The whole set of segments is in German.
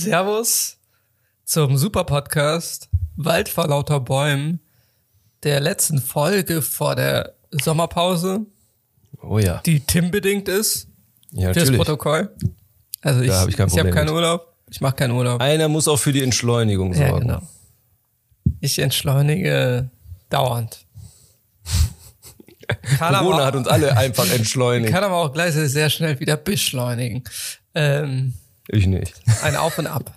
Servus zum Super-Podcast Wald vor lauter Bäumen, der letzten Folge vor der Sommerpause, Oh ja. die Tim-bedingt ist, Ja, fürs natürlich. Protokoll. Also ich hab ich kein habe Problem keinen mit. Urlaub, ich mache keinen Urlaub. Einer muss auch für die Entschleunigung Ja, sorgen. genau. Ich entschleunige dauernd. Corona hat uns alle einfach entschleunigt. Kann aber auch gleichzeitig sehr schnell wieder beschleunigen. Ich nicht. Ein Auf und Ab.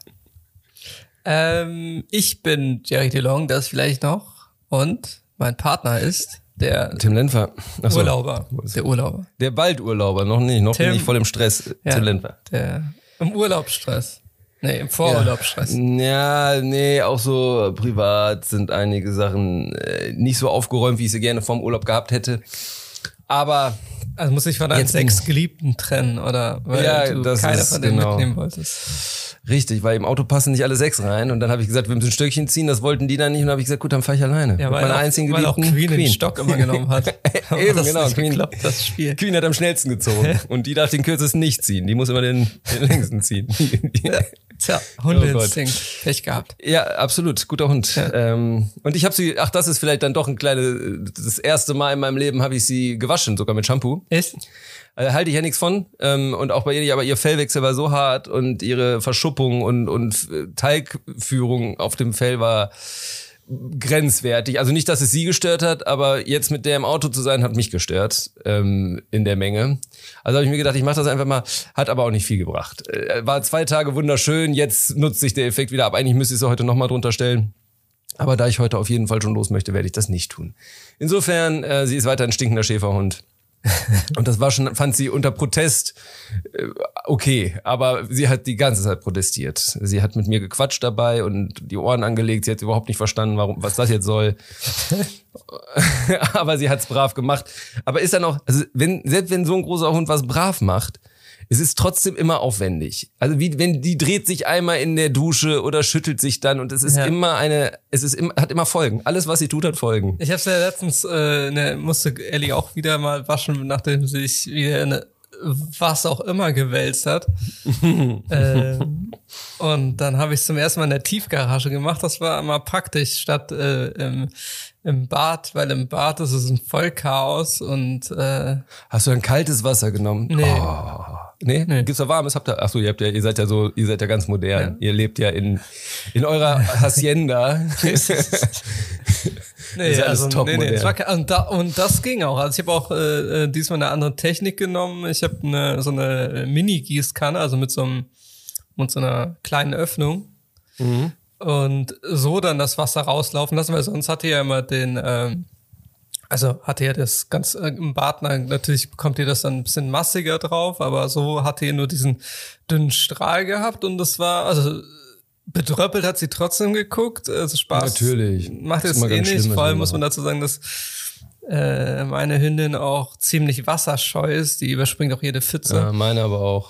Ich bin Jerry DeLong, das vielleicht noch. Und mein Partner ist der Tim Lenfer. Achso. Urlauber. Der Urlauber. Der bald Urlauber, noch nicht. Noch Tim. bin ich voll im Stress. Ja, Tim Lenfer. Der im Urlaubsstress. Nee, im Vorurlaubsstress. Ja, nee, auch so privat sind einige Sachen nicht so aufgeräumt, wie ich sie gerne vorm Urlaub gehabt hätte. Aber Also muss ich von deinen Jetzt 6 Geliebten trennen, oder? Weil Ja, du das keine ist von denen genau. mitnehmen wolltest. richtig, weil im Auto passen nicht alle 6 rein. Und dann habe ich gesagt, wir müssen ein Stöckchen ziehen. Das wollten die dann nicht. Und dann habe ich gesagt, gut, dann fahre ich alleine. Ja, Mit weil, meiner auch, einzigen weil auch Geliebten, Queen den Stock immer genommen hat. Aber Eben, das genau. Nicht Queen, geklappt, das Spiel. Queen hat am schnellsten gezogen. Und die darf den kürzesten nicht ziehen. Die muss immer den längsten ziehen. Ja. Tja, Hundeinstinkt. Pech gehabt. Ja, absolut. Guter Hund. Ja. Und ich habe sie, das ist vielleicht dann doch das erste Mal in meinem Leben habe ich sie gewaschen, sogar mit Shampoo. Echt? Halte ich ja nichts von. Und auch bei ihr, aber ihr Fellwechsel war so hart und ihre Verschuppung und Teigführung auf dem Fell war grenzwertig. Also nicht, dass es sie gestört hat, aber jetzt mit der im Auto zu sein, hat mich gestört in der Menge. Also habe ich mir gedacht, ich mache das einfach mal. Hat aber auch nicht viel gebracht. War 2 Tage wunderschön, jetzt nutzt sich der Effekt wieder ab. Eigentlich müsste ich es heute nochmal drunter stellen. Aber da ich heute auf jeden Fall schon los möchte, werde ich das nicht tun. Insofern, sie ist weiter ein stinkender Schäferhund. Und das war schon, fand sie unter Protest okay, aber sie hat die ganze Zeit protestiert. Sie hat mit mir gequatscht dabei und die Ohren angelegt. Sie hat überhaupt nicht verstanden, was das jetzt soll. Aber sie hat's brav gemacht. Aber ist dann auch, also selbst wenn so ein großer Hund was brav macht, es ist trotzdem immer aufwendig. Also wenn die dreht sich einmal in der Dusche oder schüttelt sich dann und es ist immer hat immer Folgen. Alles, was sie tut, hat Folgen. Ich hab's ja letztens, musste Ellie auch wieder mal waschen, nachdem sie sich wieder eine was auch immer gewälzt hat. Und dann habe ich es zum ersten Mal in der Tiefgarage gemacht. Das war immer praktisch statt im Bad, weil im Bad ist es ein Vollchaos und Hast du ein kaltes Wasser genommen? Nee. Oh. Nee? Gibt's da warmes? Achso, ihr seid ja ganz modern. Ja. Ihr lebt ja in eurer Hacienda. Nee, also das war, und das ging auch. Also ich habe auch diesmal eine andere Technik genommen. Ich habe so eine Mini-Gießkanne, also mit so einer kleinen Öffnung. Mhm. Und so dann das Wasser rauslaufen lassen, weil sonst hatte ja immer hatte ja das ganz im Bad, natürlich bekommt ihr das dann ein bisschen massiger drauf, aber so hatte ihr nur diesen dünnen Strahl gehabt und das war, also bedröppelt hat sie trotzdem geguckt, also Spaß. Natürlich. Macht jetzt nicht, vor allem muss man dazu sagen, dass meine Hündin auch ziemlich wasserscheu ist, die überspringt auch jede Pfütze. Ja, meine aber auch.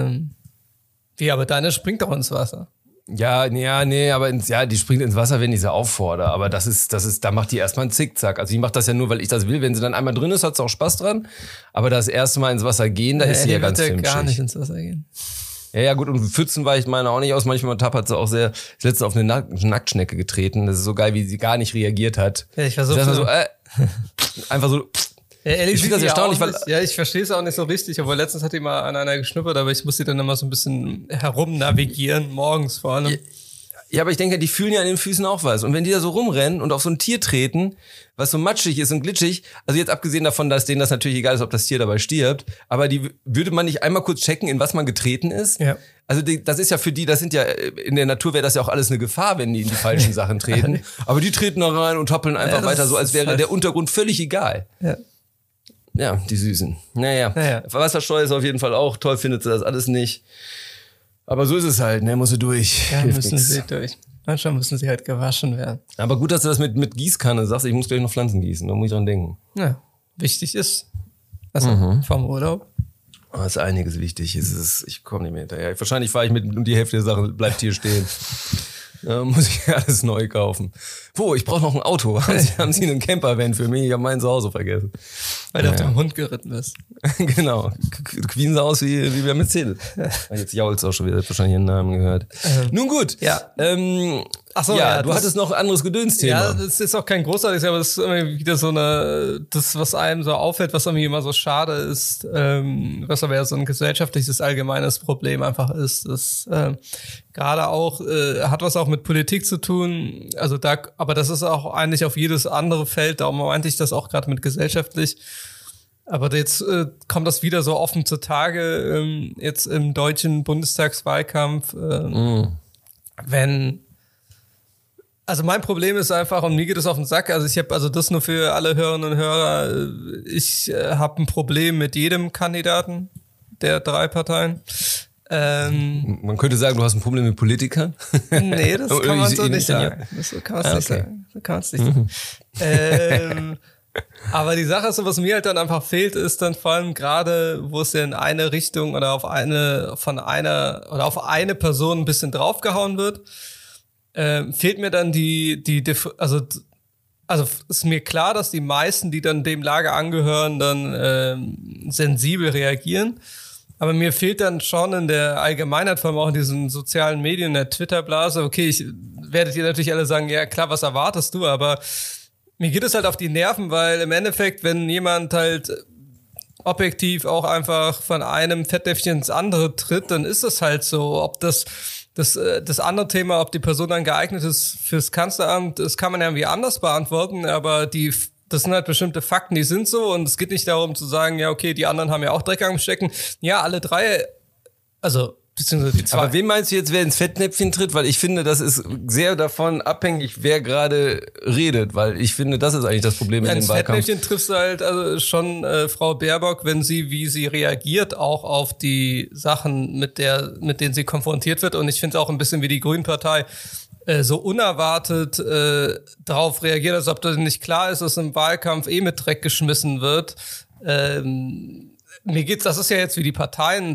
Aber deine springt doch ins Wasser. Ja, aber die springt ins Wasser, wenn ich sie auffordere. Aber da macht die erstmal einen Zickzack. Also die macht das ja nur, weil ich das will. Wenn sie dann einmal drin ist, hat sie auch Spaß dran. Aber das erste Mal ins Wasser gehen, da ist sie ja ganz filmschig. Gar nicht ins Wasser gehen. Ja, gut, und Pfützen weicht meine auch nicht aus. Manchmal tappert sie auch sehr. Ich letztens auf eine Nacktschnecke getreten. Das ist so geil, wie sie gar nicht reagiert hat. Ja, ich versuche einfach so. Ja, ehrlich, ich finde das erstaunlich, weil ich verstehe es auch nicht so richtig, aber letztens hat die mal an einer geschnuppert, aber ich muss die dann immer so ein bisschen herum navigieren, morgens vor allem. Ja, aber ich denke, die fühlen ja an den Füßen auch was. Und wenn die da so rumrennen und auf so ein Tier treten, was so matschig ist und glitschig, also jetzt abgesehen davon, dass denen das natürlich egal ist, ob das Tier dabei stirbt, aber die würde man nicht einmal kurz checken, in was man getreten ist? Ja. Also das ist ja für die, das sind ja, in der Natur wäre das ja auch alles eine Gefahr, wenn die in die falschen Sachen treten. Aber die treten da rein und hoppeln einfach weiter, so als wäre der Untergrund völlig egal. Ja. Ja, die Süßen. Naja. Wassersteuer ist auf jeden Fall auch toll, findet sie das alles nicht. Aber so ist es halt, muss sie durch. Ja, müssen sie durch. Manchmal müssen sie halt gewaschen werden. Aber gut, dass du das mit Gießkanne sagst, ich muss gleich noch Pflanzen gießen, da muss ich dran denken. Ja, wichtig ist. Also vom Urlaub. Oh, ist einiges wichtig. Ich komme nicht mehr hinterher. Wahrscheinlich fahre ich mit und die Hälfte der Sachen bleibt hier stehen. Muss ich alles neu kaufen. Ich brauche noch ein Auto. Haben Sie einen Campervan für mich? Ich habe meinen zu Hause vergessen. Weil du auf dem Hund geritten bist. Genau. Queen sah aus wie bei Mercedes. Jetzt jault's auch schon wieder, wahrscheinlich ihren Namen gehört. Nun gut. Ja. Ach so, ja, du hattest noch ein anderes Gedönsthema. Ja, das ist auch kein großartiges, aber das ist irgendwie wieder so das, was einem so auffällt, was irgendwie immer so schade ist, was aber ja so ein gesellschaftliches, allgemeines Problem einfach ist. Das gerade auch, hat was auch mit Politik zu tun, aber das ist auch eigentlich auf jedes andere Feld, darum meinte ich das auch gerade mit gesellschaftlich. Aber jetzt kommt das wieder so offen zutage, jetzt im deutschen Bundestagswahlkampf, Also mein Problem ist einfach, und mir geht es auf den Sack, also ich habe, also das nur für alle Hörerinnen und Hörer, ich habe ein Problem mit jedem Kandidaten der 3 Parteien. Man könnte sagen, du hast ein Problem mit Politikern? Nee, das kann man so nicht sagen. Das kann man nicht sagen. So kann man es nicht sagen. Aber die Sache ist so, was mir halt dann einfach fehlt, ist dann vor allem gerade, wo es ja in eine Richtung oder auf eine Person ein bisschen draufgehauen wird, fehlt mir dann also ist mir klar, dass die meisten, die dann dem Lager angehören, dann sensibel reagieren. Aber mir fehlt dann schon in der Allgemeinheit, vor allem auch in diesen sozialen Medien, in der Twitter-Blase, okay, werdet ihr natürlich alle sagen, ja klar, was erwartest du, aber mir geht es halt auf die Nerven, weil im Endeffekt, wenn jemand halt objektiv auch einfach von einem Fettnäpfchen ins andere tritt, dann ist es halt so. Ob das andere Thema, ob die Person dann geeignet ist fürs Kanzleramt, das kann man ja irgendwie anders beantworten, aber das sind halt bestimmte Fakten, die sind so, und es geht nicht darum zu sagen, ja okay, die anderen haben ja auch Dreck am Stecken. Ja, alle 3, also beziehungsweise die 2. Aber wen meinst du jetzt, wer ins Fettnäpfchen tritt? Weil ich finde, das ist sehr davon abhängig, wer gerade redet, weil ich finde, das ist eigentlich das Problem in dem Wahlkampf. Ins Fettnäpfchen triffst du halt also schon Frau Baerbock, wie sie reagiert, auch auf die Sachen, mit denen sie konfrontiert wird, und ich finde es auch ein bisschen wie die Grünen-Partei so unerwartet darauf reagiert, als ob das nicht klar ist, dass im Wahlkampf mit Dreck geschmissen wird. Mir geht's, das ist ja jetzt, wie die Partei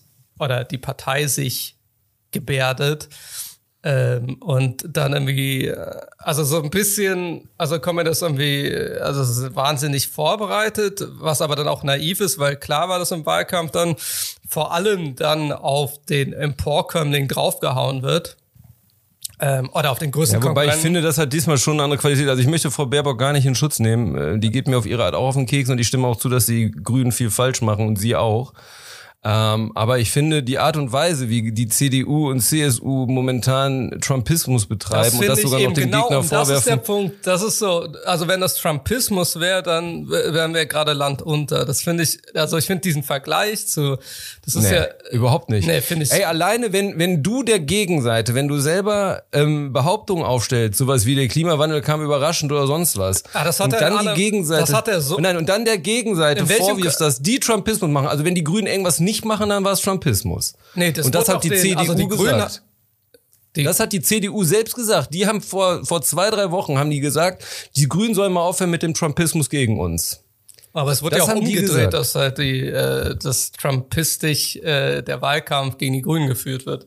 sich gebärdet. Und dann irgendwie, also so ein bisschen, also kommt mir das irgendwie, also es ist wahnsinnig vorbereitet, was aber dann auch naiv ist, weil klar war, dass im Wahlkampf dann vor allem dann auf den Emporkömmling draufgehauen wird. Oder auf den größten Wobei ich finde, das hat diesmal schon eine andere Qualität. Also ich möchte Frau Baerbock gar nicht in Schutz nehmen. Die geht mir auf ihre Art auch auf den Keks, und ich stimme auch zu, dass die Grünen viel falsch machen und sie auch. Aber ich finde, die Art und Weise, wie die CDU und CSU momentan Trumpismus betreiben und das sogar noch dem Gegner vorwerfen. Das ist der Punkt. Das ist so, also wenn das Trumpismus wäre, dann wären wir gerade Land unter. Das finde ich, also ich finde diesen Vergleich das ist überhaupt nicht. Nee, finde ich. Ey, alleine wenn du der Gegenseite, wenn du selber Behauptungen aufstellst, sowas wie der Klimawandel kam überraschend oder sonst was. Das hat und dann die Gegenseite. Das hat er so. Und dann der Gegenseite vorwirfst, dass die Trumpismus machen. Also wenn die Grünen irgendwas nicht machen, dann war es Trumpismus. Nee, das und das hat die CDU also die gesagt. Das hat die CDU selbst gesagt. Die haben vor 2-3 Wochen haben die gesagt, die Grünen sollen mal aufhören mit dem Trumpismus gegen uns. Aber es wurde ja auch umgedreht, dass halt das Trumpistisch der Wahlkampf gegen die Grünen geführt wird.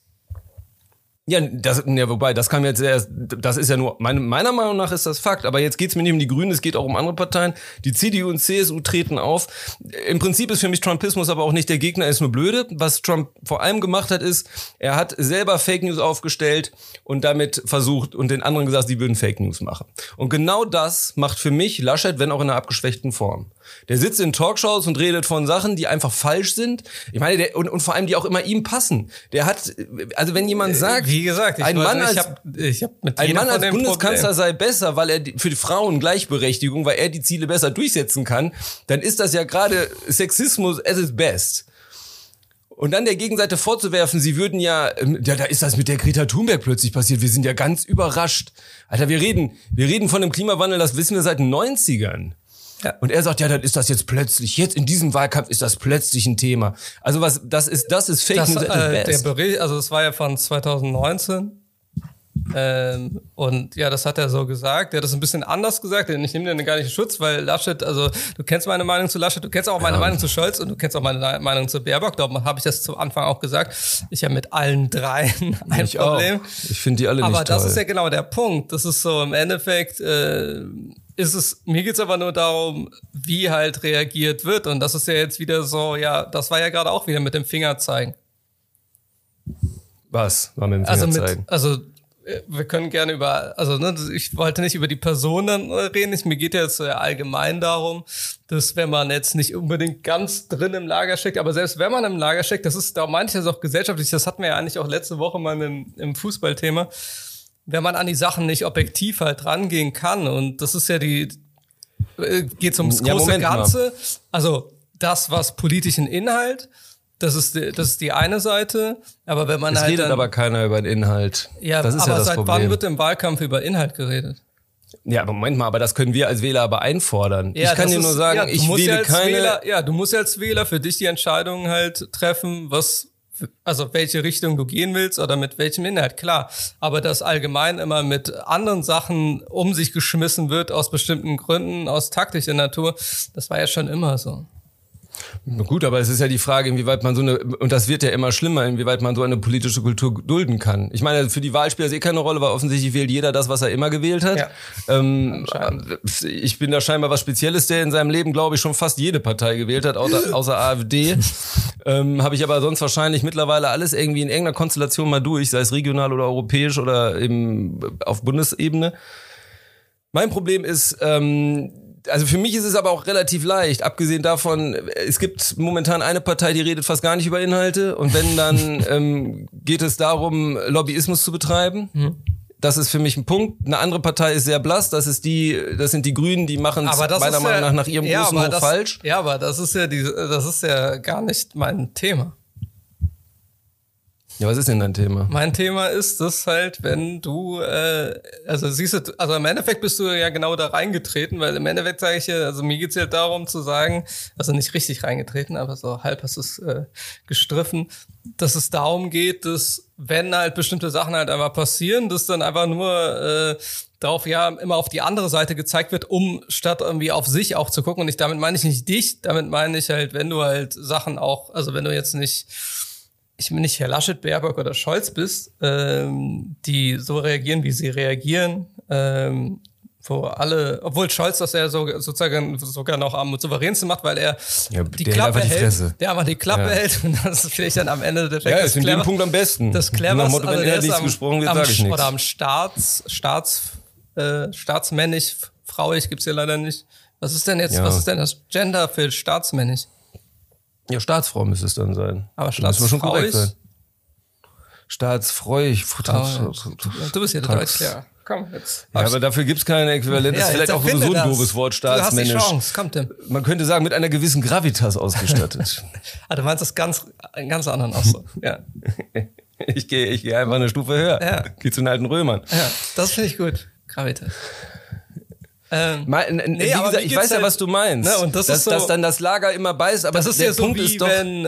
Wobei, das kam jetzt erst, das ist ja nur, meiner Meinung nach ist das Fakt, aber jetzt geht's mir nicht um die Grünen, es geht auch um andere Parteien. Die CDU und CSU treten auf. Im Prinzip ist für mich Trumpismus aber auch nicht der Gegner, ist nur blöde. Was Trump vor allem gemacht hat, ist, er hat selber Fake News aufgestellt und damit versucht und den anderen gesagt, sie würden Fake News machen. Und genau das macht für mich Laschet, wenn auch in einer abgeschwächten Form. Der sitzt in Talkshows und redet von Sachen, die einfach falsch sind. Ich meine, und vor allem, die auch immer ihm passen. Der hat, also wenn jemand sagt, wie gesagt, ein Mann als Bundeskanzler sei besser, weil er für die Frauen Gleichberechtigung, weil er die Ziele besser durchsetzen kann, dann ist das ja gerade Sexismus at its best. Und dann der Gegenseite vorzuwerfen, sie würden da ist das mit der Greta Thunberg plötzlich passiert. Wir sind ja ganz überrascht. Alter, wir reden von dem Klimawandel, das wissen wir seit den 90ern. Ja. Und er sagt, ja, dann ist das jetzt in diesem Wahlkampf ist das plötzlich ein Thema. Also das ist Fake News at its best. Der Bericht, also das war ja von 2019. Und ja, das hat er so gesagt. Der hat das ein bisschen anders gesagt. Ich nehme den gar nicht in Schutz, weil Laschet, also du kennst meine Meinung zu Laschet, du kennst auch meine Meinung zu Scholz und du kennst auch meine Meinung zu Baerbock. Darum habe ich das zum Anfang auch gesagt. Ich habe mit allen 3 ein Problem. Ich finde die alle nicht toll. Aber das ist ja genau der Punkt. Das ist so im Endeffekt mir geht's aber nur darum, wie halt reagiert wird. Und das ist ja jetzt wieder so, ja, das war ja gerade auch wieder mit dem Finger zeigen. Was war mit dem Finger zeigen? Wir können gerne ich wollte nicht über die Personen reden, mir geht ja jetzt allgemein darum, dass wenn man jetzt nicht unbedingt ganz drin im Lager steckt, aber selbst wenn man im Lager steckt, da meinte ich das auch gesellschaftlich, das hatten wir ja eigentlich auch letzte Woche mal im Fußballthema, wenn man an die Sachen nicht objektiv halt rangehen kann und das ist ja geht's ums große Ganze, also das, was politischen Inhalt, das ist die eine Seite, aber wenn man es halt redet aber keiner über den Inhalt. Ja, das ist aber ja das seit Problem. Wann wird im Wahlkampf über Inhalt geredet? Ja, aber Moment mal, aber das können wir als Wähler aber einfordern. Ja, ich kann dir nur sagen, ich wähle keine... Du musst ja als Wähler für dich die Entscheidung halt treffen, welche Richtung du gehen willst oder mit welchem Inhalt, klar. Aber dass allgemein immer mit anderen Sachen um sich geschmissen wird, aus bestimmten Gründen, aus taktischer Natur, das war ja schon immer so. Gut, aber es ist ja die Frage, inwieweit man und das wird ja immer schlimmer, inwieweit man so eine politische Kultur dulden kann. Ich meine, für die Wahl spielt das keine Rolle, weil offensichtlich wählt jeder das, was er immer gewählt hat. Ja. Ich bin da scheinbar was Spezielles, der in seinem Leben, glaube ich, schon fast jede Partei gewählt hat, außer AfD. Habe ich aber sonst wahrscheinlich mittlerweile alles irgendwie in irgendeiner Konstellation mal durch, sei es regional oder europäisch oder eben auf Bundesebene. Mein Problem ist, also für mich ist es aber auch relativ leicht, abgesehen davon, es gibt momentan eine Partei, die redet fast gar nicht über Inhalte und wenn dann geht es darum, Lobbyismus zu betreiben. Das ist für mich ein Punkt. Eine andere Partei ist sehr blass, das sind die Grünen, die machen es meiner Meinung nach ihrem großen Hoch falsch. Ja, aber das ist ja gar nicht mein Thema. Ja, was ist denn dein Thema? Mein Thema ist, dass halt, wenn du, im Endeffekt bist du ja genau da reingetreten, weil im Endeffekt sage ich ja, also mir geht's ja darum zu sagen, also nicht richtig reingetreten, aber so halb hast du es gestriffen, dass es darum geht, dass wenn halt bestimmte Sachen halt einfach passieren, dass dann einfach nur darauf immer auf die andere Seite gezeigt wird, statt irgendwie auf sich auch zu gucken. Und damit meine ich nicht dich, damit meine ich halt, wenn du halt Sachen auch, also wenn du jetzt nicht Herr Laschet, Baerbock oder Scholz bist, die so reagieren, wie sie reagieren, obwohl Scholz das ja sozusagen sogar noch am souveränsten macht, weil er die Klappe hält. Der einfach die Klappe hält und das ist vielleicht dann am Ende der Effekt. Ja, ist in dem Punkt am besten. Das Cleverste, Motto, wenn er nichts gesprochen wird, sage ich nichts. Oder am staatsmännisch, frauig gibt's ja leider nicht. Was ist denn das Gender für staatsmännisch? Ja, Staatsfrau müsste es dann sein. Aber staatsfrauig? Staatsfreuig. Du bist ja der Deutschlehrer. Komm, jetzt. Ja, aber dafür gibt's kein Äquivalent. Das ist vielleicht auch so ein doofes Wort, staatsmännisch. Du hast die Chance, kommt denn. Man könnte sagen, mit einer gewissen Gravitas ausgestattet. Du meinst das ganz anderen auch so. Ja. Ich gehe einfach eine Stufe höher. Ja. Geh zu den alten Römern. Ja, das finde ich gut. Gravitas. Wie gesagt, ich weiß ja, was du meinst. Ne, und das ist so, dass dann das Lager immer beißt, aber das ist ja so Punkt wie wenn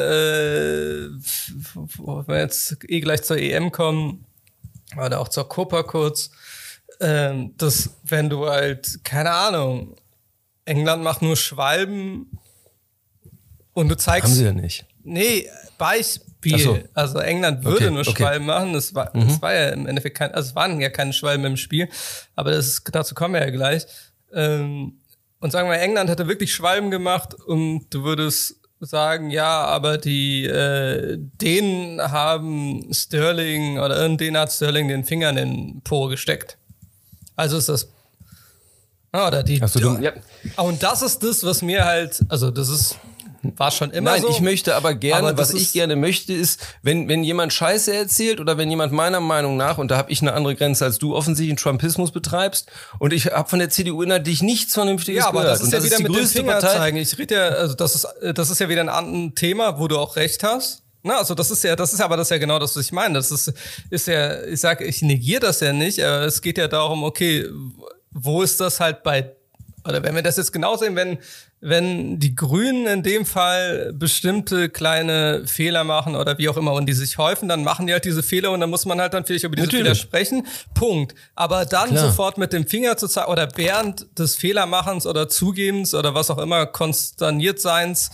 wir jetzt gleich zur EM kommen oder auch zur Copa kurz, dass wenn du halt, keine Ahnung, England macht nur Schwalben und du zeigst... Haben sie ja nicht. Nee, Beispiel. So. Also England würde nur Schwalben machen. Das war ja im Endeffekt es waren ja keine Schwalben im Spiel, aber dazu kommen wir ja gleich. Und sagen wir, England hätte wirklich Schwalben gemacht und du würdest sagen, ja, aber denen haben Sterling oder irgendeinen hat Sterling den Finger in den Po gesteckt. Also ist das oder die. Ja. Und das ist das, was mir halt, also das war schon immer so. Nein, ich möchte aber gerne, was ich gerne möchte, ist, wenn jemand Scheiße erzählt oder wenn jemand meiner Meinung nach, und da habe ich eine andere Grenze als du, offensichtlich einen Trumpismus betreibst und ich habe von der CDU inhaltlich nichts Vernünftiges gehört. Ja, aber das ist und ja wieder die mit dem größte Finger Partei. zeigen. Ich rede ja, also das ist ja wieder ein Thema, wo du auch recht hast. Na, also das ist ja genau das, was ich meine. Das ist ja, ich negiere das ja nicht, aber es geht ja darum, okay, wo ist das halt oder wenn wir das jetzt genau sehen, wenn die Grünen in dem Fall bestimmte kleine Fehler machen oder wie auch immer und die sich häufen, dann machen die halt diese Fehler und dann muss man halt dann vielleicht über diese Fehler sprechen. Punkt. Aber dann sofort mit dem Finger zu zeigen oder während des Fehlermachens oder Zugebens oder was auch immer konsterniert seins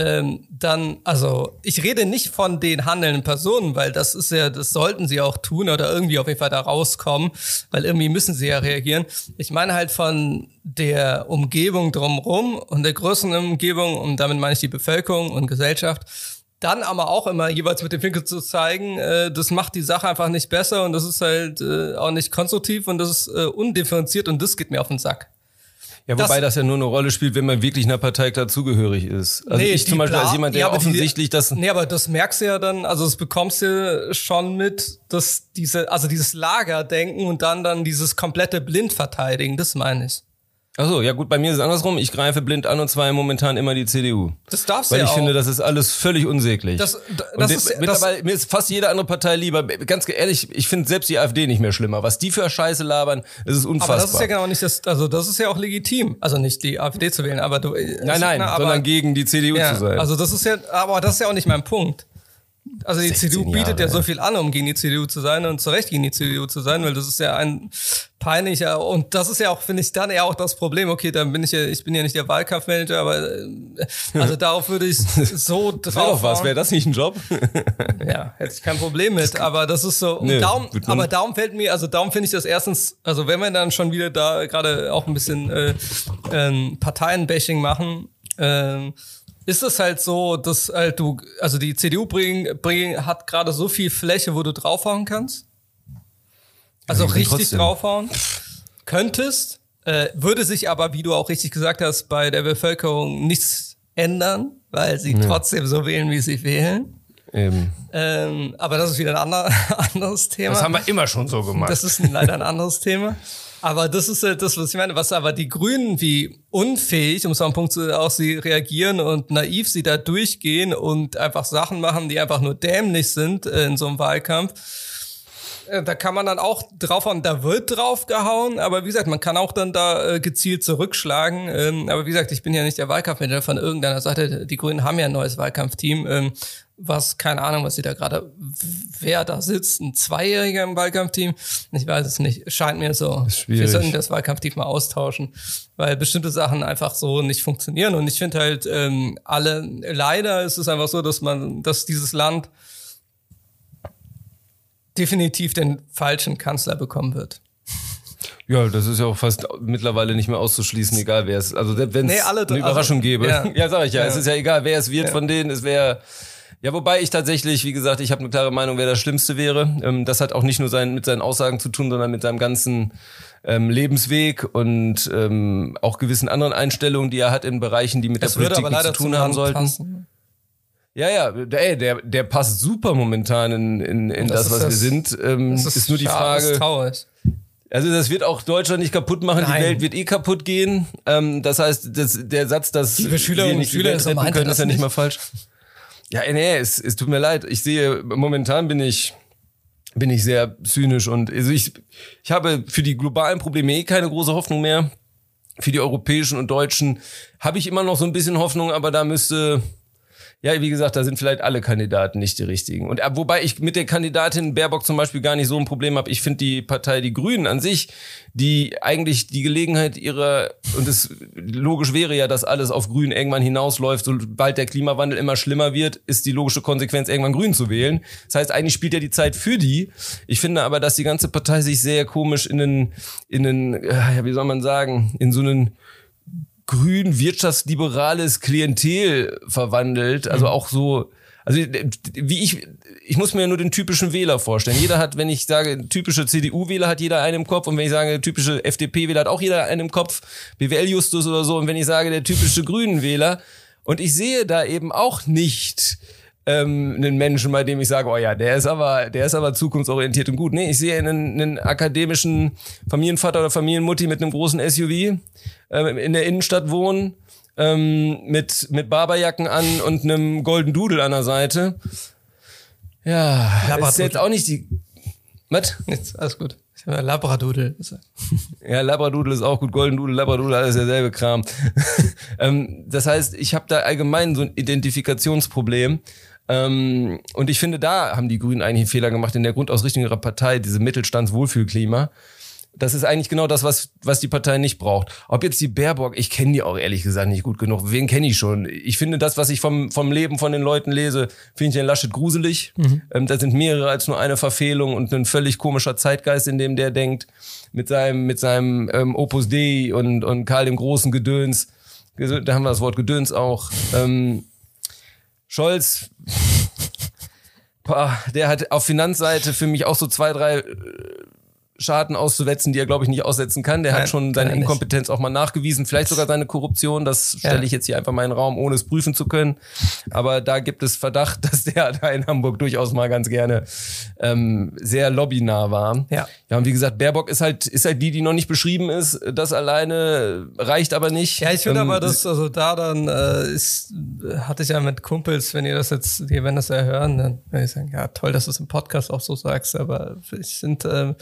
dann, also ich rede nicht von den handelnden Personen, weil das sollten sie auch tun oder irgendwie auf jeden Fall da rauskommen, weil irgendwie müssen sie ja reagieren. Ich meine halt von der Umgebung drumherum und der größeren Umgebung, und damit meine ich die Bevölkerung und Gesellschaft, dann aber auch immer jeweils mit dem Finger zu zeigen, das macht die Sache einfach nicht besser und das ist halt auch nicht konstruktiv und das ist undifferenziert und das geht mir auf den Sack. Ja, wobei das ja nur eine Rolle spielt, wenn man wirklich einer Partei klar zugehörig ist. Also ich zum Beispiel als jemand, der offensichtlich das... Nee, aber das merkst du ja dann, also das bekommst du schon mit, dass dieses Lagerdenken und dann dieses komplette Blindverteidigen, das meine ich. Ach so, ja gut, bei mir ist es andersrum. Ich greife blind an und zwar momentan immer die CDU. Das darfst du ja auch. Weil ich finde, das ist alles völlig unsäglich. Mittlerweile, mir ist fast jede andere Partei lieber. Ganz ehrlich, ich finde selbst die AfD nicht mehr schlimmer. Was die für Scheiße labern, das ist unfassbar. Aber das ist ja genau nicht das ist ja auch legitim. Also nicht die AfD zu wählen, aber du... sondern gegen die CDU zu sein. Also das ist ja auch nicht mein Punkt. Also die CDU bietet ja so viel an, um gegen die CDU zu sein und zu Recht gegen die CDU zu sein, weil das ist ja ein peinlicher, und das ist ja auch, finde ich, dann eher auch das Problem. Okay, dann ich bin ja nicht der Wahlkampfmanager, aber also darauf würde ich so drauf. Wäre doch was, wäre das nicht ein Job? Ja, hätte ich kein Problem mit, aber das ist so, darum finde ich das erstens, also wenn wir dann schon wieder da gerade auch ein bisschen Parteienbashing machen, ist es halt so, dass halt die CDU hat gerade so viel Fläche, wo du draufhauen kannst. Also ja, richtig draufhauen könntest, würde sich aber, wie du auch richtig gesagt hast, bei der Bevölkerung nichts ändern, weil sie trotzdem so wählen, wie sie wählen. Eben. Aber das ist wieder ein anderes Thema. Das haben wir immer schon so gemacht. Das ist leider ein anderes Thema. Aber das ist halt das, was ich meine, was aber die Grünen, wie unfähig, um so einen Punkt zu auch sie reagieren und naiv sie da durchgehen und einfach Sachen machen, die einfach nur dämlich sind in so einem Wahlkampf. Da kann man dann auch draufhauen, da wird draufgehauen, aber wie gesagt, man kann auch dann da gezielt zurückschlagen. Aber wie gesagt, ich bin ja nicht der Wahlkampfmanager von irgendeiner Seite. Die Grünen haben ja ein neues Wahlkampfteam, keine Ahnung, was sie da gerade, wer da sitzt, ein Zweijähriger im Wahlkampfteam, ich weiß es nicht, scheint mir so. Wir sollten das Wahlkampfteam mal austauschen, weil bestimmte Sachen einfach so nicht funktionieren und ich finde halt, leider ist es einfach so, dass dieses Land definitiv den falschen Kanzler bekommen wird. Ja, das ist ja auch fast mittlerweile nicht mehr auszuschließen, egal wer es, also wenn es eine Überraschung gäbe. Ja, sag ich ja, es ist ja egal, wer es wird von denen, es wäre... Ja, wobei ich tatsächlich, wie gesagt, ich habe eine klare Meinung, wer das Schlimmste wäre. Das hat auch nicht nur mit seinen Aussagen zu tun, sondern mit seinem ganzen Lebensweg und auch gewissen anderen Einstellungen, die er hat in Bereichen, die mit der Politik nichts zu tun haben sollten. Passen. Ja, der passt super momentan in das, was wir sind. Ist nur die Frage. Das ist traurig. Also das wird auch Deutschland nicht kaputt machen, die Welt wird kaputt gehen. Das heißt, der Satz, dass liebe Schülerinnen und Schüler retten können, ist ja nicht mal falsch. Ja, nee, es tut mir leid. Ich sehe, momentan bin ich sehr zynisch und also ich habe für die globalen Probleme keine große Hoffnung mehr. Für die europäischen und deutschen habe ich immer noch so ein bisschen Hoffnung, aber da müsste... Ja, wie gesagt, da sind vielleicht alle Kandidaten nicht die richtigen. Und wobei ich mit der Kandidatin Baerbock zum Beispiel gar nicht so ein Problem habe. Ich finde die Partei, die Grünen an sich, die eigentlich die Gelegenheit und es logisch wäre ja, dass alles auf Grün irgendwann hinausläuft, sobald der Klimawandel immer schlimmer wird, ist die logische Konsequenz, irgendwann Grün zu wählen. Das heißt, eigentlich spielt ja die Zeit für die. Ich finde aber, dass die ganze Partei sich sehr komisch in wie soll man sagen, in so einen grün wirtschaftsliberales Klientel verwandelt, also auch so, also wie ich muss mir ja nur den typischen Wähler vorstellen. Jeder hat, wenn ich sage, typische CDU-Wähler hat jeder einen im Kopf und wenn ich sage, typische FDP-Wähler hat auch jeder einen im Kopf, BWL-Justus oder so und wenn ich sage, der typische Grünen-Wähler und ich sehe da eben auch nicht einen Menschen, bei dem ich sage, oh ja, der ist aber zukunftsorientiert und gut. Nee, ich sehe einen akademischen Familienvater oder Familienmutti mit einem großen SUV in der Innenstadt wohnen, mit Barberjacken an und einem Golden Doodle an der Seite. Ja, ist jetzt auch nicht die... Was? Jetzt, alles gut. Labradoodle. Ja, Labradoodle ist auch gut. Golden Doodle, Labradoodle, alles derselbe Kram. Das heißt, ich habe da allgemein so ein Identifikationsproblem. Und ich finde, da haben die Grünen eigentlich einen Fehler gemacht in der Grundausrichtung ihrer Partei, diese Mittelstandswohlfühlklima. Das ist eigentlich genau das, was die Partei nicht braucht. Ob jetzt die Baerbock, ich kenne die auch ehrlich gesagt nicht gut genug. Wen kenne ich schon? Ich finde das, was ich vom Leben von den Leuten lese, finde ich den Laschet gruselig. Da sind mehrere als nur eine Verfehlung und ein völlig komischer Zeitgeist, in dem der denkt, mit seinem Opus Dei und Karl dem großen Gedöns. Da haben wir das Wort Gedöns auch. Scholz, der hat auf Finanzseite für mich auch so 2, 3 Schaden auszuwetzen, die er, glaube ich, nicht aussetzen kann. Der hat schon seine Inkompetenz auch mal nachgewiesen, vielleicht sogar seine Korruption. Das stelle ich jetzt hier einfach mal in den Raum, ohne es prüfen zu können. Aber da gibt es Verdacht, dass der da in Hamburg durchaus mal ganz gerne sehr lobbynah war. Ja, und wie gesagt, Baerbock ist halt die noch nicht beschrieben ist. Das alleine reicht aber nicht. Ja, ich finde aber, dass also da dann hatte ich ja mit Kumpels, wenn ihr das jetzt, die werden das ja hören, dann würde ich sagen, ja, toll, dass du es im Podcast auch so sagst, aber ich finde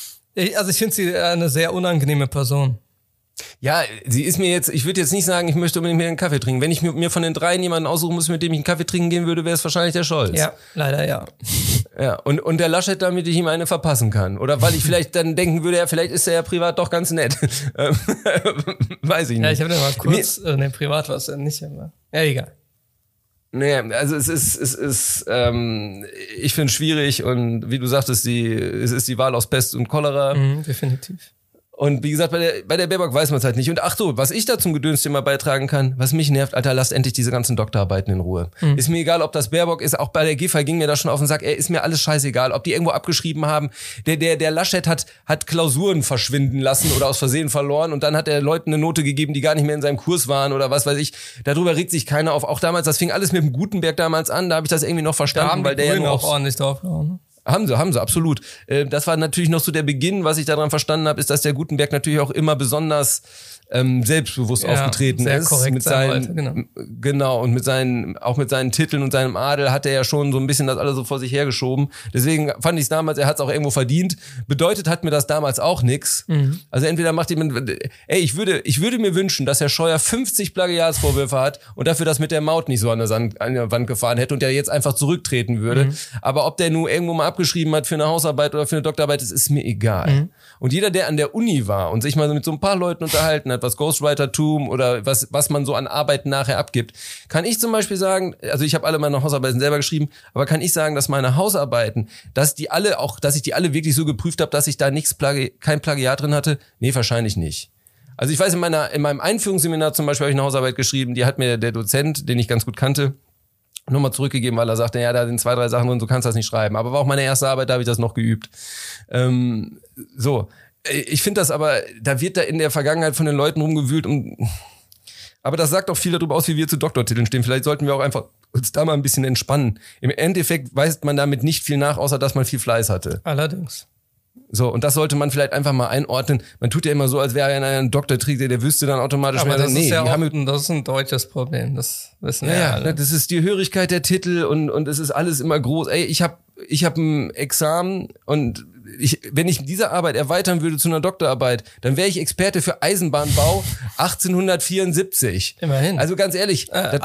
sie eine sehr unangenehme Person. Ja, sie ist mir jetzt, ich würde jetzt nicht sagen, ich möchte unbedingt mit einen Kaffee trinken. Wenn ich mir von den 3 jemanden aussuchen muss, mit dem ich einen Kaffee trinken gehen würde, wäre es wahrscheinlich der Scholz. Ja, leider ja. Ja, und der Laschet, damit ich ihm eine verpassen kann. Oder weil ich vielleicht dann denken würde, ja, vielleicht ist er ja privat doch ganz nett. Weiß ich nicht. Ja, ich habe den mal kurz, privat war es ja nicht immer. Ja, egal. Naja, also es ist ich finde es schwierig und wie du sagtest, es ist die Wahl aus Pest und Cholera. Definitiv. Und wie gesagt, bei der Baerbock weiß man es halt nicht. Und ach so, was ich da zum Gedönsthema beitragen kann, was mich nervt, Alter, lasst endlich diese ganzen Doktorarbeiten in Ruhe. Ist mir egal, ob das Baerbock ist, auch bei der GEFA ging mir das schon auf den Sack, ist mir alles scheißegal, ob die irgendwo abgeschrieben haben. Der Laschet hat Klausuren verschwinden lassen oder aus Versehen verloren und dann hat er Leuten eine Note gegeben, die gar nicht mehr in seinem Kurs waren oder was weiß ich. Darüber regt sich keiner auf. Auch damals, das fing alles mit dem Gutenberg damals an, da habe ich das irgendwie noch verstanden, weil der ja auch ordentlich draufgehauen, ne? Haben sie, absolut. Das war natürlich noch so der Beginn, was ich daran verstanden habe, ist, dass der Gutenberg natürlich auch immer besonders selbstbewusst aufgetreten sehr ist. Korrekt mit seinen, genau, und mit seinen Titeln und seinem Adel hat er ja schon so ein bisschen das alles so vor sich hergeschoben. Deswegen fand ich es damals, er hat es auch irgendwo verdient. Bedeutet hat mir das damals auch nix. Also entweder macht jemand, ich würde mir wünschen, dass Herr Scheuer 50 Plagiatsvorwürfe hat und dafür das mit der Maut nicht so an der Wand gefahren hätte und der jetzt einfach zurücktreten würde. Aber ob der nur irgendwo mal abgeschrieben hat für eine Hausarbeit oder für eine Doktorarbeit, das ist mir egal. Und jeder, der an der Uni war und sich mal mit so ein paar Leuten unterhalten hat, was Ghostwriter-Tum oder was man so an Arbeiten nachher abgibt, kann ich zum Beispiel sagen, also ich habe alle meine Hausarbeiten selber geschrieben, aber kann ich sagen, dass meine Hausarbeiten, dass ich die alle wirklich so geprüft habe, dass ich da kein Plagiat drin hatte? Nee, wahrscheinlich nicht. Also ich weiß, in meinem Einführungsseminar zum Beispiel habe ich eine Hausarbeit geschrieben, die hat mir der Dozent, den ich ganz gut kannte, nochmal zurückgegeben, weil er sagte, ja, da sind 2, 3 Sachen drin, du kannst das nicht schreiben. Aber war auch meine erste Arbeit, da habe ich das noch geübt. Ich finde das aber, da wird da in der Vergangenheit von den Leuten rumgewühlt aber das sagt auch viel darüber aus, wie wir zu Doktortiteln stehen. Vielleicht sollten wir auch einfach uns da mal ein bisschen entspannen. Im Endeffekt weist man damit nicht viel nach, außer dass man viel Fleiß hatte. Allerdings. So, und das sollte man vielleicht einfach mal einordnen. Man tut ja immer so, als wäre er ein Doktorträger, der wüsste dann automatisch mehr. Das ist ein deutsches Problem, das wissen wir ja alle. Das ist die Hörigkeit der Titel und es ist alles immer groß. Ey, ich hab ein Examen und wenn ich diese Arbeit erweitern würde zu einer Doktorarbeit, dann wäre ich Experte für Eisenbahnbau 1874. Immerhin. Also ganz ehrlich,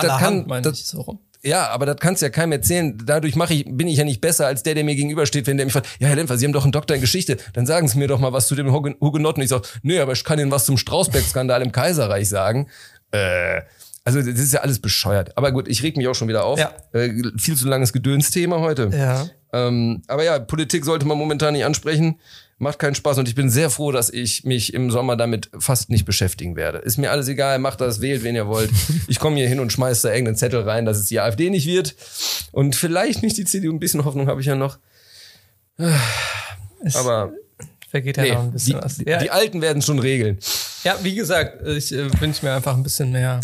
ja, aber das kannst du ja keinem erzählen. Dadurch bin ich ja nicht besser als der mir gegenübersteht, wenn der mich fragt, ja, Herr Lenfer, Sie haben doch einen Doktor in Geschichte, dann sagen Sie mir doch mal was zu dem Hugenotten. Ich sage, nö, aber ich kann Ihnen was zum Strausberg-Skandal im Kaiserreich sagen. Also das ist ja alles bescheuert. Aber gut, ich reg mich auch schon wieder auf. Ja. Viel zu langes Gedönsthema heute. Ja. Aber ja, Politik sollte man momentan nicht ansprechen. Macht keinen Spaß und ich bin sehr froh, dass ich mich im Sommer damit fast nicht beschäftigen werde. Ist mir alles egal, macht das, wählt, wen ihr wollt. Ich komme hier hin und schmeiß da irgendeinen Zettel rein, dass es die AfD nicht wird. Und vielleicht nicht die CDU, ein bisschen Hoffnung habe ich ja noch. Aber vergeht ja noch ein bisschen was. Ja. Die Alten werden es schon regeln. Ja, wie gesagt, ich wünsche mir einfach ein bisschen mehr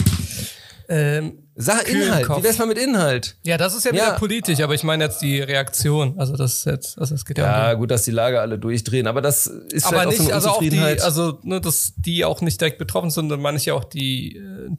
Sag Inhalt. Wie wär's mal mit Inhalt? Ja, das ist ja wieder politisch, aber ich meine jetzt die Reaktion. Also das ist jetzt, also es geht ja gut, dass die Lager alle durchdrehen, aber das ist aber vielleicht nicht, auch so eine Unzufriedenheit. Dass die auch nicht direkt betroffen sind, sondern manche auch diejenigen,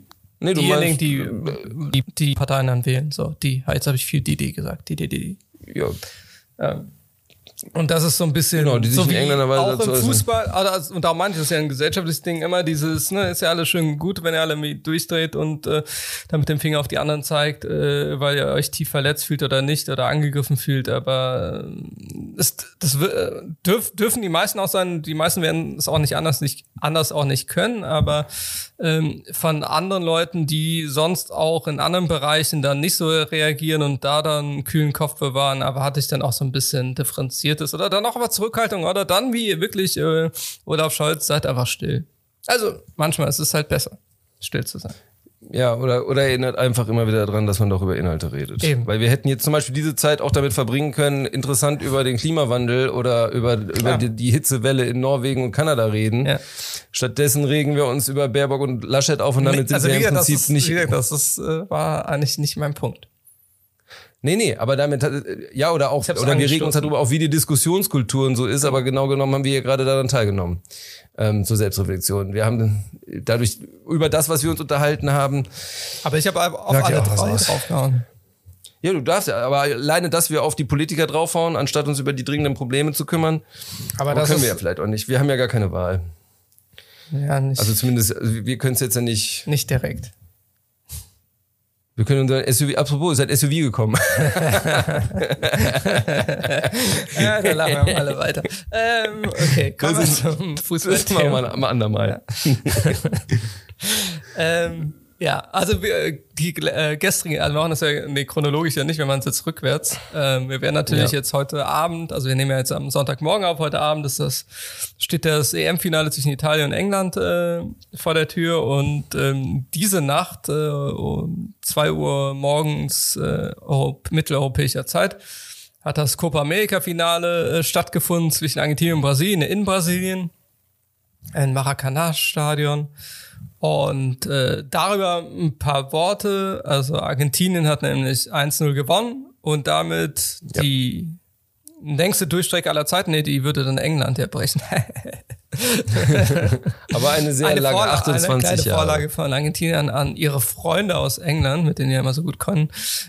die Parteien dann wählen. So, jetzt habe ich viel die gesagt. Die. Ja. Und das ist so ein bisschen genau, die so sich wie in irgendeiner Weise auch im Fußball, und da manches ist ja ein gesellschaftliches Ding immer dieses, ist ja alles schön gut, wenn ihr alle durchdreht und dann mit dem Finger auf die anderen zeigt, weil ihr euch tief verletzt fühlt oder nicht oder angegriffen fühlt, aber dürfen die meisten auch sein, die meisten werden es auch nicht anders auch nicht können, aber von anderen Leuten, die sonst auch in anderen Bereichen dann nicht so reagieren und da dann einen kühlen Kopf bewahren, erwarte ich dann auch so ein bisschen Differenziertes oder dann auch aber Zurückhaltung oder dann wie wirklich Olaf Scholz, seid einfach still. Also manchmal ist es halt besser, still zu sein. Ja, oder erinnert einfach immer wieder daran, dass man doch über Inhalte redet. Eben. Weil wir hätten jetzt zum Beispiel diese Zeit auch damit verbringen können, interessant über den Klimawandel oder über die Hitzewelle in Norwegen und Kanada reden. Ja. Stattdessen regen wir uns über Baerbock und Laschet auf und damit sind wir im Prinzip nicht... Das war eigentlich nicht mein Punkt. Nee, aber damit, oder wir regen uns darüber auf, wie die Diskussionskultur und so ist, aber genau genommen haben wir hier gerade daran teilgenommen, zur Selbstreflexion. Wir haben dadurch, über das, was wir uns unterhalten haben. Aber ich habe auf alle draufgehauen. Ja, du darfst ja, aber alleine, dass wir auf die Politiker draufhauen, anstatt uns über die dringenden Probleme zu kümmern, aber das können wir ja vielleicht auch nicht. Wir haben ja gar keine Wahl. Ja, nicht. Also zumindest, wir können es jetzt ja nicht. Nicht direkt. Wir können unser SUV, apropos, ist ein SUV gekommen. Ja, da lachen wir alle weiter. Okay, kommen wir zum Fußballthema. Das machen wir mal andermal. Ja, also die gestrigen, also wir machen das ja chronologisch ja nicht, wir machen es jetzt rückwärts. Wir werden natürlich jetzt heute Abend, also wir nehmen ja jetzt am Sonntagmorgen auf, heute Abend steht das EM-Finale zwischen Italien und England vor der Tür und diese Nacht um 2 Uhr morgens mitteleuropäischer Zeit hat das Copa America-Finale stattgefunden zwischen Argentinien und Brasilien in Brasilien, im Maracanã-Stadion. Und darüber ein paar Worte. Also Argentinien hat nämlich 1-0 gewonnen und damit die längste Durchstrecke aller Zeiten. Nee, die würde dann England brechen. Aber eine sehr lange, 28 eine kleine Jahre. Vorlage von Argentinien an ihre Freunde aus England, mit denen die ja immer so gut konnten.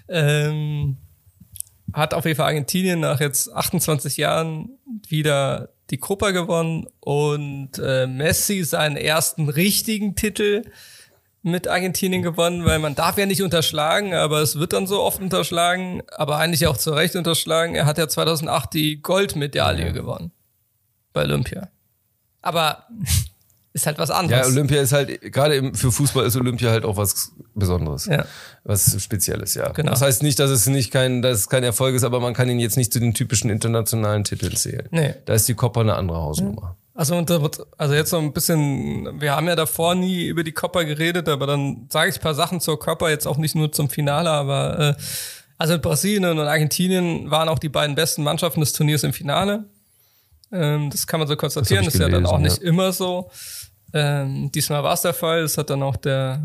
Hat auf jeden Fall Argentinien nach jetzt 28 Jahren wieder die Copa gewonnen und Messi seinen ersten richtigen Titel mit Argentinien gewonnen, weil man darf ja nicht unterschlagen, aber es wird dann so oft unterschlagen, aber eigentlich auch zu Recht unterschlagen. Er hat ja 2008 die Goldmedaille gewonnen bei Olympia. Aber ist halt was anderes. Ja, Olympia ist halt, gerade für Fußball ist Olympia halt auch was Besonderes. Ja. Was Spezielles, ja. Genau. Das heißt nicht, dass es kein Erfolg ist, aber man kann ihn jetzt nicht zu den typischen internationalen Titeln zählen. Nee. Da ist die Copa eine andere Hausnummer. Also jetzt so ein bisschen, wir haben ja davor nie über die Copa geredet, aber dann sage ich ein paar Sachen zur Copa, jetzt auch nicht nur zum Finale, aber also Brasilien und Argentinien waren auch die beiden besten Mannschaften des Turniers im Finale. Das kann man so konstatieren, das ist ja dann auch nicht immer so. Diesmal war es der Fall, das hat dann auch der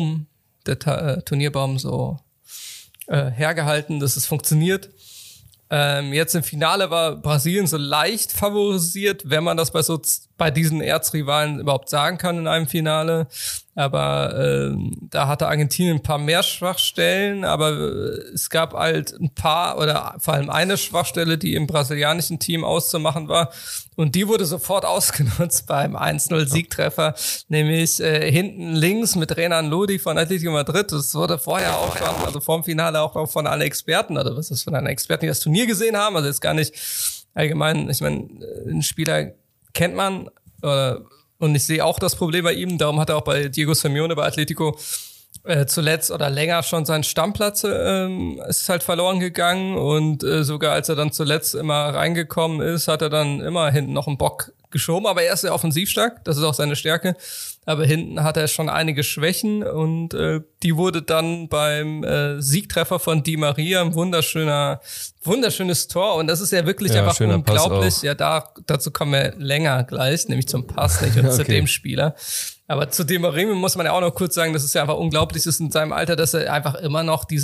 Turnierbaum so hergehalten, dass es funktioniert. Jetzt im Finale war Brasilien so leicht favorisiert, wenn man das bei diesen Erzrivalen überhaupt sagen kann in einem Finale. Aber da hatte Argentinien ein paar mehr Schwachstellen, aber es gab halt ein paar oder vor allem eine Schwachstelle, die im brasilianischen Team auszumachen war. Und die wurde sofort ausgenutzt beim 1-0-Siegtreffer, nämlich hinten links mit Renan Lodi von Atletico Madrid. Das wurde vorher auch schon, also vor dem Finale auch von allen Experten, oder was ist von allen Experten, die das Turnier gesehen haben, also jetzt gar nicht allgemein, ich meine, einen Spieler kennt man, und ich sehe auch das Problem bei ihm, darum hat er auch bei Diego Simeone bei Atletico zuletzt oder länger schon seinen Stammplatz ist halt verloren gegangen und sogar als er dann zuletzt immer reingekommen ist, hat er dann immer hinten noch einen Bock geschoben, aber er ist sehr offensiv stark, das ist auch seine Stärke, aber hinten hat er schon einige Schwächen und die wurde dann beim Siegtreffer von Di Maria ein wunderschönes Tor und das ist ja wirklich einfach unglaublich. Ja, dazu kommen wir länger gleich, nämlich zum Pass nicht und zu dem Spieler. Aber zu Di Maria muss man ja auch noch kurz sagen, das ist ja einfach unglaublich ist in seinem Alter, dass er einfach immer noch dass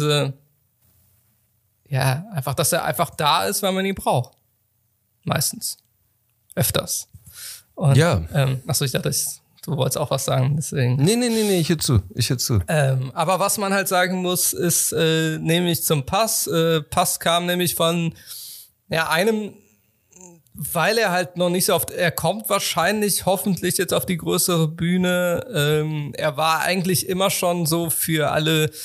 er einfach da ist, weil man ihn braucht. Meistens. Öfters. Und, achso, ich dachte, du wolltest auch was sagen, deswegen. Nee, ich höre zu. Aber was man halt sagen muss, ist nämlich zum Pass. Pass kam nämlich von einem, weil er halt noch nicht so oft, er kommt wahrscheinlich, hoffentlich jetzt auf die größere Bühne. Er war eigentlich immer schon so für alle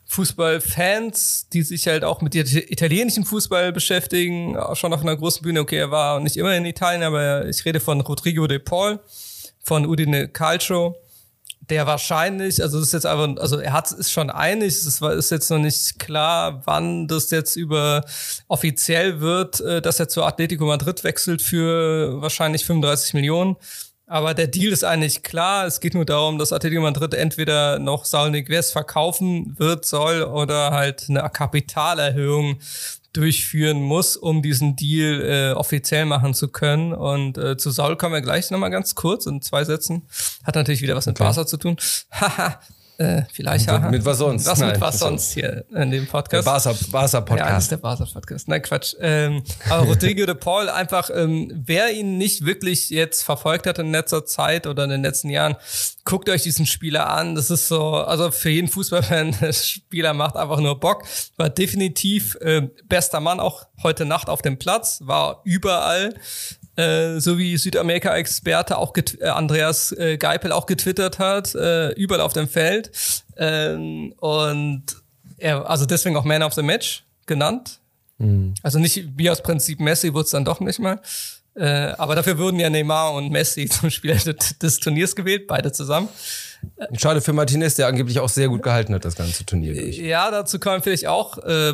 Fußballfans, die sich halt auch mit italienischen Fußball beschäftigen, auch schon auf einer großen Bühne. Okay, er war nicht immer in Italien, aber ich rede von Rodrigo de Paul von Udine Calcio, der wahrscheinlich, also das ist jetzt einfach, also ist schon einig, ist jetzt noch nicht klar, wann das jetzt offiziell wird, dass er zu Atletico Madrid wechselt für wahrscheinlich 35 Millionen. Aber der Deal ist eigentlich klar. Es geht nur darum, dass Atletico Madrid entweder noch Saúl Ñíguez verkaufen soll oder halt eine Kapitalerhöhung durchführen muss, um diesen Deal offiziell machen zu können. Und zu Saúl kommen wir gleich nochmal ganz kurz in 2 Sätzen. Hat natürlich wieder was mit Barca zu tun. Haha. Vielleicht mit was sonst? Was sonst hier in dem Podcast? Der Barca-Podcast. Ja, das ist der Barca-Podcast. Nein, Quatsch. Aber Rodrigo de Paul einfach, wer ihn nicht wirklich jetzt verfolgt hat in letzter Zeit oder in den letzten Jahren, guckt euch diesen Spieler an. Das ist so, also für jeden Fußballfan, der Spieler macht einfach nur Bock. War definitiv bester Mann auch heute Nacht auf dem Platz, war überall. So wie Südamerika-Experte auch Andreas Geipel auch getwittert hat, überall auf dem Feld. Und er, also deswegen auch Man of the Match genannt. Mhm. Also nicht wie aus Prinzip Messi, wurde es dann doch nicht mal. Aber dafür wurden ja Neymar und Messi zum Spieler des Turniers gewählt, beide zusammen. Schade für Martinez, der angeblich auch sehr gut gehalten hat, das ganze Turnier durch. Ja, dazu kommen vielleicht auch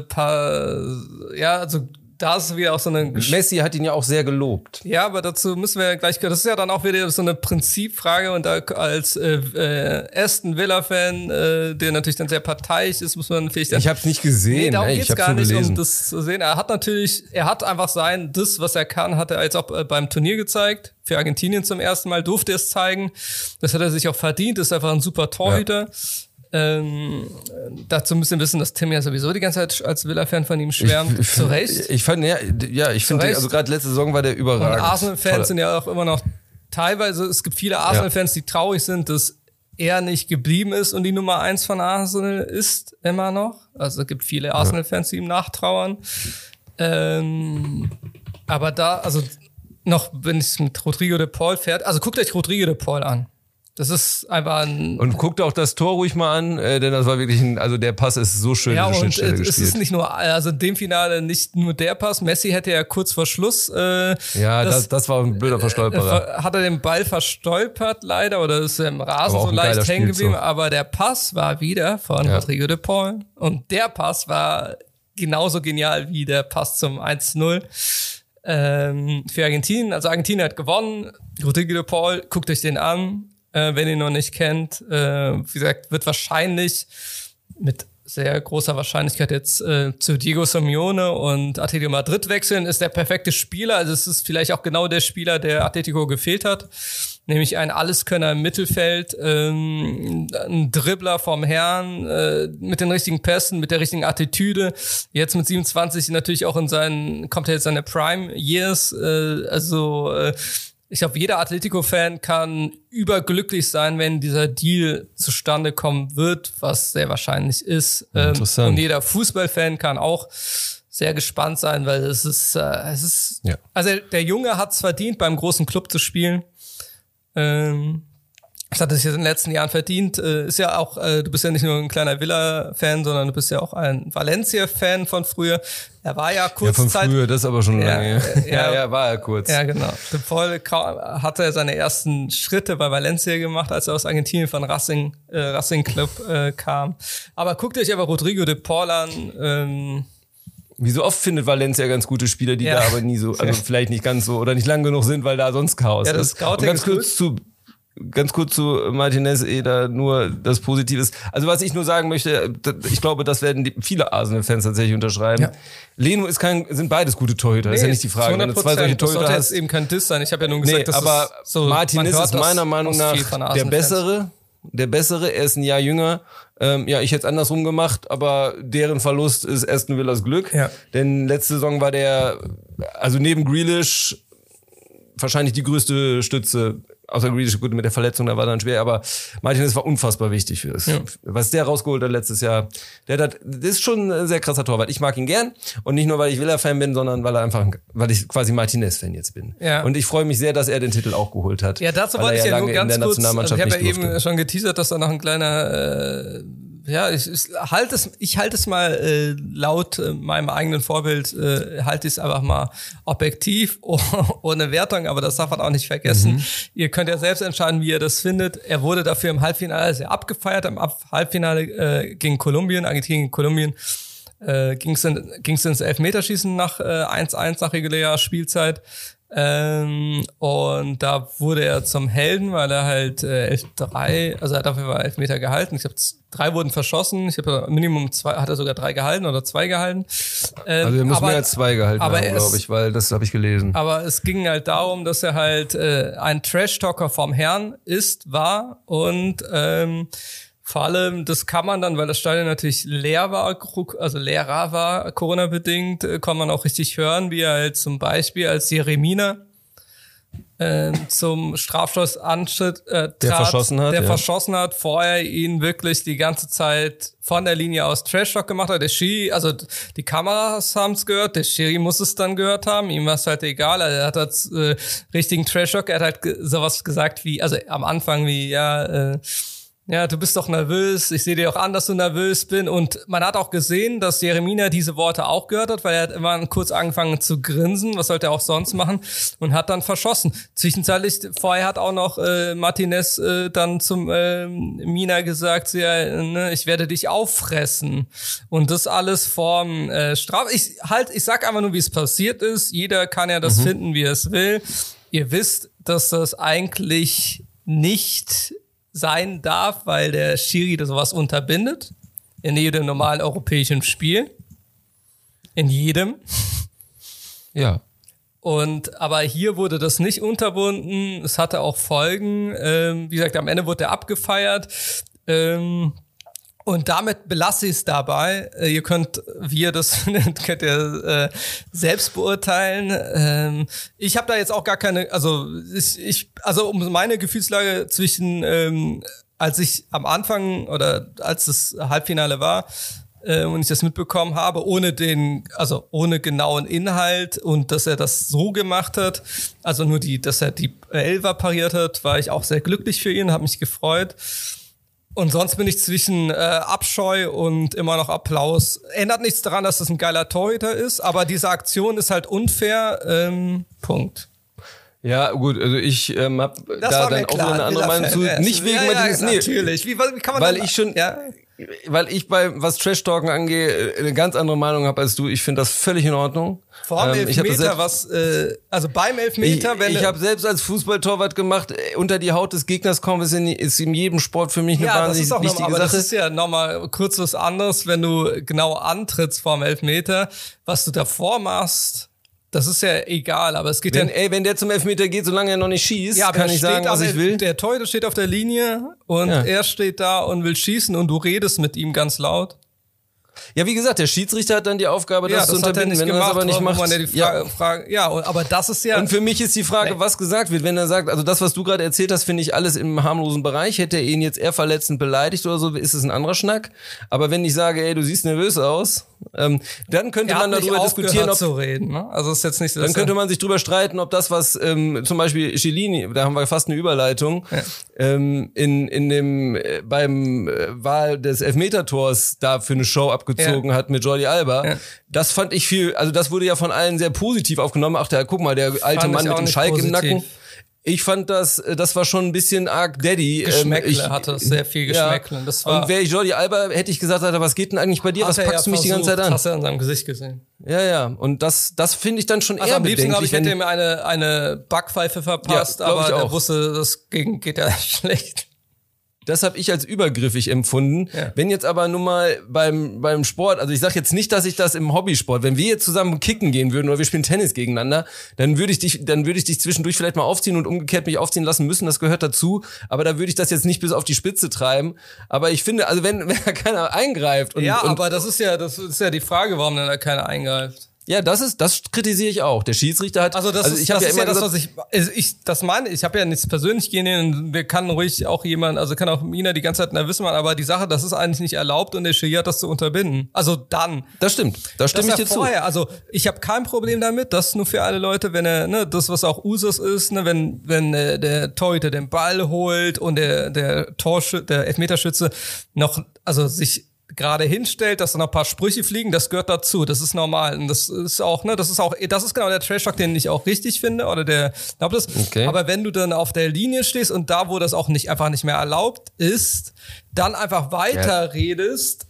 also da ist wieder auch so eine... Messi hat ihn ja auch sehr gelobt. Ja, aber dazu müssen wir ja gleich... Das ist ja dann auch wieder so eine Prinzipfrage und da als Aston Villa-Fan, der natürlich dann sehr parteiisch ist, muss man vielleicht... Ich hab's nicht gesehen. Nee, darum geht's gar nicht, gelesen. um das zu sehen. Er hat einfach das, was er kann, hat er jetzt auch beim Turnier gezeigt. Für Argentinien zum ersten Mal durfte er es zeigen. Das hat er sich auch verdient. Das ist einfach ein super Torhüter. Ja. Dazu müssen wir wissen, dass Tim ja sowieso die ganze Zeit als Villa-Fan von ihm schwärmt. Zu Recht. Ich finde, also gerade letzte Saison war der überragend. Und Arsenal-Fans sind ja auch immer noch teilweise, es gibt viele Arsenal-Fans, die traurig sind, dass er nicht geblieben ist und die Nummer 1 von Arsenal ist immer noch. Also es gibt viele Arsenal-Fans, die ihm nachtrauern. Aber da, also noch, wenn es mit Rodrigo de Paul fährt, also guckt euch Rodrigo de Paul an. Das ist einfach und guckt auch das Tor ruhig mal an, denn das war wirklich also der Pass ist so schön in die Schnittstelle gespielt. Es ist nicht nur, also in dem Finale nicht nur der Pass. Messi hätte ja kurz vor Schluss das war ein blöder Verstolperer. Hat er den Ball verstolpert leider oder ist er im Rasen so leicht hängen geblieben, aber der Pass war wieder von Rodrigo de Paul und der Pass war genauso genial wie der Pass zum 1-0 für Argentinien. Also Argentinien hat gewonnen. Rodrigo de Paul, guckt euch den an. Wenn ihr ihn noch nicht kennt, wie gesagt, wird wahrscheinlich mit sehr großer Wahrscheinlichkeit jetzt zu Diego Simeone und Atletico Madrid wechseln, ist der perfekte Spieler. Also es ist vielleicht auch genau der Spieler, der Atletico gefehlt hat. Nämlich ein Alleskönner im Mittelfeld, ein Dribbler vom Herrn, mit den richtigen Pässen, mit der richtigen Attitüde. Jetzt mit 27 natürlich auch kommt er jetzt seine Prime Years, ich glaube, jeder Atletico-Fan kann überglücklich sein, wenn dieser Deal zustande kommen wird, was sehr wahrscheinlich ist. Interessant. Und jeder Fußballfan kann auch sehr gespannt sein, weil es ist also der Junge hat es verdient, beim großen Club zu spielen. Das hat er sich in den letzten Jahren verdient. Ist ja auch, du bist ja nicht nur ein kleiner Villa-Fan, sondern du bist ja auch ein Valencia-Fan von früher. Er war ja kurz von früher, das ist aber schon lange. Ja, war er kurz. Ja, genau. De Paul hatte er seine ersten Schritte bei Valencia gemacht, als er aus Argentinien von Racing Club kam. Aber guckt euch aber Rodrigo de Paul an. Wie so oft findet Valencia ganz gute Spieler, die da aber nie so, also vielleicht nicht ganz so oder nicht lang genug sind, weil da sonst Chaos das ist. Scouting Ganz kurz zu Martinez, da nur das Positive ist. Also was ich nur sagen möchte, ich glaube, das werden viele Arsenal-Fans tatsächlich unterschreiben. Ja. Leno sind beides gute Torhüter, ist ja nicht die Frage. Wenn du 2 solche Torhüter hast, eben kein Diss sein. Ich habe ja nur gesagt, dass aber so, Martinez ist meiner Meinung nach der Bessere. Er ist ein Jahr jünger. Ich hätte es andersrum gemacht, aber deren Verlust ist Aston Villas Glück. Ja. Denn letzte Saison war der, also neben Grealish, wahrscheinlich die größte Stütze. Außer Grealish, gut, mit der Verletzung, da war dann schwer, aber Martinez war unfassbar wichtig für das. Ja. Was der rausgeholt hat letztes Jahr, das ist schon ein sehr krasser Torwart. Ich mag ihn gern und nicht nur, weil ich Villa-Fan bin, sondern weil ich quasi Martinez-Fan jetzt bin. Ja. Und ich freue mich sehr, dass er den Titel auch geholt hat. Ja, dazu wollte ich ja nur ganz kurz, ich habe ja eben schon geteasert, dass da noch ein kleiner ja, ich halte es mal laut meinem eigenen Vorbild, halte ich es einfach mal objektiv, ohne Wertung, aber das darf man auch nicht vergessen. Ihr könnt ja selbst entscheiden, wie ihr das findet. Er wurde dafür im Halbfinale sehr abgefeiert. Im Halbfinale gegen Kolumbien, Argentinien gegen Kolumbien, ging's ins Elfmeterschießen nach 1-1 nach regulärer Spielzeit. Und da wurde er zum Helden, weil er halt 11-3, also dafür war 11 Meter gehalten. Ich glaube, 3 wurden verschossen. Ich habe Minimum 2, hat er sogar 3 gehalten oder 2 gehalten. Also er muss mehr als 2 gehalten haben, glaube ich, weil das habe ich gelesen. Aber es ging halt darum, dass er halt ein Trash-Talker vom Herrn war und vor allem, das kann man dann, weil das Stadion natürlich leerer war, Corona-bedingt, kann man auch richtig hören, wie er halt zum Beispiel als Jeremina zum Strafstoß antritt, verschossen hat, vorher ihn wirklich die ganze Zeit von der Linie aus Trash-Talk gemacht hat. Der Schiri, also die Kameras haben es gehört, der Schiri muss es dann gehört haben, ihm war es halt egal, also er hat richtigen Trash-Talk, er hat halt sowas gesagt wie, also am Anfang wie, ja, du bist doch nervös, ich sehe dir auch an, dass du nervös bist. Und man hat auch gesehen, dass Jeremina diese Worte auch gehört hat, weil er hat immer kurz angefangen zu grinsen, was sollte er auch sonst machen, und hat dann verschossen. Zwischenzeitlich, vorher hat auch noch Martinez dann zum Mina gesagt, ich werde dich auffressen. Und das alles vorm Straf... Ich sag einfach nur, wie es passiert ist. Jeder kann ja das finden, wie er es will. Ihr wisst, dass das eigentlich nicht sein darf, weil der Schiri da sowas unterbindet. In jedem normalen europäischen Spiel. In jedem. Ja. Aber hier wurde das nicht unterbunden. Es hatte auch Folgen. Wie gesagt, am Ende wurde er abgefeiert. Und damit belasse ich es dabei. Ihr könnt, wie ihr das findet, könnt ihr selbst beurteilen. Ich habe da jetzt auch gar keine, also um meine Gefühlslage zwischen, als ich am Anfang oder als das Halbfinale war und ich das mitbekommen habe, ohne genauen Inhalt und dass er das so gemacht hat, also nur dass er die Elfer pariert hat, war ich auch sehr glücklich für ihn, habe mich gefreut. Und sonst bin ich zwischen Abscheu und immer noch Applaus. Ändert nichts daran, dass das ein geiler Torhüter ist, aber diese Aktion ist halt unfair. Punkt. Ja, gut, also ich habe da dann auch eine andere Meinung zu. Nicht wegen natürlich. Wie kann man weil ich bei was Trash-Talken angeht, eine ganz andere Meinung habe als du. Ich finde das völlig in Ordnung. Vor allem Elfmeter, beim Elfmeter, ich habe selbst als Fußballtorwart gemacht, unter die Haut des Gegners kommen, ist in jedem Sport für mich eine wahnsinnig wichtige Sache. Das ist ja nochmal kurz was anderes, wenn du genau antrittst vorm Elfmeter, was du davor machst. Das ist ja egal, aber es geht wenn der zum Elfmeter geht, solange er noch nicht schießt, kann ich sagen, was ich will. Der Torhüter steht auf der Linie und er steht da und will schießen und du redest mit ihm ganz laut. Ja, wie gesagt, der Schiedsrichter hat dann die Aufgabe, das zu unterbinden. Wenn er das aber nicht macht, aber das ist ja... Und für mich ist die Frage, was gesagt wird. Wenn er sagt, also das, was du gerade erzählt hast, finde ich alles im harmlosen Bereich. Hätte er ihn jetzt eher verletzend beleidigt oder so, ist es ein anderer Schnack. Aber wenn ich sage, ey, du siehst nervös aus, dann könnte man darüber diskutieren, zu reden, ne? Also ist jetzt nicht so, dann könnte man sich drüber streiten, ob das, was zum Beispiel Chiellini, da haben wir fast eine Überleitung, in dem beim Wahl des Elfmetertors da für eine Show abgezogen hat mit Jordi Alba. Ja. Das fand ich das wurde ja von allen sehr positiv aufgenommen. Ach, guck mal, der alte Mann mit dem Schalk im Nacken. Ich fand das war schon ein bisschen arg Daddy. Geschmäckle hatte sehr viel Geschmäckle. Ja. Und wäre ich Jordi Alba, hätte ich gesagt, Alter, was geht denn eigentlich bei dir? Was packst du mich die ganze Zeit an? Hast du an seinem Gesicht gesehen. Ja. Und das finde ich dann schon eher am liebsten, glaube ich, hätte er mir eine Backpfeife verpasst, aber er wusste, das geht ja schlecht. Das habe ich als übergriffig empfunden. Ja. Wenn jetzt aber nun mal beim Sport, also ich sage jetzt nicht, dass ich das im Hobbysport, wenn wir jetzt zusammen kicken gehen würden oder wir spielen Tennis gegeneinander, dann würde ich dich zwischendurch vielleicht mal aufziehen und umgekehrt mich aufziehen lassen müssen, das gehört dazu, aber da würde ich das jetzt nicht bis auf die Spitze treiben, aber ich finde, also wenn da keiner eingreift aber das ist ja die Frage, warum denn da keiner eingreift. Ja, das kritisiere ich auch. Der Schiedsrichter hat, ich habe ja immer gesagt, das meine ich habe ja nichts persönlich gegen wir kann ruhig auch jemand, also kann auch Mina die ganze Zeit nervös machen, aber die Sache, das ist eigentlich nicht erlaubt und der Schiri hat das zu unterbinden. Also dann. Das stimmt. Da stimme ich dir zu. Also ich habe kein Problem damit, das nur für alle Leute, wenn er, das was auch Usus ist, wenn der Torhüter den Ball holt und der Elfmeterschütze noch, also sich gerade hinstellt, dass da noch ein paar Sprüche fliegen, das gehört dazu, das ist normal und das ist auch, das ist genau der Trash-Talk, den ich auch richtig finde oder okay. Aber wenn du dann auf der Linie stehst und da, wo das auch einfach nicht mehr erlaubt ist, dann einfach weiter redest,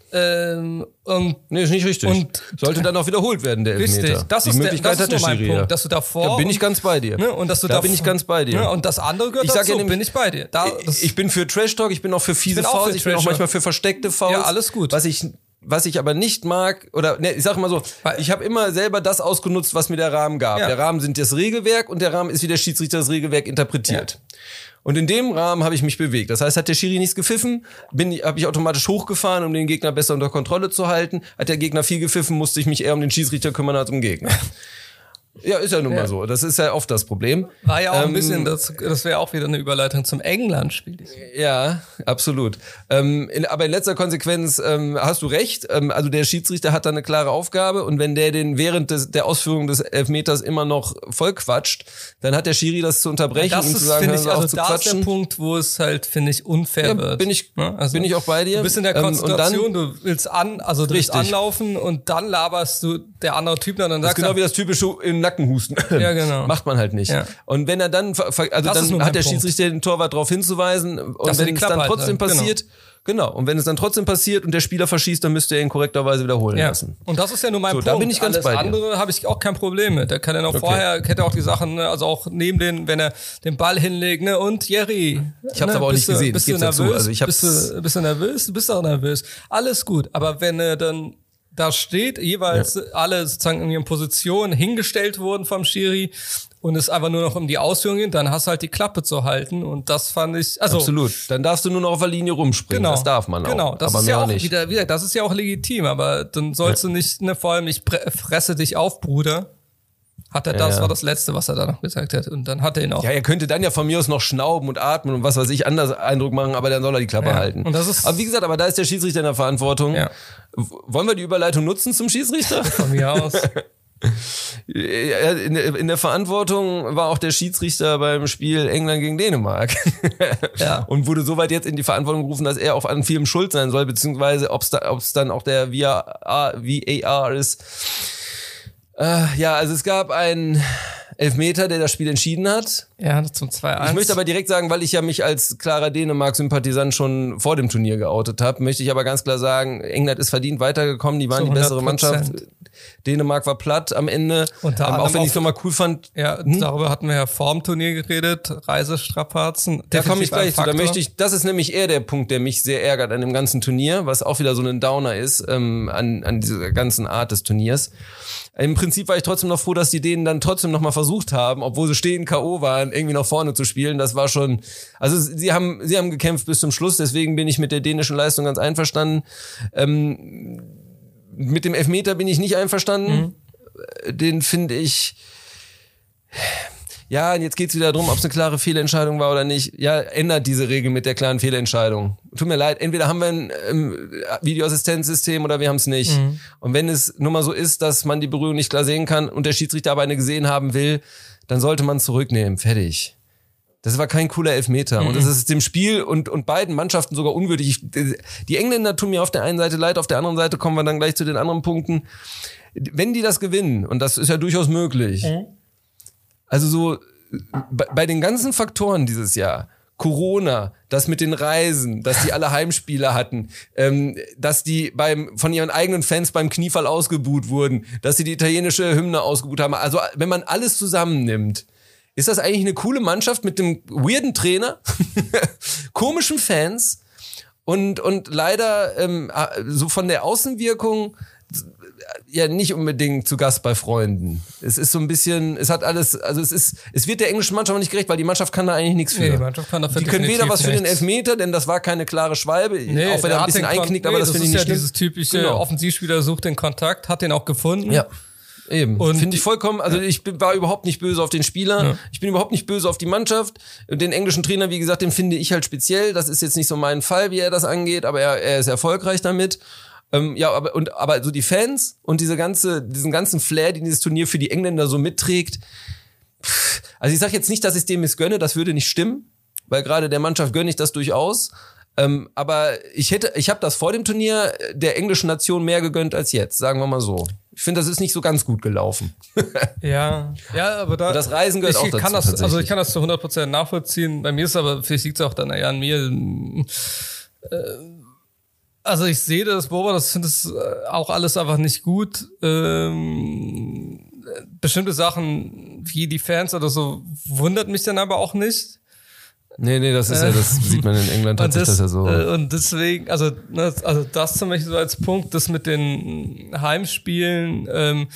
nee, ist nicht richtig. Und sollte dann auch wiederholt werden, der Elfmeter. Richtig. Das ist mein Punkt, dass du davor. Da bin ich ganz bei dir. Ne, und dass du da bin ich ganz bei dir. Ne, und das andere gehört dazu, bin ich bei dir. Ich bin für Trash-Talk, ich bin auch für fiese Fouls, ich bin auch manchmal für versteckte Fouls. Ja, alles gut. Was ich aber nicht mag, ich sag mal so, ich habe immer selber das ausgenutzt, was mir der Rahmen gab. Ja. Der Rahmen sind das Regelwerk und der Rahmen ist, wie der Schiedsrichter das Regelwerk interpretiert. Ja. Und in dem Rahmen habe ich mich bewegt. Das heißt, hat der Schiri nichts gepfiffen, habe ich automatisch hochgefahren, um den Gegner besser unter Kontrolle zu halten. Hat der Gegner viel gepfiffen, musste ich mich eher um den Schiedsrichter kümmern als um den Gegner. Ja, ist ja nun mal so. Das ist ja oft das Problem. War ja auch ein bisschen, das wäre auch wieder eine Überleitung zum England-Spiel. Ja, absolut. Aber in letzter Konsequenz hast du recht. Also der Schiedsrichter hat da eine klare Aufgabe und wenn der den während der Ausführung des Elfmeters immer noch voll quatscht, dann hat der Schiri das zu unterbrechen und zu sagen, hören Sie auf zu quatschen. Das ist der Punkt, wo es halt, finde ich, unfair wird. Bin ich auch bei dir. Du bist in der Konzentration, du willst anlaufen und dann laberst du der andere Typ dann das ist genau wie das typische im Nackenhusten. Ja, genau. Macht man halt nicht. Ja. Und wenn er dann, dann hat der Schiedsrichter den Torwart darauf hinzuweisen und wenn es dann trotzdem passiert, genau. Und wenn es dann trotzdem passiert und der Spieler verschießt, dann müsst ihr ihn korrekterweise wiederholen lassen. Und das ist ja nur mein Punkt. Da bin ich ganz bei dir. Alles andere habe ich auch kein Problem mit. Da kann er noch vorher, hätte auch die Sachen, also auch neben wenn er den Ball hinlegt, und Jerry. Ich hab's aber auch nicht gesehen. Bist du nervös? Also bist du nervös? Du bist auch nervös. Alles gut. Aber wenn er dann da steht, jeweils alle sozusagen in ihren Positionen hingestellt wurden vom Schiri und es einfach nur noch um die Ausführung geht, dann hast du halt die Klappe zu halten und das fand ich, absolut. Dann darfst du nur noch auf der Linie rumspringen, das darf man auch. Genau, das aber ist ja auch nicht. Wieder, das ist ja auch legitim, aber dann sollst du nicht, vor allem ich fresse dich auf, Bruder. War das Letzte, was er da noch gesagt hat. Und dann hat er ihn auch. Ja, er könnte dann ja von mir aus noch schnauben und atmen und was weiß ich, anders Eindruck machen, aber dann soll er die Klappe halten. Und das ist aber wie gesagt, da ist der Schiedsrichter in der Verantwortung. Ja. Wollen wir die Überleitung nutzen zum Schiedsrichter? Von mir aus. In der Verantwortung war auch der Schiedsrichter beim Spiel England gegen Dänemark. Ja. Und wurde soweit jetzt in die Verantwortung gerufen, dass er auch an vielem schuld sein soll, beziehungsweise ob es dann auch der VAR ist. Also es gab einen Elfmeter, der das Spiel entschieden hat. Ja, zum 2-1. Ich möchte aber direkt sagen, weil ich ja mich als klarer Dänemark-Sympathisant schon vor dem Turnier geoutet habe, möchte ich aber ganz klar sagen, England ist verdient weitergekommen, die waren die bessere Mannschaft. Dänemark war platt am Ende, auch wenn ich es nochmal cool fand. Ja, darüber hatten wir ja vor dem Turnier geredet, Reisestrapazen. Da komme ich gleich zu, das ist nämlich eher der Punkt, der mich sehr ärgert an dem ganzen Turnier, was auch wieder so ein Downer ist, an dieser ganzen Art des Turniers. Im Prinzip war ich trotzdem noch froh, dass die Dänen dann trotzdem nochmal versucht haben, obwohl sie stehen K.O. waren, irgendwie nach vorne zu spielen. Das war schon, also sie haben gekämpft bis zum Schluss, deswegen bin ich mit der dänischen Leistung ganz einverstanden. Mit dem Elfmeter bin ich nicht einverstanden. Den finde ich, ja, und jetzt geht's wieder darum, ob es eine klare Fehlentscheidung war oder nicht. Ja, ändert diese Regel mit der klaren Fehlentscheidung. Tut mir leid, entweder haben wir ein Videoassistenzsystem oder wir haben es nicht. Und wenn es nur mal so ist, dass man die Berührung nicht klar sehen kann und der Schiedsrichter aber eine gesehen haben will, dann sollte man es zurücknehmen. Fertig. Das war kein cooler Elfmeter. Und das ist dem Spiel und beiden Mannschaften sogar unwürdig. Die Engländer tun mir auf der einen Seite leid, auf der anderen Seite kommen wir dann gleich zu den anderen Punkten. Wenn die das gewinnen, und das ist ja durchaus möglich, also so bei den ganzen Faktoren dieses Jahr, Corona, das mit den Reisen, dass die alle Heimspiele hatten, dass die von ihren eigenen Fans beim Kniefall ausgebuht wurden, dass sie die italienische Hymne ausgebuht haben. Also wenn man alles zusammennimmt, ist das eigentlich eine coole Mannschaft mit einem weirden Trainer, komischen Fans und leider so von der Außenwirkung ja nicht unbedingt zu Gast bei Freunden. Es ist so ein bisschen, es hat alles, also es wird der englischen Mannschaft nicht gerecht, weil die Mannschaft kann da eigentlich nichts für. Nee, die Mannschaft kann dafür die können weder was für den Elfmeter, denn das war keine klare Schwalbe, auch wenn er ein bisschen einknickt, aber das finde ich nicht schlimm. Das ist ja dieses typische Offensivspieler sucht den Kontakt, hat den auch gefunden. Ja. Eben. Finde ich vollkommen, also war überhaupt nicht böse auf den Spieler, Ja. ich bin überhaupt nicht böse auf die Mannschaft. Den englischen Trainer, wie gesagt, den finde ich halt speziell. Das ist jetzt nicht so mein Fall, wie er das angeht, aber er ist erfolgreich damit. Aber so die Fans und diesen ganzen Flair, den dieses Turnier für die Engländer so mitträgt. Also ich sage jetzt nicht, dass ich es dem missgönne, das würde nicht stimmen, weil gerade der Mannschaft gönne ich das durchaus. Aber ich habe das vor dem Turnier der englischen Nation mehr gegönnt als jetzt, sagen wir mal so. Ich finde, das ist nicht so ganz gut gelaufen. Ja, aber da. Und das Reisen gehört auch dazu. Ich kann das zu 100% nachvollziehen. Bei mir ist aber, vielleicht liegt es auch dann eher an mir. Also ich sehe das, das finde es auch alles einfach nicht gut. Bestimmte Sachen wie die Fans oder so wundert mich dann aber auch nicht. Nee, das ist das sieht man in England tatsächlich, das ja so. Und deswegen, also das zum Beispiel so als Punkt, das mit den Heimspielen,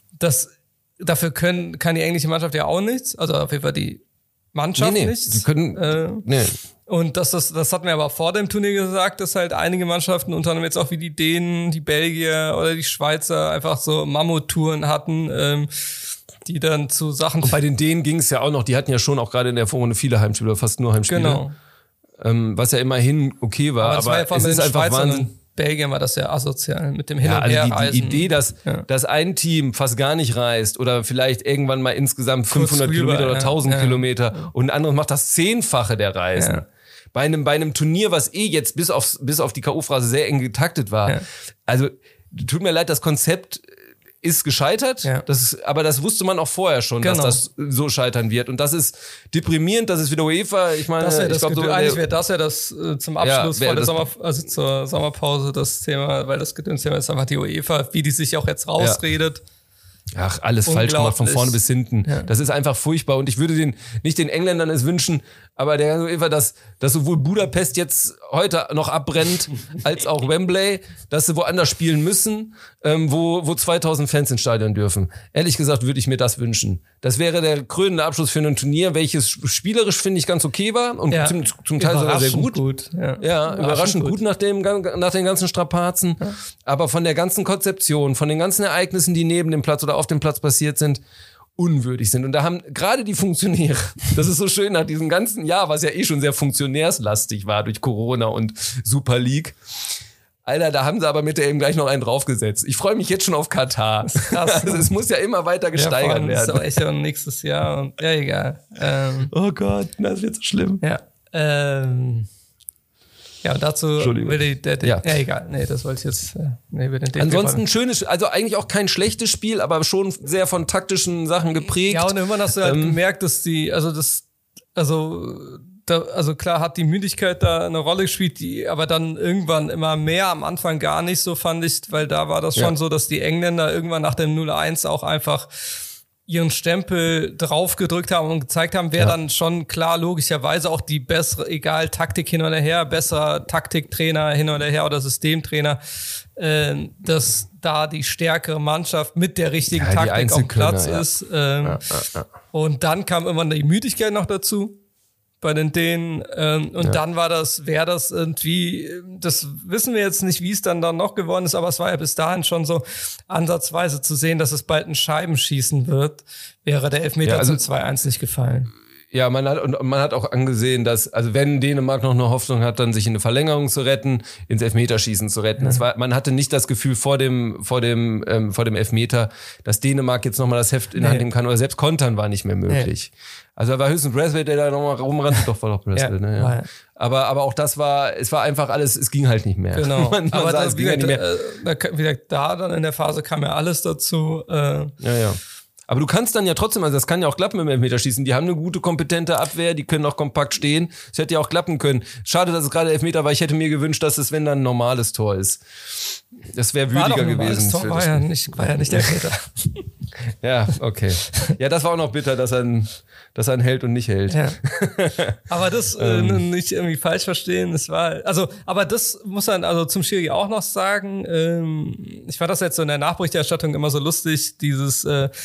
dafür kann die englische Mannschaft ja auch nichts, also auf jeden Fall die Mannschaft nichts. Die können, Und das hat mir aber vor dem Turnier gesagt, dass halt einige Mannschaften, unter anderem jetzt auch wie die Dänen, die Belgier oder die Schweizer einfach so Mammuttouren hatten, die dann zu Sachen... Und bei den Dänen ging es ja auch noch, die hatten ja schon auch gerade in der Vorrunde viele Heimspiele, oder fast nur Heimspiele. Genau. Was ja immerhin okay war, aber es ist einfach Wahnsinn. Belgien war das ja asozial mit dem Hin- und also Herreisen. die Idee, dass ein Team fast gar nicht reist oder vielleicht irgendwann mal insgesamt 500 Kilometer oder 1000 Kilometer und ein anderes macht das 10-fache der Reisen. Ja. Bei einem Turnier, was jetzt bis auf die K.O.-Phase sehr eng getaktet war. Ja. Also, tut mir leid, das Konzept ist gescheitert, aber das wusste man auch vorher schon, dass das so scheitern wird. Und das ist deprimierend, das ist wieder UEFA. Ich meine, eigentlich wäre das ja das zum Abschluss vor der zur Sommerpause das Thema, weil das Gedönsthema ist einfach die UEFA, wie die sich auch jetzt rausredet. Ach, alles falsch gemacht, von vorne bis hinten. Ja. Das ist einfach furchtbar. Und ich würde nicht den Engländern es wünschen, aber der UEFA, dass sowohl Budapest jetzt heute noch abbrennt, als auch Wembley, dass sie woanders spielen müssen, wo 2000 Fans ins Stadion dürfen. Ehrlich gesagt würde ich mir das wünschen. Das wäre der krönende Abschluss für ein Turnier, welches spielerisch, finde ich, ganz okay war und zum Teil sogar sehr gut. Überraschend gut nach den ganzen Strapazen. Ja. Aber von der ganzen Konzeption, von den ganzen Ereignissen, die neben dem Platz oder auf dem Platz passiert sind, unwürdig sind. Und da haben gerade die Funktionäre, das ist so schön nach diesem ganzen Jahr, was ja schon sehr funktionärslastig war durch Corona und Super League. Alter, da haben sie aber mit der eben gleich noch einen draufgesetzt. Ich freue mich jetzt schon auf Katar. Krass, also es muss ja immer weiter gesteigert werden. Das ist auch echt nächstes Jahr. Und, ja, egal. Oh Gott, das wird so schlimm. Ja. Ja, und dazu will egal. Nee, das wollte ich jetzt über den Ansonsten schönes, also eigentlich auch kein schlechtes Spiel, aber schon sehr von taktischen Sachen geprägt. Ja, und irgendwann hast du halt gemerkt, dass klar hat die Müdigkeit da eine Rolle gespielt, aber dann irgendwann immer mehr, am Anfang gar nicht so, fand ich, weil da war das schon so, dass die Engländer irgendwann nach dem 0-1 auch einfach ihren Stempel draufgedrückt haben und gezeigt haben, wer dann schon klar logischerweise auch die bessere, egal Taktik hin oder her, besserer Taktiktrainer hin oder her oder Systemtrainer, dass da die stärkere Mannschaft mit der richtigen Taktik auf dem Platz ist. Und dann kam immer die Müdigkeit noch dazu bei den Dänen. Dann wäre das irgendwie, das wissen wir jetzt nicht, wie es dann noch geworden ist, aber es war ja bis dahin schon so ansatzweise zu sehen, dass es bald ein Scheibenschießen wird, wäre der Elfmeter zum 2-1 nicht gefallen. Ja, man hat auch angesehen, dass, also wenn Dänemark noch eine Hoffnung hat, dann sich in eine Verlängerung zu retten, ins Elfmeterschießen zu retten. Man hatte nicht das Gefühl vor dem Elfmeter, dass Dänemark jetzt nochmal das Heft in der Hand nehmen kann, oder selbst kontern war nicht mehr möglich. Also da war höchstens Braithwaite, der da nochmal rumrannte, doch war doch Braithwaite, ne? Ja. Aber auch es war einfach alles, es ging halt nicht mehr. Genau. Aber das ging halt nicht mehr. Da dann in der Phase kam ja alles dazu. Aber du kannst dann ja trotzdem, also das kann ja auch klappen im Elfmeterschießen. Die haben eine gute, kompetente Abwehr, die können auch kompakt stehen. Es hätte ja auch klappen können. Schade, dass es gerade Elfmeter war. Ich hätte mir gewünscht, dass es, wenn dann ein normales Tor ist. Das wäre würdiger gewesen. Das Tor war ja nicht der Elfmeter. Ja, okay. Ja, das war auch noch bitter, dass er ein hält und nicht hält. Ja. Aber das nicht irgendwie falsch verstehen. Das war, aber das muss man zum Schiri auch noch sagen. Ich fand das jetzt so in der Nachberichterstattung immer so lustig, dieses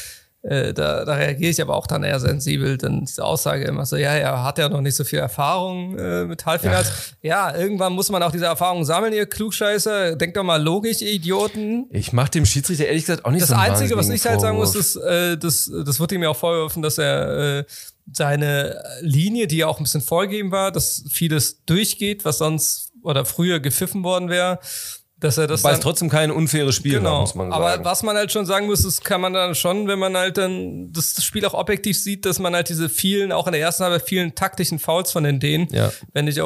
Da reagiere ich aber auch dann eher sensibel, dann diese Aussage immer so, ja, er hat ja noch nicht so viel Erfahrung mit Halbfinals. Ja, irgendwann muss man auch diese Erfahrung sammeln, ihr Klugscheißer. Denkt doch mal logisch, ihr Idioten. Ich mache dem Schiedsrichter ehrlich gesagt auch nicht das so einen Einzige, was ich halt sagen muss, Vorwurf. ist, das wird ihm ja auch vorgeworfen, dass er seine Linie, die ja auch ein bisschen vorgegeben war, dass vieles durchgeht, was sonst oder früher gepfiffen worden wäre, dass er das Weil es trotzdem kein unfaires Spiel war, muss man sagen. Aber was man halt schon sagen muss, das kann man dann schon, wenn man halt dann das Spiel auch objektiv sieht, dass man halt diese vielen, auch in der ersten Halbzeit vielen taktischen Fouls von den Dänen, wenn ich auch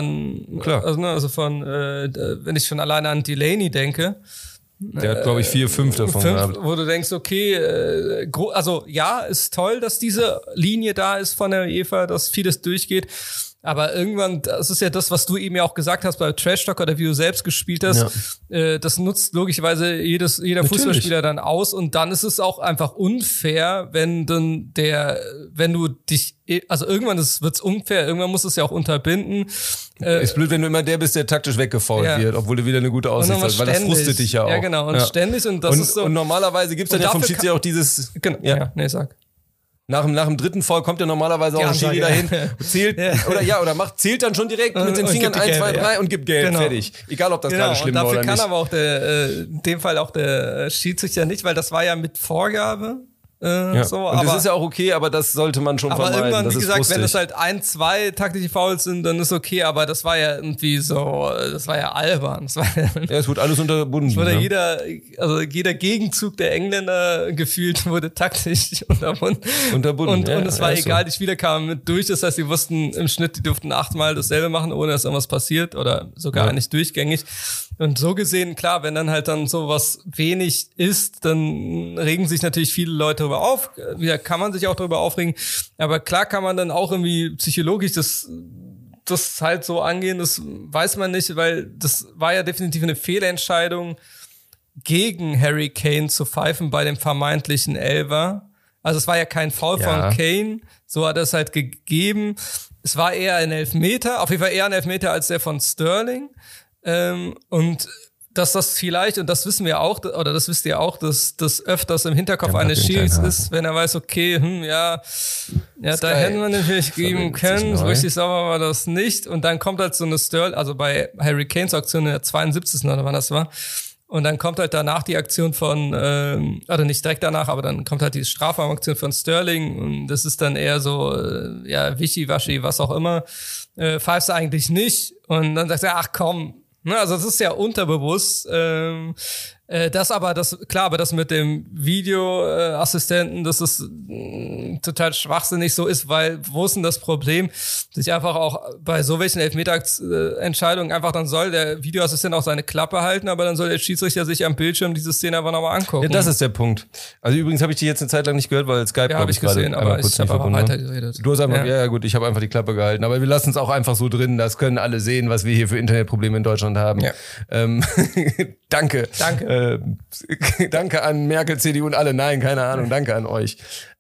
wenn ich schon alleine an Delaney denke. Der hat, glaube ich, 4-5 davon gehabt. Wo du denkst, okay, also ja, ist toll, dass diese Linie da ist von der UEFA, dass vieles durchgeht. Aber irgendwann, das ist ja das, was du eben ja auch gesagt hast bei Trash Talk oder wie du selbst gespielt hast, das nutzt logischerweise jeder Fußballspieler dann aus und dann ist es auch einfach unfair, wenn du dich, also irgendwann wird's unfair, irgendwann musst du es ja auch unterbinden. Ist blöd, wenn du immer der bist, der taktisch weggefault wird, obwohl du wieder eine gute Aussicht hast, weil das frustet dich ja auch. Ja, genau, und ständig und das ist so. Und normalerweise gibt's dann ja vom Schiedsrichter auch dieses... Genau, sag. Nach dem dritten Foul kommt ja normalerweise auch ein Schiri dahin, zählt zählt dann schon direkt mit den Fingern 1, 2, 3 und gibt Gelb, fertig. Egal, ob das gerade schlimm war oder nicht. Dafür kann aber auch in dem Fall auch der Schiedsrichter nicht, weil das war ja mit Vorgabe. So, und das ist ja auch okay, aber das sollte man schon vermeiden. Aber irgendwann, das wie gesagt, frustig. wenn es halt 1, 2 taktische Fouls sind, dann ist okay, aber das war ja irgendwie so, das war ja albern. Es wurde alles unterbunden. Jeder Gegenzug der Engländer gefühlt wurde taktisch unterbunden. Und es war egal, die Spieler kamen mit durch, das heißt, die wussten im Schnitt, die durften 8-mal dasselbe machen, ohne dass irgendwas passiert oder sogar nicht durchgängig. Und so gesehen, klar, wenn dann halt dann sowas wenig ist, dann regen sich natürlich viele Leute darüber auf. Wieder kann man sich auch darüber aufregen. Aber klar kann man dann auch irgendwie psychologisch das halt so angehen, das weiß man nicht, weil das war ja definitiv eine Fehlentscheidung, gegen Harry Kane zu pfeifen bei dem vermeintlichen Elfer. Also es war ja kein Foul von Kane, so hat er es halt gegeben. Es war eher ein Elfmeter, auf jeden Fall eher ein Elfmeter als der von Sterling. Und dass das vielleicht, und das wissen wir auch, oder das wisst ihr auch, dass das öfters im Hinterkopf eines Schiris ist, wenn er weiß, okay, da hätten wir natürlich geben können, so richtig sauber war das nicht. Und dann kommt halt so eine Sterling, also bei Harry Kanes Aktion in der 72. oder wann das war, und dann kommt halt danach die Aktion von, oder nicht direkt danach, aber dann kommt halt die Strafarmaktion von Sterling und das ist dann eher so, wischiwaschi, was auch immer, pfeifst du eigentlich nicht und dann sagst du, ach komm, also das ist ja unterbewusst, aber das mit dem Videoassistenten, dass es total schwachsinnig so ist, weil wo ist denn das Problem, sich einfach auch bei so welchen Elfmeter-Entscheidungen einfach, dann soll der Videoassistent auch seine Klappe halten, aber dann soll der Schiedsrichter sich am Bildschirm diese Szene einfach nochmal angucken. Ja, das ist der Punkt. Also übrigens habe ich die jetzt eine Zeit lang nicht gehört, weil Skype, glaube ich, gerade einmal kurz nicht verbunden hat. Du hast einfach, gut, ich habe einfach die Klappe gehalten, aber wir lassen es auch einfach so drin, das können alle sehen, was wir hier für Internetprobleme in Deutschland haben. Ja. Danke. Danke an Merkel, CDU und alle. Nein, keine Ahnung. Danke an euch.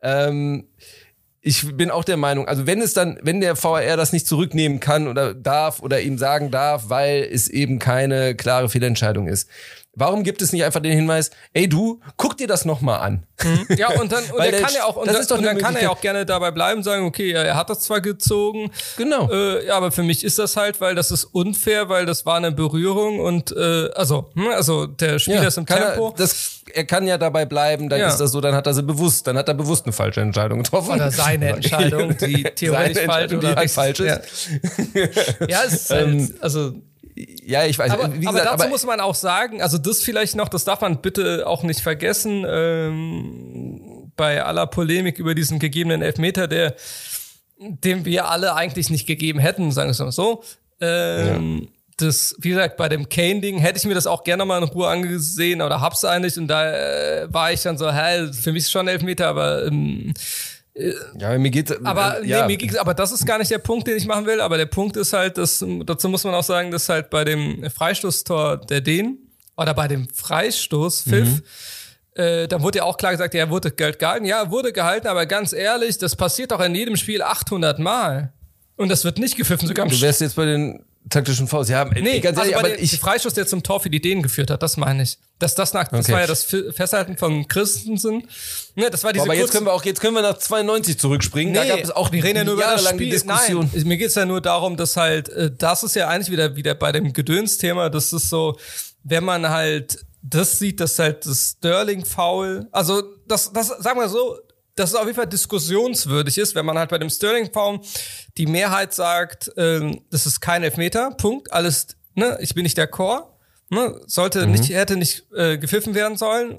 Ich bin auch der Meinung, also wenn der VAR das nicht zurücknehmen kann oder darf oder ihm sagen darf, weil es eben keine klare Fehlentscheidung ist. Warum gibt es nicht einfach den Hinweis, ey du, guck dir das nochmal an? Ja, und dann kann er ja auch gerne dabei bleiben und sagen, okay, er hat das zwar gezogen. Genau. Aber für mich ist das halt, weil das ist unfair, weil das war eine Berührung und also der Spieler ist im Tempo. Er kann ja dabei bleiben, dann ist das so, dann hat er bewusst eine falsche Entscheidung getroffen. Oder seine Entscheidung, die theoretisch falsch ist. Ja, es ist halt, also... Ja, ich weiß. Aber dazu muss man auch sagen, also das vielleicht noch, das darf man bitte auch nicht vergessen, bei aller Polemik über diesen gegebenen Elfmeter, den wir alle eigentlich nicht gegeben hätten, sagen wir es mal so. Das, wie gesagt, bei dem Kane-Ding hätte ich mir das auch gerne mal in Ruhe angesehen oder hab's eigentlich und da war ich dann so, für mich ist schon Elfmeter, aber mir geht's. Aber das ist gar nicht der Punkt, den ich machen will. Aber der Punkt ist halt, dazu muss man auch sagen, dass halt bei dem Freistoßtor der Dänen oder bei dem Freistoß Pfiff, da wurde ja auch klar gesagt, er wurde gehalten. Ja, er wurde gehalten, aber ganz ehrlich, das passiert doch in jedem Spiel 800 Mal. Und das wird nicht gepfiffen, sogar Du wärst jetzt bei den taktischen Fouls. Ja, nee, ganz ehrlich, also aber der Freistoß, der zum Tor für die Dänen geführt hat, das meine ich. Das war ja das Festhalten von Christensen. Ne, das war diese aber jetzt können wir nach 92 zurückspringen. Da gab es auch wir reden ja nur über das Spiel. Die Diskussion. Nein, mir geht's ja nur darum, dass halt, das ist ja eigentlich wieder bei dem Gedöns-Thema, das ist so, wenn man halt das sieht, dass halt das Sterling-Foul, also das sagen wir so, dass es auf jeden Fall diskussionswürdig ist, wenn man halt bei dem Sterling-Foul die Mehrheit sagt, das ist kein Elfmeter, Punkt, alles, ne, ich bin nicht der Chor. Ne, hätte nicht gepfiffen werden sollen,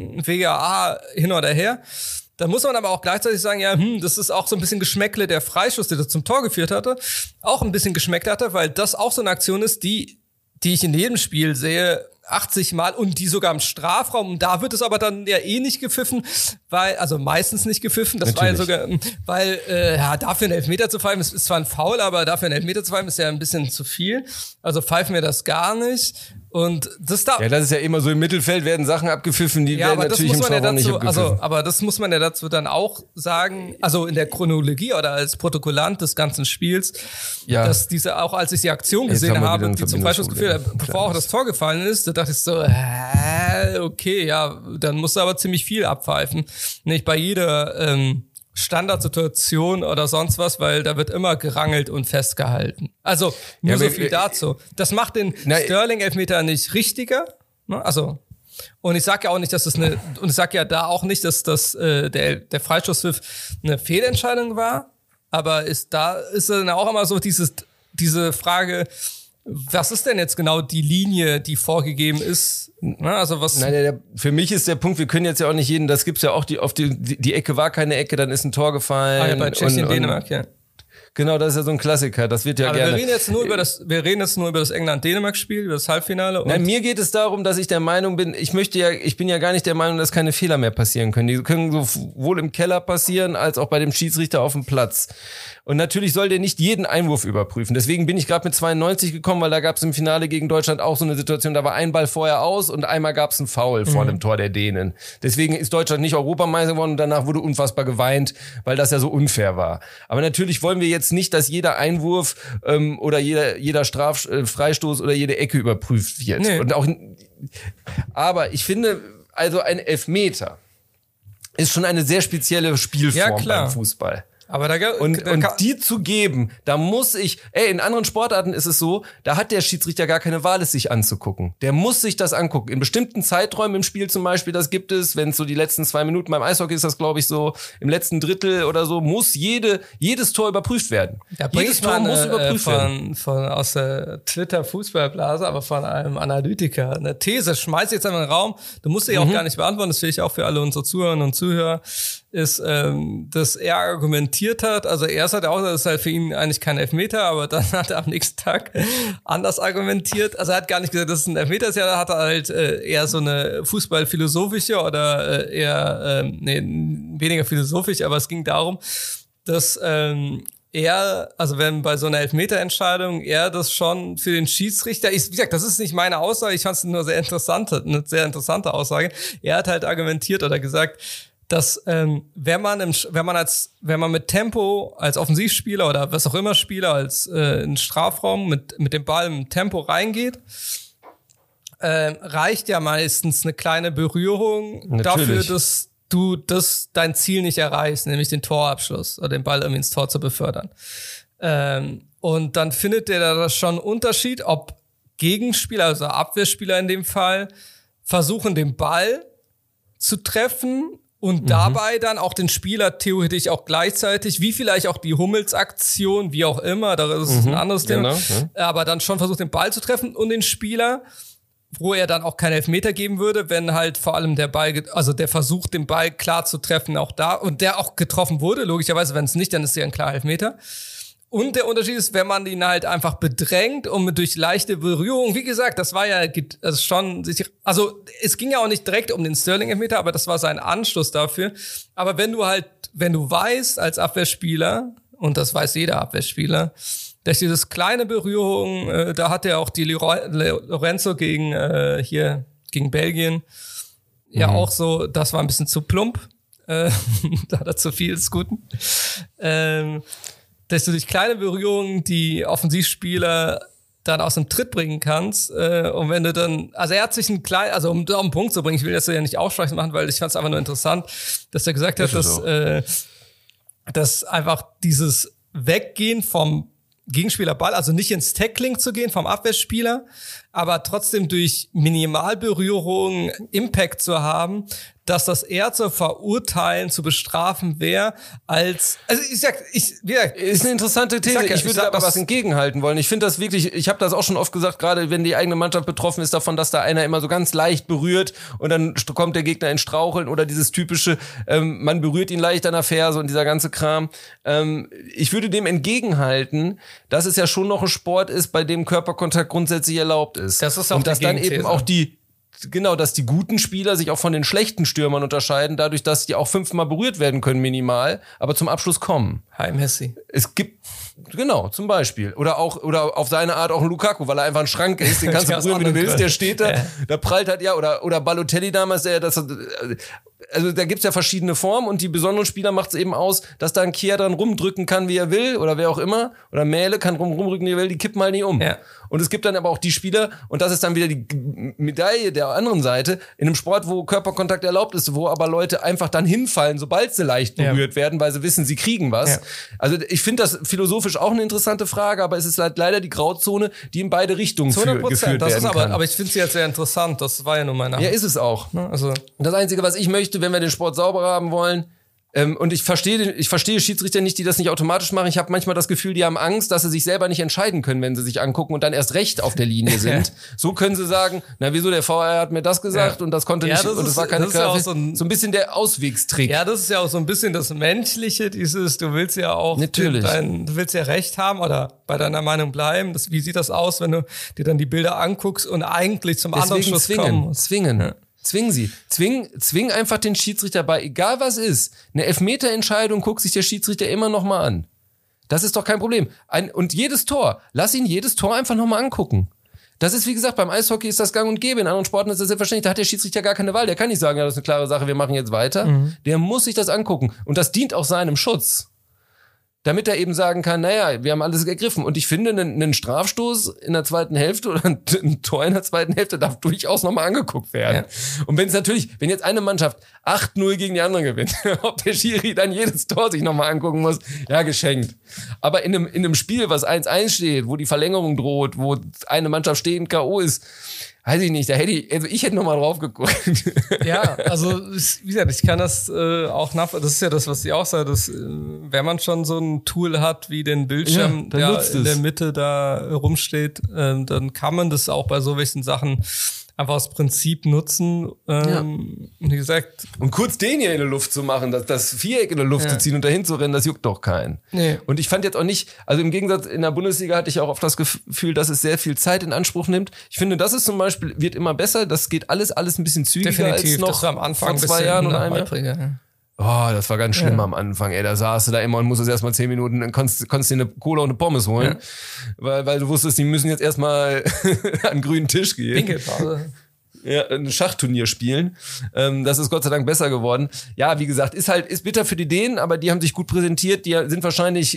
VAR hin oder her. Da muss man aber auch gleichzeitig sagen, ja, das ist auch so ein bisschen Geschmäckle der Freischuss, der zum Tor geführt hatte, auch ein bisschen Geschmäckle hatte, weil das auch so eine Aktion ist, die ich in jedem Spiel sehe, 80 Mal und die sogar im Strafraum. Und da wird es aber dann ja nicht gepfiffen, also meistens nicht gepfiffen. Das Natürlich. War ja sogar, weil dafür einen Elfmeter zu pfeifen, ist zwar ein Foul, aber dafür einen Elfmeter zu pfeifen ist ja ein bisschen zu viel. Also pfeifen wir das gar nicht. Und das da. Ja, das ist ja immer so, im Mittelfeld werden Sachen abgepfiffen, die werden natürlich im Strafraum nicht abgepfiffen. Aber das muss man ja dazu dann auch sagen, also in der Chronologie oder als Protokollant des ganzen Spiels, dass diese, auch als ich die Aktion gesehen habe, die zum Freischuss geführt hat, bevor auch das Tor gefallen ist, da dachte ich so, okay, ja, dann musst du aber ziemlich viel abpfeifen. Nicht bei jeder Standardsituation oder sonst was, weil da wird immer gerangelt und festgehalten. Also, nur so viel dazu. Das macht den Sterling-Elfmeter nicht richtiger. Ne? Also, und ich sag ja auch nicht, dass und ich sag ja da auch nicht, dass der Freistoßpfiff eine Fehlentscheidung war. Aber ist dann auch immer so diese Frage, was ist denn jetzt genau die Linie, die vorgegeben ist? Na, also was? Nein, für mich ist der Punkt, wir können jetzt ja auch nicht das gibt's ja auch, die Ecke war keine Ecke, dann ist ein Tor gefallen. Bei Tschechien, Dänemark, ja. Genau, das ist ja so ein Klassiker. Das wird ja aber gerne. Wir reden jetzt nur über das England-Dänemark-Spiel, über das Halbfinale. Nein, mir geht es darum, dass ich der Meinung bin, ich bin ja gar nicht der Meinung, dass keine Fehler mehr passieren können. Die können sowohl im Keller passieren, als auch bei dem Schiedsrichter auf dem Platz. Und natürlich soll der nicht jeden Einwurf überprüfen. Deswegen bin ich gerade mit 92 gekommen, weil da gab es im Finale gegen Deutschland auch so eine Situation, da war ein Ball vorher aus und einmal gab es einen Foul vor dem Tor der Dänen. Deswegen ist Deutschland nicht Europameister geworden und danach wurde unfassbar geweint, weil das ja so unfair war. Aber natürlich wollen wir jetzt nicht, dass jeder Einwurf oder jeder Freistoß oder jede Ecke überprüft wird. Nee. Aber ich finde, also ein Elfmeter ist schon eine sehr spezielle Spielform beim Fußball. Aber und die zu geben, da muss in anderen Sportarten ist es so, da hat der Schiedsrichter gar keine Wahl, es sich anzugucken. Der muss sich das angucken. In bestimmten Zeiträumen im Spiel zum Beispiel, das gibt es, wenn es so die letzten 2 Minuten, beim Eishockey ist das, glaube ich, so, im letzten Drittel oder so, muss jedes Tor überprüft werden. Jedes Tor muss überprüft werden. Aus der Twitter-Fußballblase, aber von einem Analytiker. Eine These, schmeiß jetzt einmal in den Raum, du musst sie auch gar nicht beantworten, das will ich auch für alle unsere Zuhörerinnen und Zuhörer, ist, dass er argumentiert hat, also erst hat er auch gesagt, das ist halt für ihn eigentlich kein Elfmeter, aber dann hat er am nächsten Tag anders argumentiert. Also er hat gar nicht gesagt, dass es ein Elfmeter ist, ja, da hat er halt eher so eine fußballphilosophische oder weniger philosophisch, aber es ging darum, dass also wenn bei so einer Elfmeterentscheidung er das schon für den Schiedsrichter, wie gesagt, das ist nicht meine Aussage, ich fand es nur eine sehr interessante Aussage. Er hat halt argumentiert oder gesagt, dass wenn man mit Tempo als Offensivspieler oder was auch immer Spieler als in den Strafraum mit dem Ball im Tempo reingeht, reicht ja meistens eine kleine Berührung dafür, dass du dein Ziel nicht erreichst, nämlich den Torabschluss oder den Ball irgendwie ins Tor zu befördern. Und dann findet der da schon einen Unterschied, ob Gegenspieler, also Abwehrspieler in dem Fall, versuchen den Ball zu treffen und dabei dann auch den Spieler theoretisch auch gleichzeitig, wie vielleicht auch die Hummels-Aktion, wie auch immer, das ist ein anderes Thema, aber dann schon versucht, den Ball zu treffen und den Spieler, wo er dann auch keinen Elfmeter geben würde, wenn halt vor allem der Ball, also der Versuch, den Ball klar zu treffen, auch da, und der auch getroffen wurde, logischerweise, wenn es nicht, dann ist ja ein klarer Elfmeter. Und der Unterschied ist, wenn man ihn halt einfach bedrängt und durch leichte Berührung, wie gesagt, das war ja schon, also es ging ja auch nicht direkt um den Sterling-Elfmeter, aber das war sein Anschluss dafür. Aber wenn du weißt als Abwehrspieler, und das weiß jeder Abwehrspieler, dass dieses kleine Berührung, da hat er auch die Lorenzo gegen Belgien, ja auch so, das war ein bisschen zu plump, da hat er zu viel des Guten. Dass du durch kleine Berührungen die Offensivspieler dann aus dem Tritt bringen kannst. Und wenn du dann, also er hat sich also um da einen Punkt zu bringen, ich will das ja nicht aufschweißend machen, weil ich fand es einfach nur interessant, dass er gesagt hat, dass einfach dieses Weggehen vom Gegenspieler-Ball, also nicht ins Tackling zu gehen vom Abwehrspieler, aber trotzdem durch Minimalberührung Impact zu haben, dass das eher zu verurteilen, zu bestrafen wäre, als, also ist eine interessante These. Ich würde aber was entgegenhalten wollen. Ich finde das wirklich, ich habe das auch schon oft gesagt, gerade wenn die eigene Mannschaft betroffen ist davon, dass da einer immer so ganz leicht berührt und dann kommt der Gegner ins Straucheln oder dieses typische, man berührt ihn leicht an der Ferse und dieser ganze Kram. Ich würde dem entgegenhalten, dass es ja schon noch ein Sport ist, bei dem Körperkontakt grundsätzlich erlaubt ist. Das ist auch und dass dann eben auch dass die guten Spieler sich auch von den schlechten Stürmern unterscheiden, dadurch, dass die auch 5-mal berührt werden können minimal, aber zum Abschluss kommen. Hi Messi. Es gibt, genau, zum Beispiel. Oder auf seine Art auch ein Lukaku, weil er einfach ein Schrank ist, den kannst du berühren, wie du willst, der steht da, da prallt halt, oder Balotelli damals, also da gibt's ja verschiedene Formen und die besonderen Spieler macht's eben aus, dass da ein Kier dran rumdrücken kann, wie er will, oder wer auch immer, oder Mähle kann rumrücken, wie er will, die kippen halt nicht um. Ja. Und es gibt dann aber auch die Spieler, und das ist dann wieder die Medaille der anderen Seite, in einem Sport, wo Körperkontakt erlaubt ist, wo aber Leute einfach dann hinfallen, sobald sie leicht berührt werden, weil sie wissen, sie kriegen was. Ja. Also ich finde das philosophisch auch eine interessante Frage, aber es ist halt leider die Grauzone, die in beide Richtungen geführt werden kann. Aber ich finde sie jetzt sehr interessant, das war ja nur meine Ja, ist es auch. Also das Einzige, was ich möchte, wenn wir den Sport sauberer haben wollen, und ich verstehe Schiedsrichter nicht, die das nicht automatisch machen. Ich habe manchmal das Gefühl, die haben Angst, dass sie sich selber nicht entscheiden können, wenn sie sich angucken und dann erst recht auf der Linie sind. So können sie sagen, na wieso, der VR hat mir das gesagt und das konnte nicht, und das war keine Körper. So ein bisschen der Auswegstrick. Ja, das ist ja auch so ein bisschen das Menschliche, du willst ja auch du willst ja Recht haben oder bei deiner Meinung bleiben. Wie sieht das aus, wenn du dir dann die Bilder anguckst und eigentlich zum anderen Schluss zwingen. Ja. Zwingen sie. Zwing einfach den Schiedsrichter bei, egal was ist. Eine Elfmeterentscheidung guckt sich der Schiedsrichter immer noch mal an. Das ist doch kein Problem. Und lass ihn jedes Tor einfach noch mal angucken. Das ist, wie gesagt, beim Eishockey ist das gang und gäbe. In anderen Sporten ist das selbstverständlich. Da hat der Schiedsrichter gar keine Wahl. Der kann nicht sagen, ja, das ist eine klare Sache, wir machen jetzt weiter. Der muss sich das angucken. Und das dient auch seinem Schutz. Damit er eben sagen kann, naja, wir haben alles ergriffen. Und ich finde, einen Strafstoß in der zweiten Hälfte oder ein Tor in der zweiten Hälfte darf durchaus nochmal angeguckt werden. Ja. Und wenn jetzt eine Mannschaft 8-0 gegen die andere gewinnt, ob der Schiri dann jedes Tor sich nochmal angucken muss, ja, geschenkt. Aber in einem Spiel, was 1-1 steht, wo die Verlängerung droht, wo eine Mannschaft stehend K.O. ist, weiß ich nicht, ich hätte nochmal drauf geguckt. Ja, also wie gesagt, ich kann das auch nachvollziehen. Das ist ja das, was ich auch sage, dass wenn man schon so ein Tool hat wie den Bildschirm, der in der Mitte da rumsteht, dann kann man das auch bei so welchen Sachen einfach aus Prinzip nutzen. Wie gesagt. Und kurz den hier in der Luft zu machen, das Viereck in der Luft zu ziehen und dahin zu rennen, das juckt doch keinen. Nee. Und ich fand jetzt auch nicht, also im Gegensatz in der Bundesliga hatte ich auch oft das Gefühl, dass es sehr viel Zeit in Anspruch nimmt. Ich finde, das ist zum Beispiel, wird immer besser, das geht alles ein bisschen zügiger Definitiv, als noch das war am Anfang vor 2 Jahren oder einem Jahr. Oh, das war ganz schlimm am Anfang, ey. Da saß du da immer und musstest erstmal 10 Minuten, dann konntest dir eine Cola und eine Pommes holen. Ja. Weil du wusstest, die müssen jetzt erstmal an den grünen Tisch gehen. Pinkelpause. Ja, ein Schachturnier spielen. Das ist Gott sei Dank besser geworden. Ja, wie gesagt, ist bitter für die Dänen, aber die haben sich gut präsentiert. Die sind wahrscheinlich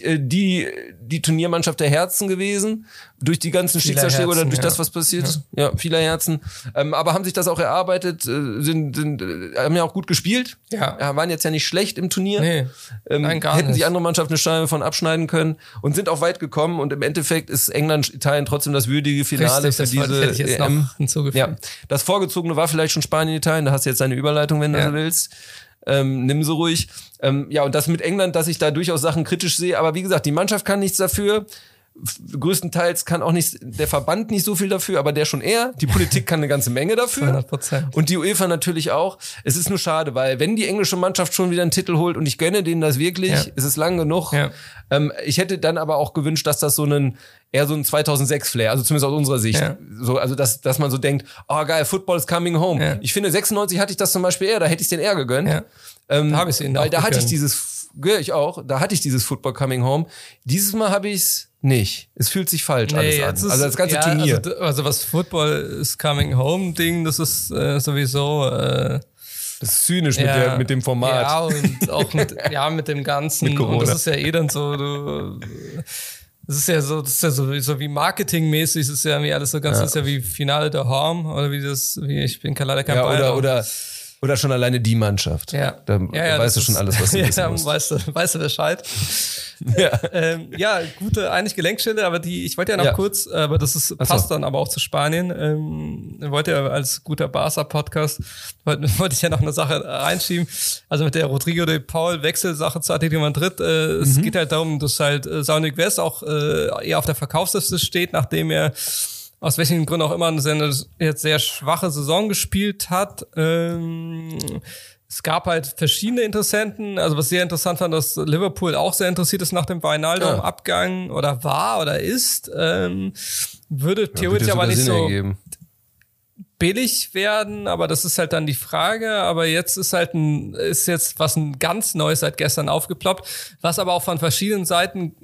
die Turniermannschaft der Herzen gewesen. Durch die ganzen Schicksalsschläge oder durch das, was passiert. Ja, vieler Herzen. Aber haben sich das auch erarbeitet, haben ja auch gut gespielt. Ja. Waren jetzt ja nicht schlecht im Turnier. Nee, nein, gar hätten nicht. Sich andere Mannschaften eine Scheibe von abschneiden können und sind auch weit gekommen. Und im Endeffekt ist England, Italien trotzdem das würdige Finale für diese hätte ich jetzt EM. Noch hinzugefügt. Ja, das Vorgezogene war vielleicht schon Spanien, Italien. Da hast du jetzt deine Überleitung, wenn du so willst. Nimm sie ruhig. Und das mit England, dass ich da durchaus Sachen kritisch sehe. Aber wie gesagt, die Mannschaft kann nichts dafür. Größtenteils kann auch nicht der Verband nicht so viel dafür, aber der schon eher. Die Politik kann eine ganze Menge dafür. 100%. Und die UEFA natürlich auch. Es ist nur schade, weil wenn die englische Mannschaft schon wieder einen Titel holt, und ich gönne denen das wirklich, ist es lang genug. Ja. Ich hätte dann aber auch gewünscht, dass das eher so ein 2006-Flair, also zumindest aus unserer Sicht. Ja. So, also dass man so denkt, oh geil, Football is coming home. Ja. Ich finde, 96 hatte ich das zum Beispiel eher, da hätte ich den eher gegönnt. Ja. Da habe ich es ihnen weil da hatte ich dieses Football coming home. Dieses Mal habe ich es nicht. Es fühlt sich falsch alles an. Also das ganze Turnier. Also was Football is coming home Ding, das ist sowieso das ist zynisch mit dem Format. Ja, und auch mit dem Ganzen. Mit Corona. Und das ist ja dann so, Das ist ja so wie marketingmäßig, das ist ja irgendwie alles so ganz, das ist ja wie Finale der Horm oder ich bin leider kein Bayer. Oder schon alleine die Mannschaft. Ja. Da weißt du schon alles, was du wissen musst. Weißt du Bescheid. Gute, eigentlich Gelenkstelle, aber ich wollte ja noch kurz, aber passt dann aber auch zu Spanien. Wollte ja als guter Barca-Podcast, wollte ich ja noch eine Sache reinschieben. Also mit der Rodrigo de Paul Wechselsache zu Atletico Madrid. Es geht halt darum, dass halt Saúl Ñíguez auch eher auf der Verkaufsliste steht, nachdem er aus welchen Gründen auch immer eine jetzt sehr schwache Saison gespielt hat. Es gab halt verschiedene Interessenten. Also was sehr interessant fand, dass Liverpool auch sehr interessiert ist nach dem Wijnaldum-Abgang oder war oder ist. Würde theoretisch aber nicht so billig werden, aber das ist halt dann die Frage. Aber jetzt ist jetzt was ein ganz Neues seit gestern aufgeploppt, was aber auch von verschiedenen Seiten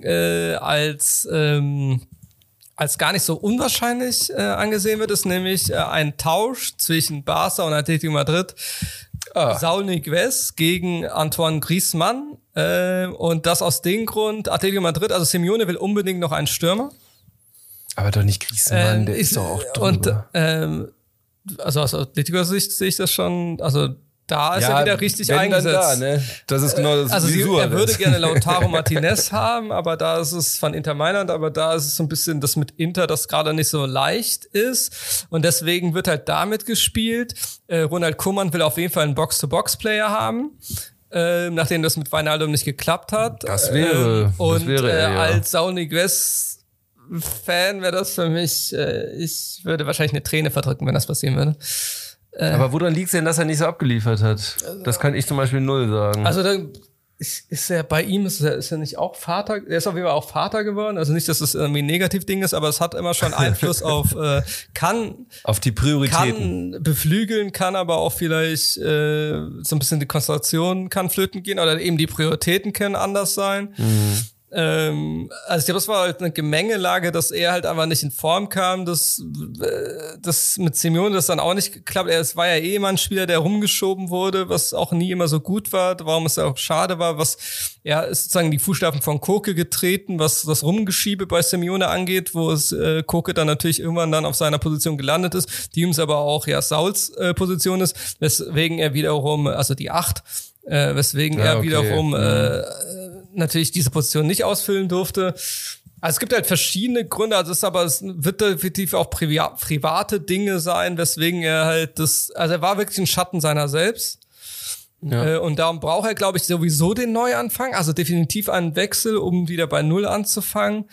als gar nicht so unwahrscheinlich angesehen wird, ist nämlich ein Tausch zwischen Barca und Atletico Madrid. Saúl Ñíguez gegen Antoine Griezmann. Und das aus dem Grund, Atletico Madrid, also Simeone will unbedingt noch einen Stürmer. Aber doch nicht Griezmann, der ist doch auch drüber. Und also aus Atletico-Sicht sehe ich das schon, also da ist er wieder richtig eingesetzt. Da, ne? Das ist genau das. Also er würde gerne Lautaro Martinez haben, aber da ist es von Inter Mailand, aber da ist es so ein bisschen das mit Inter, das gerade nicht so leicht ist. Und deswegen wird halt damit gespielt. Ronald Koeman will auf jeden Fall einen Box-to-Box-Player haben, nachdem das mit Wijnaldum nicht geklappt hat. Das wäre als Saúl Ñíguez Fan wäre das für mich, ich würde wahrscheinlich eine Träne verdrücken, wenn das passieren würde. Aber woran liegt es denn, dass er nicht so abgeliefert hat? Das kann ich zum Beispiel null sagen. Also dann ist er bei ihm, ist er nicht auch Vater? Er ist auf jeden Fall auch Vater geworden. Also nicht, dass das irgendwie ein Negativ-Ding ist, aber es hat immer schon Einfluss auf die Prioritäten. Kann beflügeln, kann aber auch vielleicht so ein bisschen die Konzentration kann flöten gehen oder eben die Prioritäten können anders sein. Also ich glaube, das war halt eine Gemengelage, dass er halt einfach nicht in Form kam, das mit Simeone das dann auch nicht geklappt. Es war ja eh immer ein Spieler, der rumgeschoben wurde, was auch nie immer so gut war, warum es ja auch schade war, ist sozusagen die Fußstapfen von Koke getreten, was das Rumgeschiebe bei Simeone angeht, wo es Koke dann natürlich irgendwann dann auf seiner Position gelandet ist, die uns aber auch Sauls Position ist, weswegen er wiederum, also die 8, weswegen er wiederum natürlich diese Position nicht ausfüllen durfte. Also es gibt halt verschiedene Gründe, es wird definitiv auch private Dinge sein, weswegen er halt er war wirklich ein Schatten seiner selbst. Ja. Und darum braucht er, glaube ich, sowieso den Neuanfang, also definitiv einen Wechsel, um wieder bei Null anzufangen.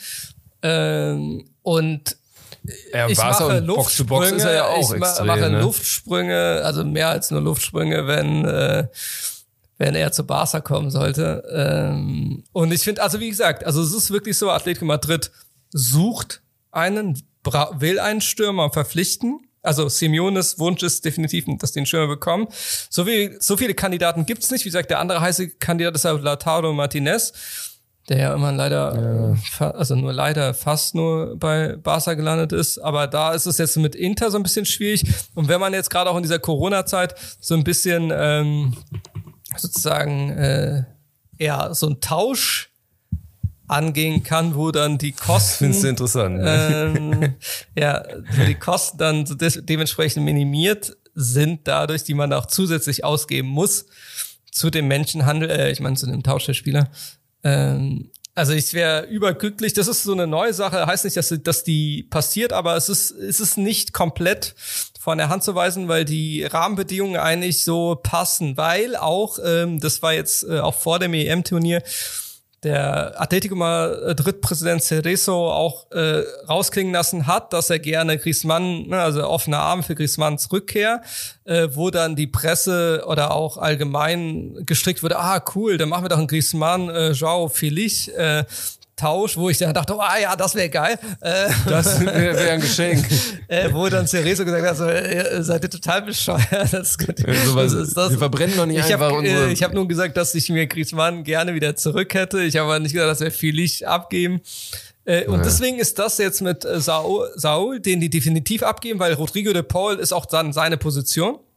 Und ich mache Luftsprünge, ist er ja auch Luftsprünge, also mehr als nur Luftsprünge, wenn er zu Barca kommen sollte. Und ich finde, also wie gesagt, also es ist wirklich so, Atletico Madrid sucht will einen Stürmer verpflichten. Also Simeones Wunsch ist definitiv, dass die einen Stürmer bekommen. So viele Kandidaten gibt's nicht. Wie gesagt, der andere heiße Kandidat ist Lautaro Martinez, der ja immer leider, fast nur bei Barca gelandet ist. Aber da ist es jetzt mit Inter so ein bisschen schwierig. Und wenn man jetzt gerade auch in dieser Corona-Zeit so ein bisschen sozusagen so ein Tausch angehen kann, wo dann die Kosten findest du interessant, ne? wo die Kosten dann dementsprechend minimiert sind, dadurch, die man auch zusätzlich ausgeben muss zu dem Menschenhandel, zu dem Tausch der Spieler. Also ich wäre überglücklich. Das ist so eine neue Sache. Heißt nicht, dass die passiert, aber es ist nicht komplett von der Hand zu weisen, weil die Rahmenbedingungen eigentlich so passen. Weil auch, das war jetzt auch vor dem EM-Turnier, der Atletico Madrid-Präsident Cerezo auch rausklingen lassen hat, dass er gerne Griezmann, also offene Arme für Griezmanns Rückkehr, wo dann die Presse oder auch allgemein gestrickt wurde, cool, dann machen wir doch einen Griezmann, João Felix Tausch, wo ich dann dachte, das wäre geil. Das wäre ein Geschenk. Wo dann Cerezo gesagt hat, seid ihr total bescheuert. Wir verbrennen doch nicht einfach unsere... Ich habe nur gesagt, dass ich mir Griezmann gerne wieder zurück hätte. Ich habe aber nicht gesagt, dass wir Felix abgeben. Und deswegen ist das jetzt mit Saúl, den die definitiv abgeben, weil Rodrigo de Paul ist auch dann seine Position.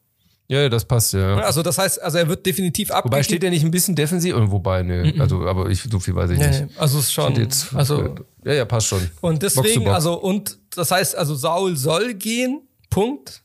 Ja, das passt, ja. Also das heißt, also er wird definitiv abgegeben. Wobei steht er nicht ein bisschen defensiv? Wobei, ne, also aber so viel weiß ich nicht. Nee, also es ist schon, Jetzt, also ja, passt schon. und deswegen, Box. also und das heißt, also Saul soll gehen, Punkt.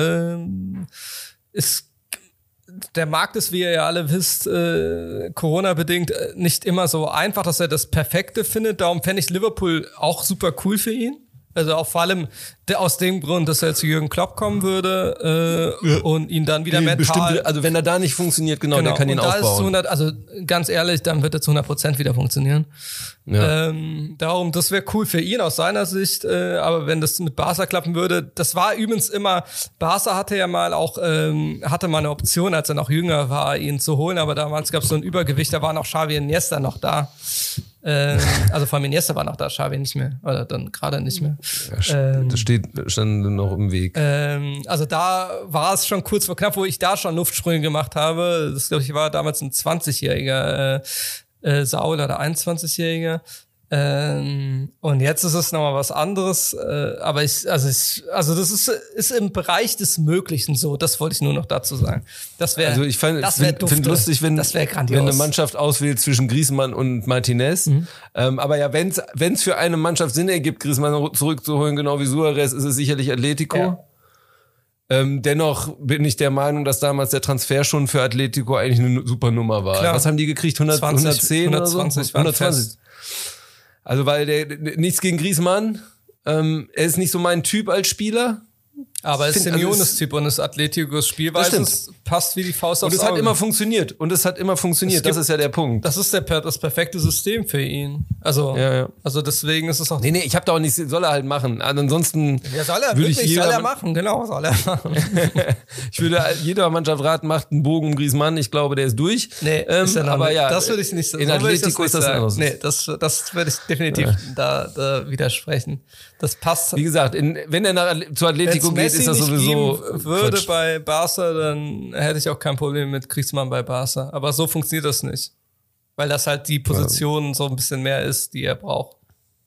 Der Markt ist, wie ihr ja alle wisst, Corona-bedingt nicht immer so einfach, dass er das Perfekte findet. Darum fände ich Liverpool auch super cool für ihn. Also auch vor allem aus dem Grund, dass er zu Jürgen Klopp kommen würde und ihn dann wieder mental... Also wenn er da nicht funktioniert, genau. Der kann ihn und da aufbauen. Ist 100, also ganz ehrlich, dann wird er zu 100% wieder funktionieren. Ja. Darum, das wäre cool für ihn aus seiner Sicht, aber wenn das mit Barca klappen würde, das war übrigens immer, Barca hatte ja mal auch, hatte mal eine Option, als er noch jünger war, ihn zu holen, aber damals gab es so ein Übergewicht, da war noch Xavi Iniesta noch da. Also vor allem Iniesta war noch da, Xavi nicht mehr, oder dann gerade nicht mehr. Ja, das stand noch im Weg. Also da war es schon kurz vor knapp, wo ich da schon Luftsprünge gemacht habe. Das, glaube ich, war damals ein 20-jähriger Saul oder 21-jähriger. Und jetzt ist es nochmal was anderes. Aber also das ist im Bereich des Möglichen so. Das wollte ich nur noch dazu sagen. Das wäre, also ich finde lustig, wenn eine Mannschaft auswählt zwischen Griezmann und Martinez. Aber ja, wenn's für eine Mannschaft Sinn ergibt, Griezmann zurückzuholen, genau wie Suarez, ist es sicherlich Atletico. Ja. Dennoch bin ich der Meinung, dass damals der Transfer schon für Atletico eigentlich eine super Nummer war. Klar. Was haben die gekriegt? 110 oder so? 120. Also weil nichts gegen Griezmann. Er ist nicht so mein Typ als Spieler. Aber es ist Simeones Typ und es Atleticos Spielweise passt wie die Faust aufs Auge. Und es hat immer funktioniert. Das ist ja der Punkt. Das ist das perfekte System für ihn. Also, also deswegen ist es auch... Nee, ich habe da auch nicht... Soll er halt machen. Ansonsten soll er machen. Genau, soll er machen. Ich würde jeder Mannschaft raten, macht einen Bogen um Griezmann. Ich glaube, der ist durch. Nee, ist aber ja, das würde ich nicht sagen. In Atletico ist das anders. Nee, das würde ich definitiv da widersprechen. Das passt. Wie gesagt, wenn er zu Atletico geht, ist das sowieso würde bei Barca, dann hätte ich auch kein Problem mit Griezmann bei Barca. Aber so funktioniert das nicht. Weil das halt die Position so ein bisschen mehr ist, die er braucht.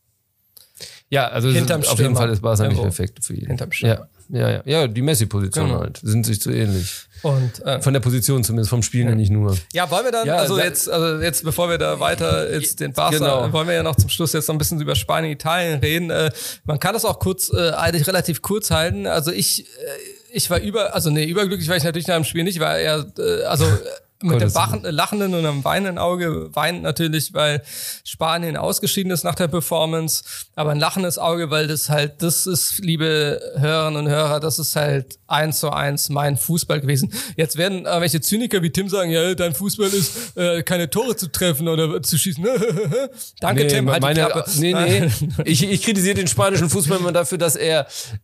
Ja, also auf jeden Fall ist Barca nicht perfekt für ihn. Hinterm Stürmer. Ja, die Messi-Position halt. Sind sich zu ähnlich. Und von der Position zumindest, vom Spielen ja nicht nur. Ja, wollen wir dann, jetzt, bevor wir da weiter jetzt den Barca, wollen wir ja noch zum Schluss jetzt noch ein bisschen über Spanien, Italien reden. Man kann das auch eigentlich relativ kurz halten. Also ich war überglücklich war ich natürlich nach dem Spiel nicht, ich war eher, mit dem lachenden und einem weinenden Auge, weint natürlich, weil Spanien ausgeschieden ist nach der Performance, aber ein lachendes Auge, weil das ist, liebe Hörerinnen und Hörer, das ist halt 1:1 mein Fußball gewesen. Jetzt werden welche Zyniker wie Tim sagen, ja, dein Fußball ist, keine Tore zu treffen oder zu schießen. Danke, Tim, halt die Klappe. Nee. Ich kritisiere den spanischen Fußball immer dafür, dass er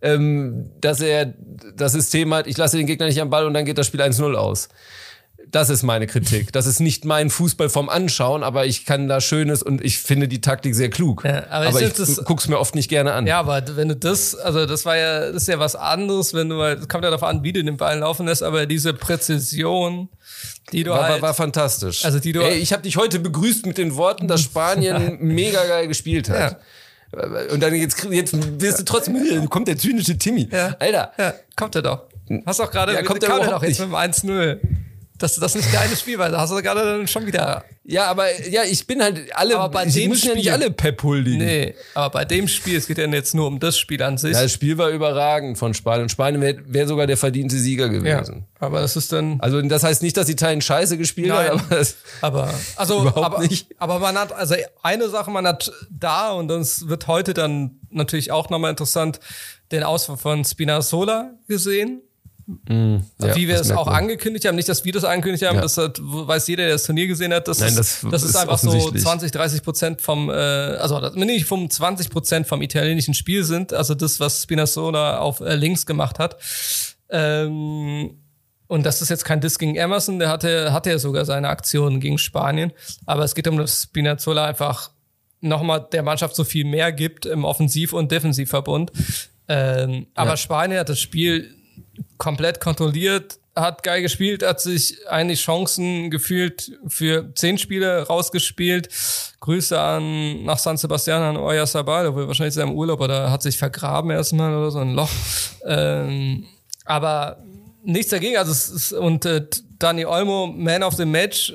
das System hat, ich lasse den Gegner nicht am Ball und dann geht das Spiel 1:0 aus. Das ist meine Kritik. Das ist nicht mein Fußball vom Anschauen, aber ich kann da Schönes und ich finde die Taktik sehr klug. Ja, aber ich guck's mir oft nicht gerne an. Ja, aber wenn du das ist ja was anderes, wenn du es kommt ja darauf an, wie du den Ball laufen lässt, aber diese Präzision, die du war fantastisch. Also ich habe dich heute begrüßt mit den Worten, dass Spanien mega geil gespielt hat. Ja. Und dann jetzt wirst du trotzdem, kommt der zynische Timmy. Ja. Alter. Ja, kommt er doch. Hast auch gerade, kommt er doch jetzt mit dem 1:0. Das ist nicht deine Spielweise. Hast du gerade dann schon wieder. Ja, aber ich bin halt die müssen ja nicht alle Pep huldigen. Nee, aber bei dem Spiel, es geht ja jetzt nur um das Spiel an sich. Ja, das Spiel war überragend von Spanien. Und Spanien wäre sogar der verdiente Sieger gewesen. Ja, aber das ist dann. Also, das heißt nicht, dass Italien scheiße gespielt hat, aber nicht. Aber man hat, also eine Sache, man hat da, und das wird heute dann natürlich auch nochmal interessant, den Ausfall von Spinazzola gesehen. Wie wir es auch angekündigt haben, nicht, dass wir das angekündigt haben, das weiß jeder, der das Turnier gesehen hat, das ist einfach so 20-30% vom, nicht vom 20% vom italienischen Spiel sind, also das, was Spinazzola auf links gemacht hat. Und das ist jetzt kein Diss gegen Emerson, der hatte ja sogar seine Aktionen gegen Spanien, aber es geht um, dass Spinazzola einfach nochmal der Mannschaft so viel mehr gibt im Offensiv- und Defensivverbund. Aber Spanien hat das Spiel komplett kontrolliert, hat geil gespielt, hat sich eigentlich Chancen gefühlt für 10 Spiele rausgespielt. Grüße nach San Sebastian an Oyarzabal, obwohl wahrscheinlich ist er im Urlaub oder hat sich vergraben erstmal oder so ein Loch. Aber nichts dagegen. Also es ist, und Dani Olmo, Man of the Match.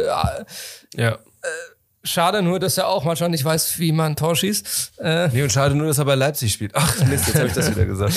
Schade nur, dass er auch manchmal nicht weiß, wie man ein Tor schießt. Nee, und schade nur, dass er bei Leipzig spielt. Ach Mist, jetzt habe ich das wieder gesagt.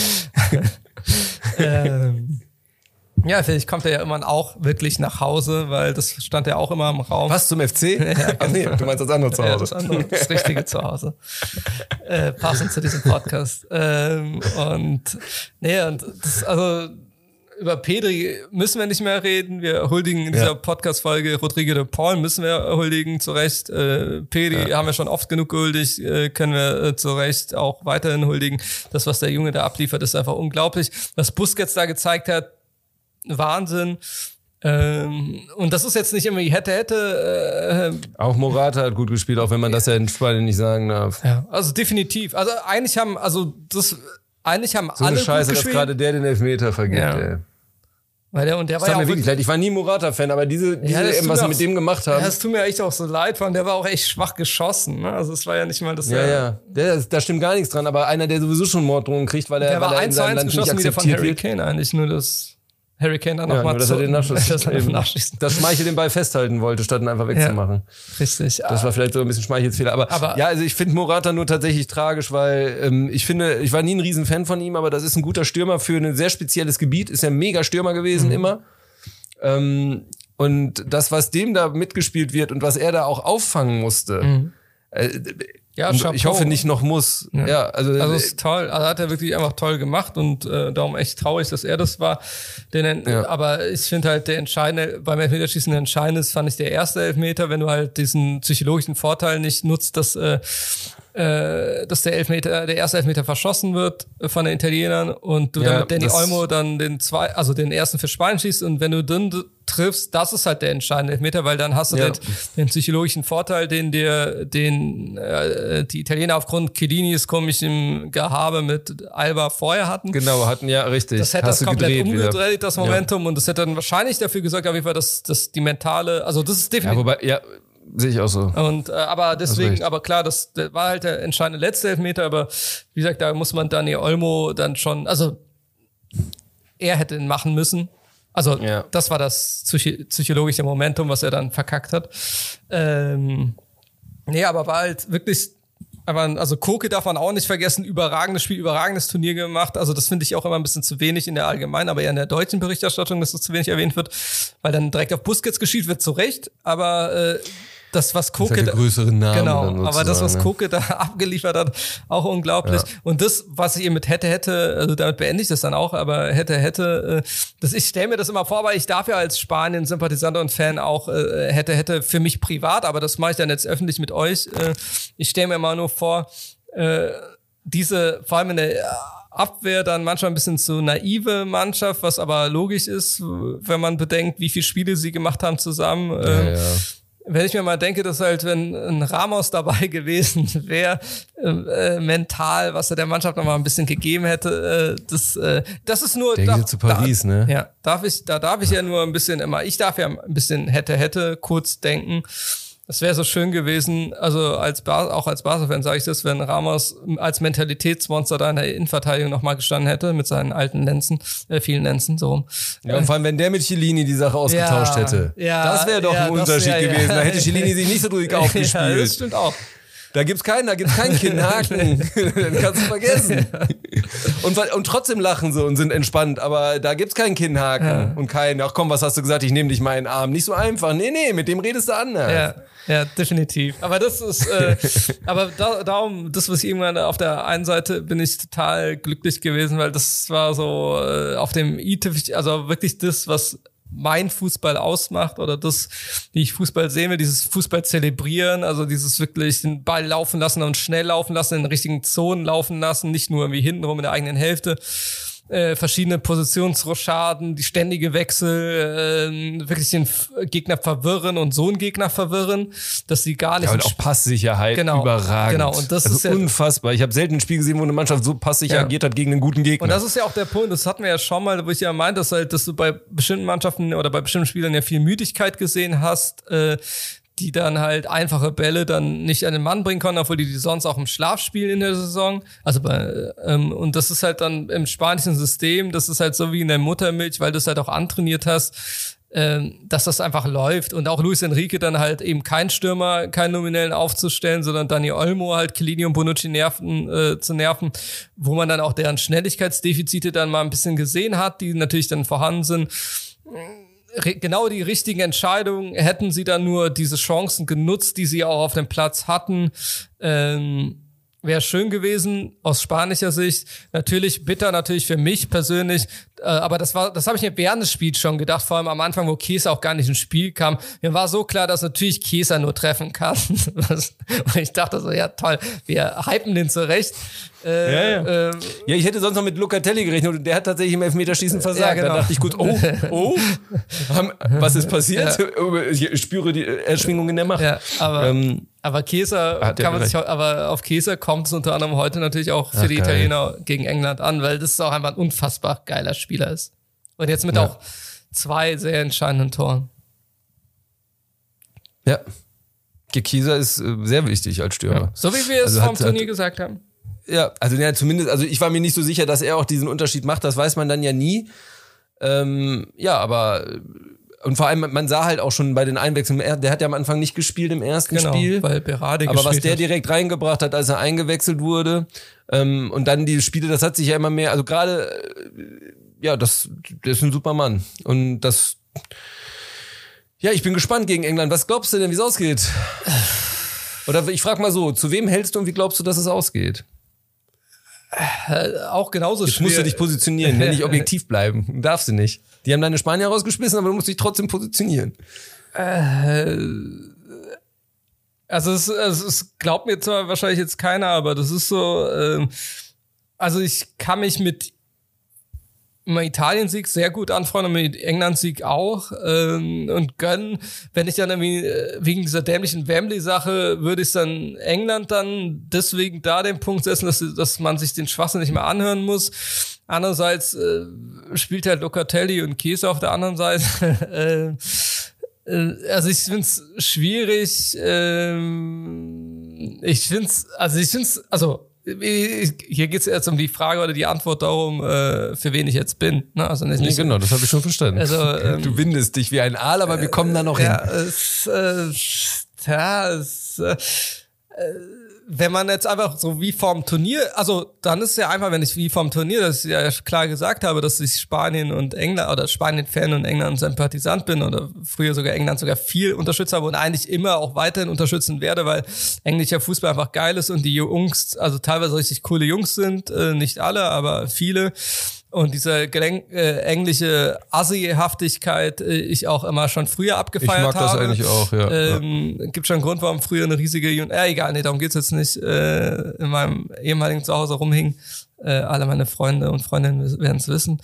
Ja, vielleicht kommt er ja irgendwann auch wirklich nach Hause, weil das stand ja auch immer im Raum. Was, zum FC? Ach nee, du meinst das andere zu Hause. Ja, das andere, das richtige Zuhause. Passend zu diesem Podcast. Und das, also über Pedri müssen wir nicht mehr reden. Wir huldigen in dieser Podcast-Folge Rodrigo de Paul, müssen wir huldigen, zu Recht. Pedri haben wir schon oft genug gehuldigt, können wir zu Recht auch weiterhin huldigen. Das, was der Junge da abliefert, ist einfach unglaublich. Was Busquets da gezeigt hat, Wahnsinn. Und das ist jetzt nicht irgendwie hätte. Auch Morata hat gut gespielt, auch wenn man das ja in Spanien nicht sagen darf. Ja, also definitiv. Also eigentlich haben alle so alle eine Scheiße, gut dass gespielt. gerade der den Elfmeter vergibt, ey. Weil der war ja auch wirklich leid. Ich war nie Morata-Fan, aber diese was sie mit dem gemacht haben. Ja, das tut mir echt auch so leid, von der war auch echt schwach geschossen. Ne? Also es war ja nicht mal das. Da stimmt gar nichts dran, aber einer, der sowieso schon Morddrohungen kriegt, weil er in seinem Land nicht akzeptiert wird. Harry Kane eigentlich, nur das Harry Kane dann noch mal dass er den Nachschuss dass Schmeichel den Ball festhalten wollte, statt ihn einfach wegzumachen. Richtig. Das war vielleicht so ein bisschen Schmeichelsfehler. Aber ja, also ich finde Morata nur tatsächlich tragisch, weil ich finde, ich war nie ein Riesenfan von ihm, aber das ist ein guter Stürmer für ein sehr spezielles Gebiet. Ist ja ein mega Stürmer gewesen immer. Und das, was dem da mitgespielt wird und was er da auch auffangen musste, ja, ich hoffe nicht noch muss. Ja, also ist toll. Also hat er wirklich einfach toll gemacht und darum echt traurig, dass er das war. Aber ich finde halt beim Elfmeterschießen der entscheidende ist, fand ich der erste Elfmeter, wenn du halt diesen psychologischen Vorteil nicht nutzt, dass der erste Elfmeter verschossen wird von den Italienern und du dann mit Dani Olmo dann den ersten für Spanien schießt und wenn du dann triffst, das ist halt der entscheidende Elfmeter, weil dann hast du den psychologischen Vorteil, den die Italiener aufgrund Chiellinis komischem Gehabe mit Alba vorher hatten. Genau, richtig. Das hätte das komplett umgedreht, das Momentum, und das hätte dann wahrscheinlich dafür gesorgt, auf jeden Fall, dass die mentale, also das ist definitiv. Sehe ich auch so. Und aber deswegen, aber klar, das war halt der entscheidende letzte Elfmeter, aber wie gesagt, da muss man Dani Olmo dann schon, also er hätte ihn machen müssen. Also das war das psychologische Momentum, was er dann verkackt hat. Aber war halt wirklich, also Koke darf man auch nicht vergessen, überragendes Spiel, überragendes Turnier gemacht. Also das finde ich auch immer ein bisschen zu wenig in der allgemeinen, aber eher in der deutschen Berichterstattung, dass das zu wenig erwähnt wird, weil dann direkt auf Busquets geschielt wird, zu Recht, aber das, was Koke halt größeren Namen genau, aber das, was Koke da abgeliefert hat, auch unglaublich. Ja. Und das, was ich eben mit hätte, also damit beende ich das dann auch, aber hätte, ich stelle mir das immer vor, weil ich darf ja als Spanien-Sympathisant und Fan auch hätte für mich privat, aber das mache ich dann jetzt öffentlich mit euch. Ich stelle mir immer nur vor, vor allem in der Abwehr dann manchmal ein bisschen zu naive Mannschaft, was aber logisch ist, wenn man bedenkt, wie viele Spiele sie gemacht haben zusammen. Wenn ich mir mal denke, dass halt, wenn ein Ramos dabei gewesen wäre, mental, was er der Mannschaft noch mal ein bisschen gegeben hätte, das ist nur... Der geht zu Paris, ne? Ja, darf ich ja nur ein bisschen ich darf ja ein bisschen hätte kurz denken. Das wäre so schön gewesen, also auch als Barca-Fan sage ich das, wenn Ramos als Mentalitätsmonster da in der Innenverteidigung nochmal gestanden hätte mit seinen alten vielen Lenzen, so rum. Ja, und vor allem, wenn der mit Chiellini die Sache ausgetauscht hätte. Ja, das wäre doch ein Unterschied gewesen. Da hätte Chiellini sich nicht so ruhig aufgespielt. Ja, das stimmt auch. Da gibt's keinen Kinnhaken. Dann kannst du vergessen. Und trotzdem lachen sie und sind entspannt, aber da gibt's keinen Kinnhaken und ach komm, was hast du gesagt, ich nehme dich mal in den Arm. Nicht so einfach. Nee, mit dem redest du anders. Ja, definitiv. Aber das ist, darum, das, was ich irgendwann auf der einen Seite bin ich total glücklich gewesen, weil das war so auf dem also wirklich das, was mein Fußball ausmacht oder das, wie ich Fußball sehen will, dieses Fußball zelebrieren, also dieses wirklich den Ball laufen lassen und schnell laufen lassen, in den richtigen Zonen laufen lassen, nicht nur irgendwie hintenrum in der eigenen Hälfte. Verschiedene Positionsrochaden, die ständige Wechsel, wirklich den Gegner verwirren und so einen Gegner verwirren, dass sie gar nicht... Ja, und auch Passsicherheit überragend. Genau, und das ist unfassbar. Ich habe selten ein Spiel gesehen, wo eine Mannschaft so passsicher agiert hat gegen einen guten Gegner. Und das ist ja auch der Punkt, das hatten wir ja schon mal, wo ich ja meinte, dass du bei bestimmten Mannschaften oder bei bestimmten Spielern ja viel Müdigkeit gesehen hast, die dann halt einfache Bälle dann nicht an den Mann bringen konnten, obwohl die sonst auch im Schlaf spielen in der Saison. Also und das ist halt dann im spanischen System, das ist halt so wie in der Muttermilch, weil du es halt auch antrainiert hast, dass das einfach läuft. Und auch Luis Enrique dann halt eben keinen Stürmer, keinen Nominellen aufzustellen, sondern Dani Olmo halt Chiellini und Bonucci zu nerven, wo man dann auch deren Schnelligkeitsdefizite dann mal ein bisschen gesehen hat, die natürlich dann vorhanden sind. Genau die richtigen Entscheidungen, hätten sie dann nur diese Chancen genutzt, die sie auch auf dem Platz hatten, wäre schön gewesen aus spanischer Sicht. Natürlich bitter, natürlich für mich persönlich, aber das habe ich mir während des Spiels schon gedacht, vor allem am Anfang, wo Chiesa auch gar nicht ins Spiel kam. Mir war so klar, dass natürlich Chiesa nur treffen kann. Und ich dachte so, ja toll, wir hypen den zurecht. Ja, ich hätte sonst noch mit Locatelli gerechnet und der hat tatsächlich im Elfmeterschießen versagt. Ja, genau. Da dachte ich gut, was ist passiert? Ja. Ich spüre die Erschwingung in der Macht. Ja, aber Chiesa aber auf Chiesa kommt es unter anderem heute natürlich auch für die Italiener gegen England an, weil das auch einfach ein unfassbar geiler Spieler ist. Und jetzt mit auch 2 sehr entscheidenden Toren. Ja. Chiesa ist sehr wichtig als Stürmer. Ja. So wie wir es vom Turnier gesagt haben. Ja, also zumindest, also ich war mir nicht so sicher, dass er auch diesen Unterschied macht, das weiß man dann ja nie. Aber und vor allem, man sah halt auch schon bei den Einwechslungen, der hat ja am Anfang nicht gespielt im ersten Spiel. Weil Berardi aber was der direkt reingebracht hat, als er eingewechselt wurde, und dann die Spiele, das hat sich ja immer mehr, also gerade, der ist ein super Mann. Und das, ich bin gespannt gegen England. Was glaubst du denn, wie es ausgeht? Oder ich frage mal so, zu wem hältst du und wie glaubst du, dass es ausgeht? Auch genauso schwer. Jetzt musst du dich positionieren, wenn nicht objektiv bleiben. Darfst du nicht. Die haben deine Spanier rausgeschmissen, aber du musst dich trotzdem positionieren. Also es glaubt mir zwar wahrscheinlich jetzt keiner, aber das ist so, also ich kann mich mit Italien-Sieg sehr gut anfreunden, mit England-Sieg auch und gönnen. Wenn ich dann irgendwie wegen dieser dämlichen Wembley-Sache würde ich dann England dann deswegen da den Punkt setzen, dass man sich den Schwachsinn nicht mehr anhören muss. Andererseits spielt halt Locatelli und Chiesa auf der anderen Seite. Also ich find's schwierig. Hier geht's jetzt um die Frage oder die Antwort darum, für wen ich jetzt bin. Ne? Also nicht genau, das habe ich schon verstanden. Also, du windest dich wie ein Aal, aber wir kommen da noch hin. Wenn man jetzt einfach so wie vorm Turnier, also dann ist es ja einfach, wenn ich wie vorm Turnier, dass ich ja klar gesagt habe, dass ich Spanien und England oder Spanien-Fan und England-Sympathisant bin oder früher sogar England sogar viel unterstützt habe und eigentlich immer auch weiterhin unterstützen werde, weil englischer Fußball einfach geil ist und die Jungs, also teilweise richtig coole Jungs sind, nicht alle, aber viele. Und diese englische Assi-Haftigkeit ich auch immer schon früher abgefeiert habe. Ich mag das eigentlich auch, ja. Gibt schon einen Grund, warum früher eine riesige egal, nee, darum geht's jetzt nicht. In meinem ehemaligen Zuhause rumhing. Alle meine Freunde und Freundinnen werden es wissen.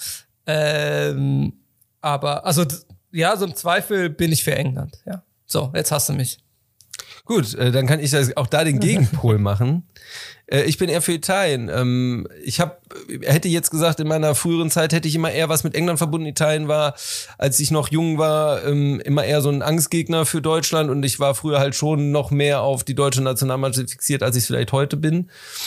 Aber, also, ja, so im Zweifel bin ich für England, ja. So, jetzt hast du mich. Gut, dann kann ich auch da den Gegenpol machen. Ich bin eher für Italien. Hätte jetzt gesagt, in meiner früheren Zeit hätte ich immer eher was mit England verbunden. Italien war, als ich noch jung war, immer eher so ein Angstgegner für Deutschland und ich war früher halt schon noch mehr auf die deutsche Nationalmannschaft fixiert, als ich es vielleicht heute bin.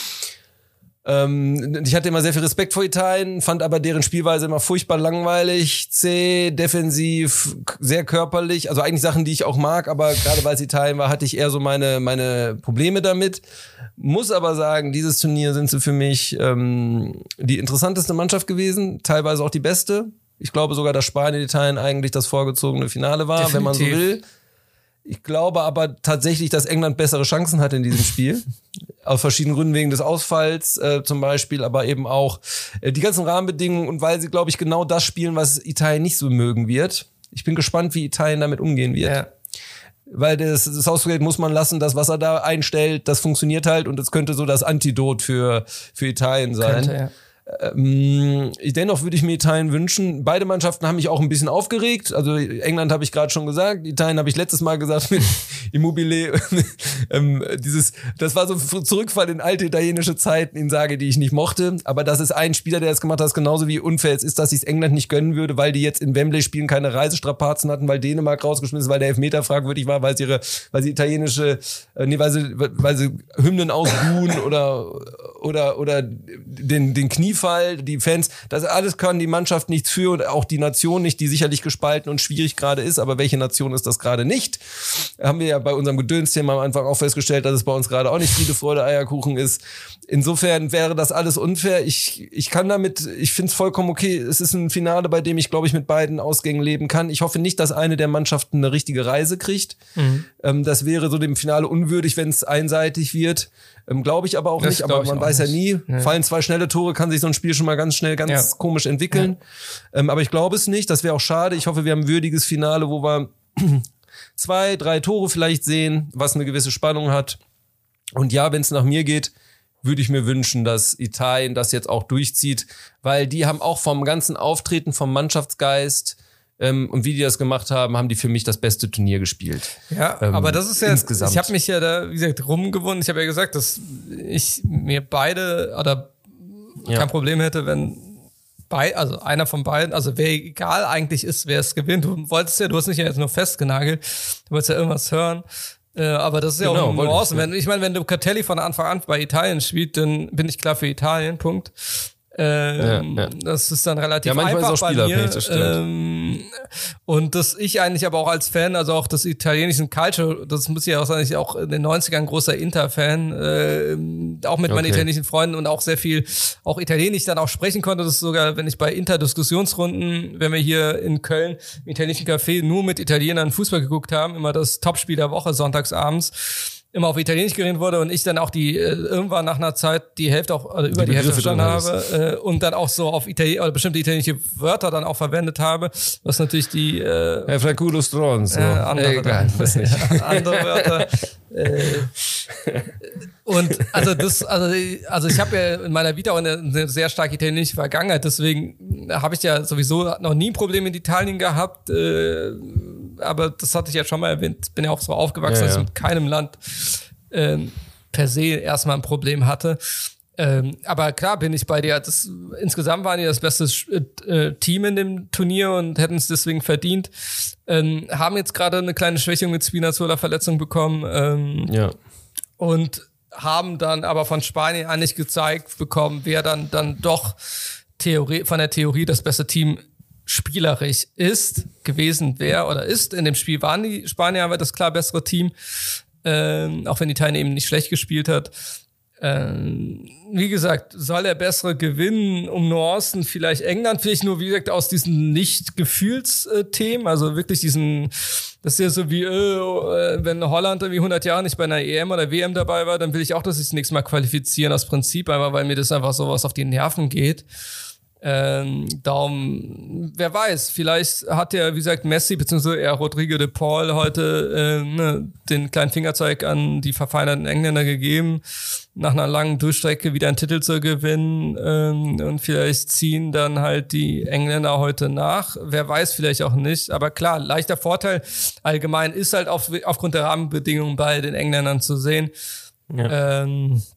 Ich hatte immer sehr viel Respekt vor Italien, fand aber deren Spielweise immer furchtbar langweilig, zäh, defensiv, sehr körperlich, also eigentlich Sachen, die ich auch mag, aber gerade weil es Italien war, hatte ich eher so meine Probleme damit. Muss aber sagen, dieses Turnier sind sie für mich die interessanteste Mannschaft gewesen, teilweise auch die beste. Ich glaube sogar, dass Spanien Italien eigentlich das vorgezogene Finale war, definitiv, wenn man so will. Ich glaube aber tatsächlich, dass England bessere Chancen hat in diesem Spiel. Aus verschiedenen Gründen, wegen des Ausfalls zum Beispiel, aber eben auch die ganzen Rahmenbedingungen und weil sie, glaube ich, genau das spielen, was Italien nicht so mögen wird. Ich bin gespannt, wie Italien damit umgehen wird. Ja. Weil das Southgate muss man lassen, das, was er da einstellt, das funktioniert halt und das könnte so das Antidot für Italien sein. Könnte, ja. Dennoch würde ich mir Italien wünschen. Beide Mannschaften haben mich auch ein bisschen aufgeregt. Also England habe ich gerade schon gesagt, Italien habe ich letztes Mal gesagt mit Immobile. Das war so ein Zurückfall in alte italienische Zeiten, in Sage, die ich nicht mochte. Aber das ist ein Spieler, der das gemacht hat, genauso wie unfair es ist, dass ich es England nicht gönnen würde, weil die jetzt in Wembley spielen, keine Reisestrapazen hatten, weil Dänemark rausgeschmissen ist, weil der Elfmeter fragwürdig war, weil sie italienische, weil sie Hymnen ausbuhen oder den Kniefall, die Fans, das alles kann die Mannschaft nichts für und auch die Nation nicht, die sicherlich gespalten und schwierig gerade ist, aber welche Nation ist das gerade nicht? Haben wir ja bei unserem Gedönsthema am Anfang auch festgestellt, dass es bei uns gerade auch nicht Friede, Freude, Eierkuchen ist. Insofern wäre das alles unfair. Ich finde es vollkommen okay. Es ist ein Finale, bei dem ich, glaube ich, mit beiden Ausgängen leben kann. Ich hoffe nicht, dass eine der Mannschaften eine richtige Reise kriegt. Das wäre so dem Finale unwürdig, wenn es einseitig wird. Glaube ich aber auch nicht, aber man weiß ja nie. Ja. Fallen 2 schnelle Tore, kann sich so ein Spiel schon mal ganz schnell komisch entwickeln. Ja. Aber ich glaube es nicht, das wäre auch schade. Ich hoffe, wir haben ein würdiges Finale, wo wir 2, 3 Tore vielleicht sehen, was eine gewisse Spannung hat. Und ja, wenn es nach mir geht, würde ich mir wünschen, dass Italien das jetzt auch durchzieht, weil die haben auch vom ganzen Auftreten, vom Mannschaftsgeist und wie die das gemacht haben, haben die für mich das beste Turnier gespielt. Ja, aber das ist ja, insgesamt. Ich habe mich ja da, wie gesagt, rumgewunden. Ich habe ja gesagt, dass ich mir beide oder kein Problem hätte, wenn also einer von beiden, also wer egal eigentlich ist, wer es gewinnt. Du hast nicht ja jetzt nur festgenagelt, du wolltest ja irgendwas hören. Aber das ist ja auch Nuancen. Wenn Locatelli von Anfang an bei Italien spielt, dann bin ich klar für Italien, Punkt. Das ist dann relativ einfach ist auch bei mir. Das und dass ich eigentlich aber auch als Fan, also auch des italienischen Culture, das muss ich auch sagen, ich auch in den 90ern ein großer Inter-Fan, auch mit meinen italienischen Freunden und auch sehr viel auch Italienisch dann auch sprechen konnte. Das ist sogar, wenn ich bei Inter-Diskussionsrunden, wenn wir hier in Köln im italienischen Café nur mit Italienern Fußball geguckt haben, immer das Topspiel der Woche sonntags abends, immer auf Italienisch geredet wurde und ich dann auch irgendwann nach einer Zeit die Hälfte auch, also über die Hälfte verstanden habe und dann auch so auf oder bestimmte italienische Wörter dann auch verwendet habe, was natürlich die Fraculo Stronzo. Andere Wörter. Und also ich habe ja in meiner Vita auch eine sehr starke italienische Vergangenheit, deswegen habe ich ja sowieso noch nie ein Problem mit Italien gehabt, aber das hatte ich ja schon mal erwähnt, bin ja auch so aufgewachsen, dass ich mit keinem Land per se erstmal ein Problem hatte. Aber klar bin ich bei dir. Insgesamt waren die das beste Team in dem Turnier und hätten es deswegen verdient. Haben jetzt gerade eine kleine Schwächung mit Spinazzola-Verletzung bekommen. Und haben dann aber von Spanien eigentlich gezeigt bekommen, wer dann doch von der Theorie das beste Team spielerisch gewesen wäre oder ist. In dem Spiel waren die Spanier aber das klar bessere Team, auch wenn Italien eben nicht schlecht gespielt hat. Wie gesagt, soll der bessere gewinnen, um Nuancen vielleicht England, vielleicht nur, wie gesagt, aus diesen Nicht-Gefühlsthemen, also wirklich das ist ja so wie, wenn Holland irgendwie 100 Jahre nicht bei einer EM oder WM dabei war, dann will ich auch, dass sie das nächste Mal qualifizieren, aus Prinzip, einfach weil mir das einfach sowas auf die Nerven geht. Darum, wer weiß, vielleicht hat ja, wie gesagt, Messi bzw. Rodrigo de Paul heute den kleinen Fingerzeig an die verfeinerten Engländer gegeben, nach einer langen Durchstrecke wieder einen Titel zu gewinnen, und vielleicht ziehen dann halt die Engländer heute nach. Wer weiß, vielleicht auch nicht. Aber klar, leichter Vorteil allgemein ist halt aufgrund der Rahmenbedingungen bei den Engländern zu sehen. Ja.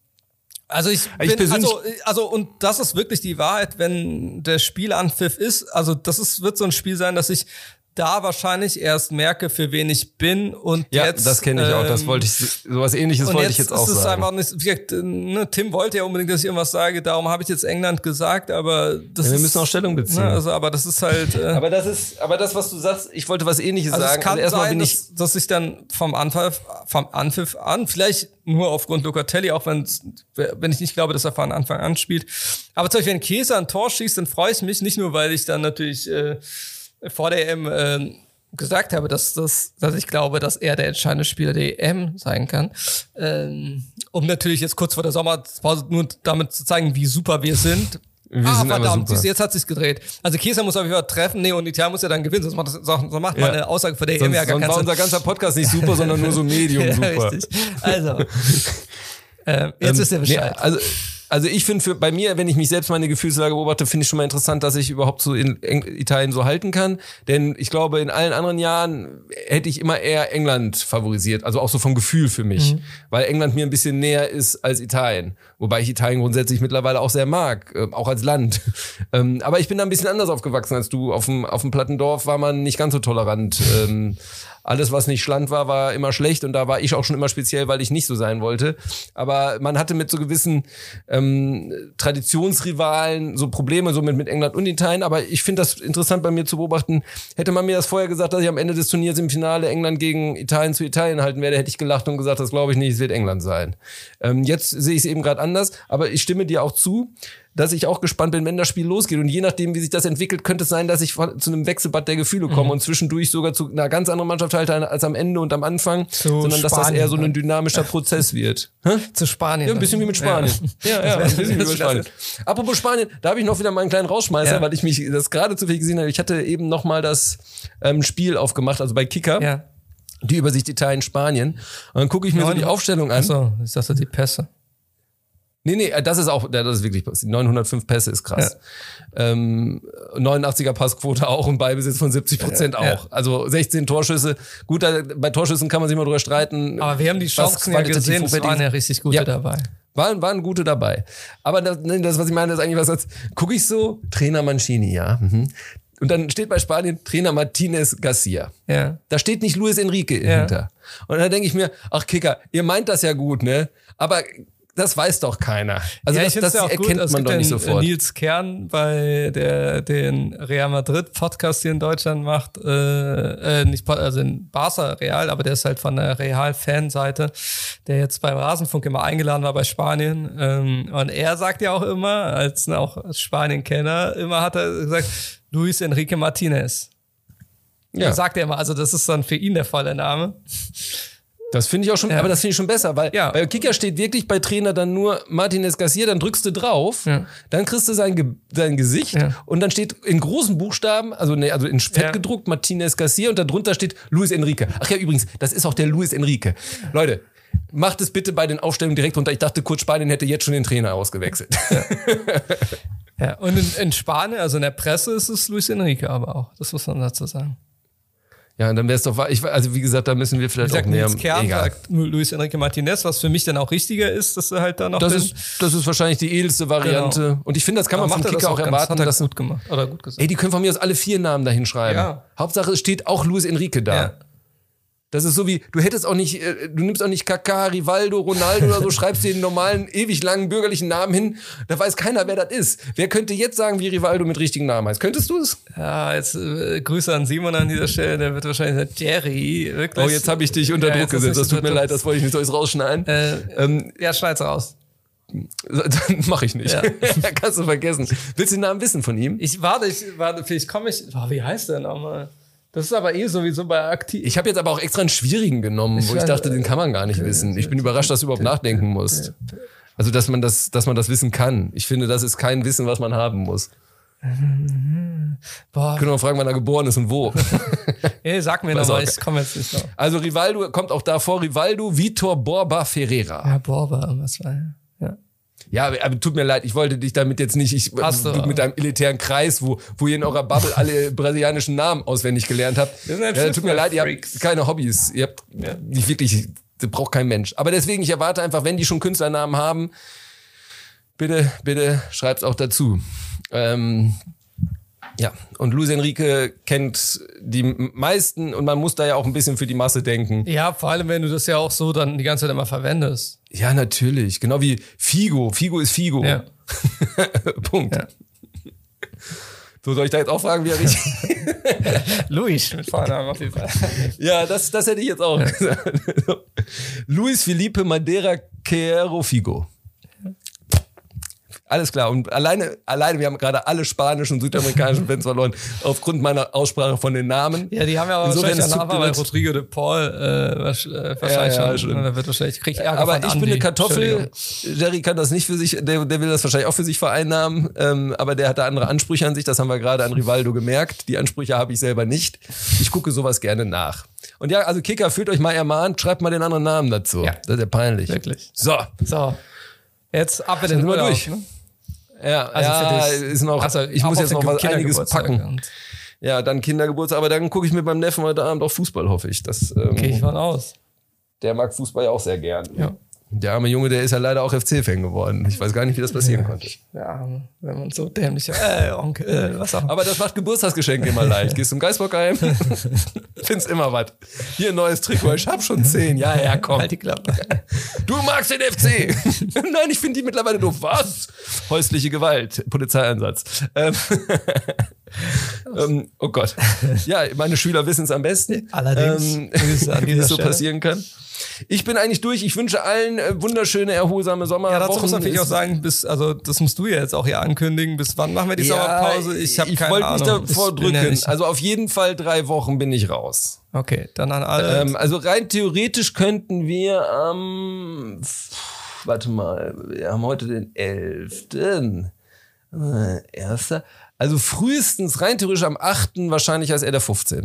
Und das ist wirklich die Wahrheit, wenn der Spielanpfiff ist. Also wird so ein Spiel sein, dass ich da wahrscheinlich erst merke, für wen ich bin und jetzt. Ja, das kenne ich auch. Das wollte ich, sowas Ähnliches wollte ich jetzt auch sagen. Einfach nicht, wie gesagt, Tim wollte ja unbedingt, dass ich irgendwas sage. Darum habe ich jetzt England gesagt, aber wir müssen auch Stellung beziehen. Aber das ist halt. Aber das, was du sagst, ich wollte was Ähnliches sagen. Es kann sein, dass ich dann vom Anpfiff an, vielleicht nur aufgrund Locatelli, auch wenn ich nicht glaube, dass er von Anfang an spielt. Aber zum Beispiel, wenn Chiesa ein Tor schießt, dann freue ich mich nicht nur, weil ich dann natürlich vor der EM gesagt habe, dass ich glaube, dass er der entscheidende Spieler der EM sein kann. Um natürlich jetzt kurz vor der Sommerpause nur damit zu zeigen, wie super wir sind. Verdammt, jetzt hat sich's gedreht. Also Chiesa muss auf jeden Fall treffen, und Italien muss ja dann gewinnen, sonst macht man eine Aussage für der EM ja gar keinen Sinn. War unser ganzer Podcast nicht super, sondern nur so medium super. Richtig. Also, jetzt ist der Bescheid. Also ich finde bei mir, wenn ich mich selbst meine Gefühlslage beobachte, finde ich schon mal interessant, dass ich überhaupt so in Italien so halten kann. Denn ich glaube, in allen anderen Jahren hätte ich immer eher England favorisiert. Also auch so vom Gefühl für mich. Weil England mir ein bisschen näher ist als Italien. Wobei ich Italien grundsätzlich mittlerweile auch sehr mag. Auch als Land. Aber ich bin da ein bisschen anders aufgewachsen als du. Auf dem Plattendorf war man nicht ganz so tolerant. Alles, was nicht Schland war, war immer schlecht und da war ich auch schon immer speziell, weil ich nicht so sein wollte. Aber man hatte mit so gewissen Traditionsrivalen so Probleme, so mit England und Italien. Aber ich finde das interessant bei mir zu beobachten. Hätte man mir das vorher gesagt, dass ich am Ende des Turniers im Finale England gegen Italien zu Italien halten werde, hätte ich gelacht und gesagt, das glaube ich nicht, es wird England sein. Jetzt sehe ich es eben gerade anders, aber ich stimme dir auch zu, dass ich auch gespannt bin, wenn das Spiel losgeht. Und je nachdem, wie sich das entwickelt, könnte es sein, dass ich zu einem Wechselbad der Gefühle komme und zwischendurch sogar zu einer ganz anderen Mannschaft halte als am Ende und am Anfang, sondern dass das eher so ein dynamischer Prozess wird. Zu Spanien. Ja, ein bisschen wie mit Spanien. Ja, ein bisschen wie mit Spanien. Apropos Spanien, da habe ich noch wieder mal einen kleinen Rausschmeißer, weil ich mich das gerade zufällig gesehen habe. Ich hatte eben noch mal das Spiel aufgemacht, also bei Kicker. Ja. Die Übersicht Italien-Spanien. Und dann gucke ich mir so die Aufstellung an. Achso, ich dachte die Pässe. Nee, das ist wirklich, 905 Pässe ist krass. Ja. 89er Passquote auch und Ballbesitz von 70% auch. Ja. Also 16 Torschüsse. Gut, bei Torschüssen kann man sich mal drüber streiten. Aber wir haben die Chancen ja gesehen, es waren ja richtig gute dabei. Waren gute dabei. Aber das, was ich meine, ist eigentlich was, als gucke ich so, Trainer Mancini, ja. Und dann steht bei Spanien Trainer Martinez Garcia. Ja. Da steht nicht Luis Enrique hinter. Und dann denke ich mir, ach Kicker, ihr meint das ja gut, ne? Aber das weiß doch keiner. Also das ja erkennt gut. Man doch nicht sofort. Nils Kern bei den Real Madrid Podcast hier in Deutschland macht, also in Barca Real, aber der ist halt von der Real-Fanseite, der jetzt beim Rasenfunk immer eingeladen war bei Spanien. Und er sagt ja auch immer, als Spanien-Kenner, immer hat er gesagt, Luis Enrique Martinez. Ja. Sagt er immer, also das ist dann für ihn der volle Name. Das finde ich auch schon, aber das finde ich schon besser, weil bei Kicker steht wirklich bei Trainer dann nur Martinez Garcia, dann drückst du drauf, dann kriegst du sein Gesicht und dann steht in großen Buchstaben, also in fett gedruckt Martinez Garcia und darunter steht Luis Enrique. Ach ja, übrigens, das ist auch der Luis Enrique. Leute, macht es bitte bei den Aufstellungen direkt runter. Ich dachte, Kurt Spanien hätte jetzt schon den Trainer ausgewechselt. Ja, und in Spanien, also in der Presse ist es Luis Enrique aber auch, das muss man dazu sagen. Ja, und dann wäre es doch, also wie gesagt, da müssen wir vielleicht auch näher. Kern sagt Luis Enrique Martinez, was für mich dann auch richtiger ist, dass er halt da noch das ist wahrscheinlich die edelste Variante. Genau. Und ich finde, das kann man vom Kicker auch erwarten. Hat er gut gemacht. Oder gut gesagt. Ey, die können von mir aus alle 4 Namen da hinschreiben. Ja. Hauptsache, es steht auch Luis Enrique da. Ja. Das ist so wie, du nimmst auch nicht Kaká, Rivaldo, Ronaldo oder so, schreibst dir den normalen, ewig langen bürgerlichen Namen hin, da weiß keiner, wer das ist. Wer könnte jetzt sagen, wie Rivaldo mit richtigen Namen heißt? Könntest du es? Ja, jetzt Grüße an Simon an dieser Stelle, der wird wahrscheinlich sagen, Jerry, wirklich. Oh, jetzt habe ich dich unter Druck gesetzt, das tut mir leid, das wollte ich nicht, soll ich es rausschneiden? Ja, schneid's raus. Dann mache ich nicht. Ja. Kannst du vergessen. Willst du den Namen wissen von ihm? Warte, vielleicht komme ich, wie heißt der nochmal? Das ist aber sowieso bei Aktiv. Ich habe jetzt aber auch extra einen schwierigen genommen, wo ich dachte, den kann man gar nicht wissen. Ich bin überrascht, dass du überhaupt nachdenken musst. Also, dass man das wissen kann. Ich finde, das ist kein Wissen, was man haben muss. Boah. Können wir fragen, wann er geboren ist und wo. Nee, sag mir nochmal, ich komme jetzt nicht drauf. Also Rivaldo kommt auch da vor, Rivaldo Vitor Borba Ferreira. Ja, Borba, was war ja. Ja, aber tut mir leid, ich wollte dich damit jetzt nicht, du mit deinem elitären Kreis, wo ihr in eurer Bubble alle brasilianischen Namen auswendig gelernt habt. Tut mir leid, ihr habt keine Hobbys. Ihr habt nicht wirklich, das braucht kein Mensch. Aber deswegen, ich erwarte einfach, wenn die schon Künstlernamen haben, bitte schreibt's auch dazu. Ja, und Luis Enrique kennt die meisten und man muss da ja auch ein bisschen für die Masse denken. Ja, vor allem, wenn du das ja auch so dann die ganze Zeit immer verwendest. Ja, natürlich. Genau wie Figo. Figo ist Figo. Ja. Punkt. Ja. So, soll ich da jetzt auch fragen, wie er richtig... Luis mit Vornamen auf jeden Fall. Ja, das hätte ich jetzt auch gesagt. Luis Felipe Madeira Quero Figo. Alles klar. Und alleine, wir haben gerade alle spanischen und südamerikanischen Fans verloren, aufgrund meiner Aussprache von den Namen. Ja, die haben ja aber wahrscheinlich danach bei Rodrigo de Paul wahrscheinlich schon. Der wird wahrscheinlich Ärger aber von ich Andi. bin eine Kartoffel. Jerry kann das nicht für sich, der will das wahrscheinlich auch für sich vereinnahmen, aber der hat da andere Ansprüche an sich. Das haben wir gerade an Rivaldo gemerkt. Die Ansprüche habe ich selber nicht. Ich gucke sowas gerne nach. Und ja, also Kicker, fühlt euch mal ermahnt, schreibt mal den anderen Namen dazu. Ja. Das ist ja peinlich. Wirklich. So. Jetzt ab mit den Urlaub, durch. Ne? Ja, Also ist noch, ich muss jetzt noch was einiges packen. Ja, dann Kindergeburtstag, aber dann gucke ich mit meinem Neffen heute Abend auch Fußball, hoffe ich. Gehe ich von aus. Der mag Fußball ja auch sehr gern. Ja. Der arme Junge, der ist ja leider auch FC-Fan geworden. Ich weiß gar nicht, wie das passieren konnte. Ja, wenn man so dämlich Onkel, was auch. Aber das macht Geburtstagsgeschenke immer leicht. Gehst zum Geisbockheim, findest immer was. Hier ein neues Trikot, ich hab schon 10. Ja, komm. Halt die Klappe. Du magst den FC. Nein, ich finde die mittlerweile doof. Was? Häusliche Gewalt, Polizeieinsatz. Oh Gott. Ja, meine Schüler wissen es am besten. Allerdings, wie es so passieren kann. Ich bin eigentlich durch. Ich wünsche allen wunderschöne, erholsame Sommerwochen. Ja, dazu muss man natürlich auch sagen, also das musst du ja jetzt auch hier ankündigen. Bis wann machen wir die Sommerpause? Ich habe keine Ahnung. Ich wollte mich davor drücken. Also auf jeden Fall 3 Wochen bin ich raus. Okay, dann an alle. Also rein theoretisch könnten wir warte mal, wir haben heute den 11. Erster. Also frühestens rein theoretisch am 8. wahrscheinlich als der 15.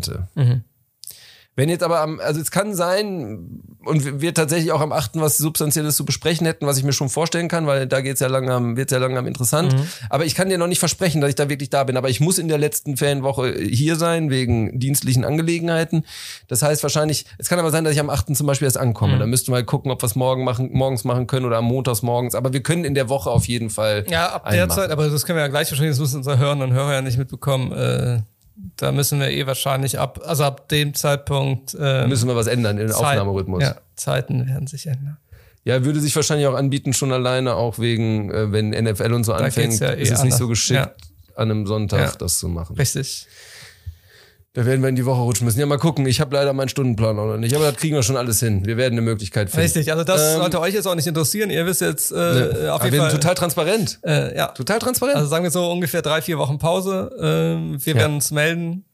Wenn jetzt aber also es kann sein, und wir tatsächlich auch am 8. was Substanzielles zu besprechen hätten, was ich mir schon vorstellen kann, weil da wird's ja langsam interessant. Aber ich kann dir noch nicht versprechen, dass ich da wirklich da bin. Aber ich muss in der letzten Ferienwoche hier sein, wegen dienstlichen Angelegenheiten. Das heißt wahrscheinlich, es kann aber sein, dass ich am 8. zum Beispiel erst ankomme. Da müssten wir mal gucken, ob wir es morgens machen können oder am Montags morgens. Aber wir können in der Woche auf jeden Fall. Ja, ab der Zeit, aber das können wir ja gleich wahrscheinlich, das müssen unsere Hörerinnen und Hörer ja nicht mitbekommen. Da müssen wir wahrscheinlich ab dem Zeitpunkt müssen wir was ändern in den Aufnahmerhythmus. Ja, Zeiten werden sich ändern. Ja, würde sich wahrscheinlich auch anbieten, schon alleine, auch wegen, wenn NFL und so anfängt, ist es anders. nicht so geschickt, an einem Sonntag das zu machen. Richtig. Da werden wir in die Woche rutschen müssen. Ja, mal gucken. Ich habe leider meinen Stundenplan auch noch nicht, aber das kriegen wir schon alles hin. Wir werden eine Möglichkeit finden. Richtig, also das sollte euch jetzt auch nicht interessieren. Ihr wisst jetzt auf jeden Fall. Wir sind total transparent. Ja. Total transparent. Also sagen wir so ungefähr 3-4 Wochen Pause. Wir werden uns melden.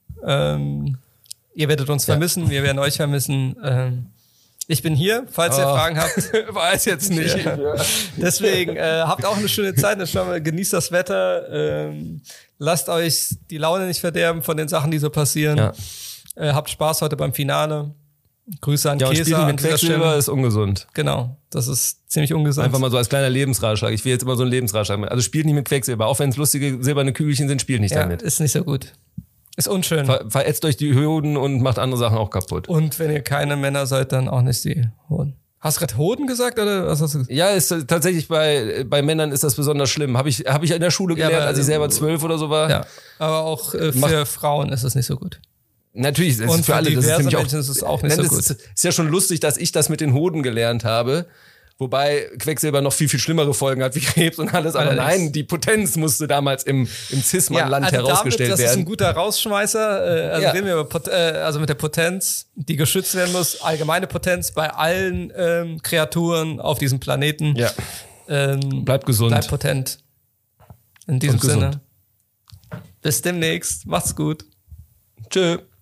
Ihr werdet uns vermissen, wir werden euch vermissen. Ich bin hier, falls ihr Fragen habt. Weiß jetzt nicht. Ja. Deswegen habt auch eine schöne Zeit, genießt das Wetter, lasst euch die Laune nicht verderben von den Sachen, die so passieren. Ja. Habt Spaß heute beim Finale. Grüße an Ja, und Käse. Spielen mit Quecksilber ist ungesund. Genau, das ist ziemlich ungesund. Einfach mal so als kleiner Lebensratschlag. Ich will jetzt immer so einen Lebensratschlag machen. Also spielt nicht mit Quecksilber, auch wenn es lustige silberne Kügelchen sind, spielt nicht damit. Ist nicht so gut. Ist unschön. Verätzt euch die Hoden und macht andere Sachen auch kaputt. Und wenn ihr keine Männer seid, dann auch nicht die Hoden. Hast du gerade Hoden gesagt oder was hast du gesagt? Ja, ist tatsächlich bei Männern ist das besonders schlimm. Hab ich in der Schule gelernt, als ich selber 12 oder so war. Ja, aber auch für Frauen ist es nicht so gut. Natürlich, das und ist für alle. Das ist nämlich auch, Menschen ist es auch nicht so gut. Ist ja schon lustig, dass ich das mit den Hoden gelernt habe. Wobei Quecksilber noch viel, viel schlimmere Folgen hat wie Krebs und alles. Aber nein, die Potenz musste damals im Cis-Mann-Land herausgestellt werden. Das ist ein guter Rausschmeißer. Reden wir über mit der Potenz, die geschützt werden muss. Allgemeine Potenz bei allen Kreaturen auf diesem Planeten. Ja. Bleibt gesund. Bleibt potent. In diesem Sinne. Bis demnächst. Macht's gut. Tschö.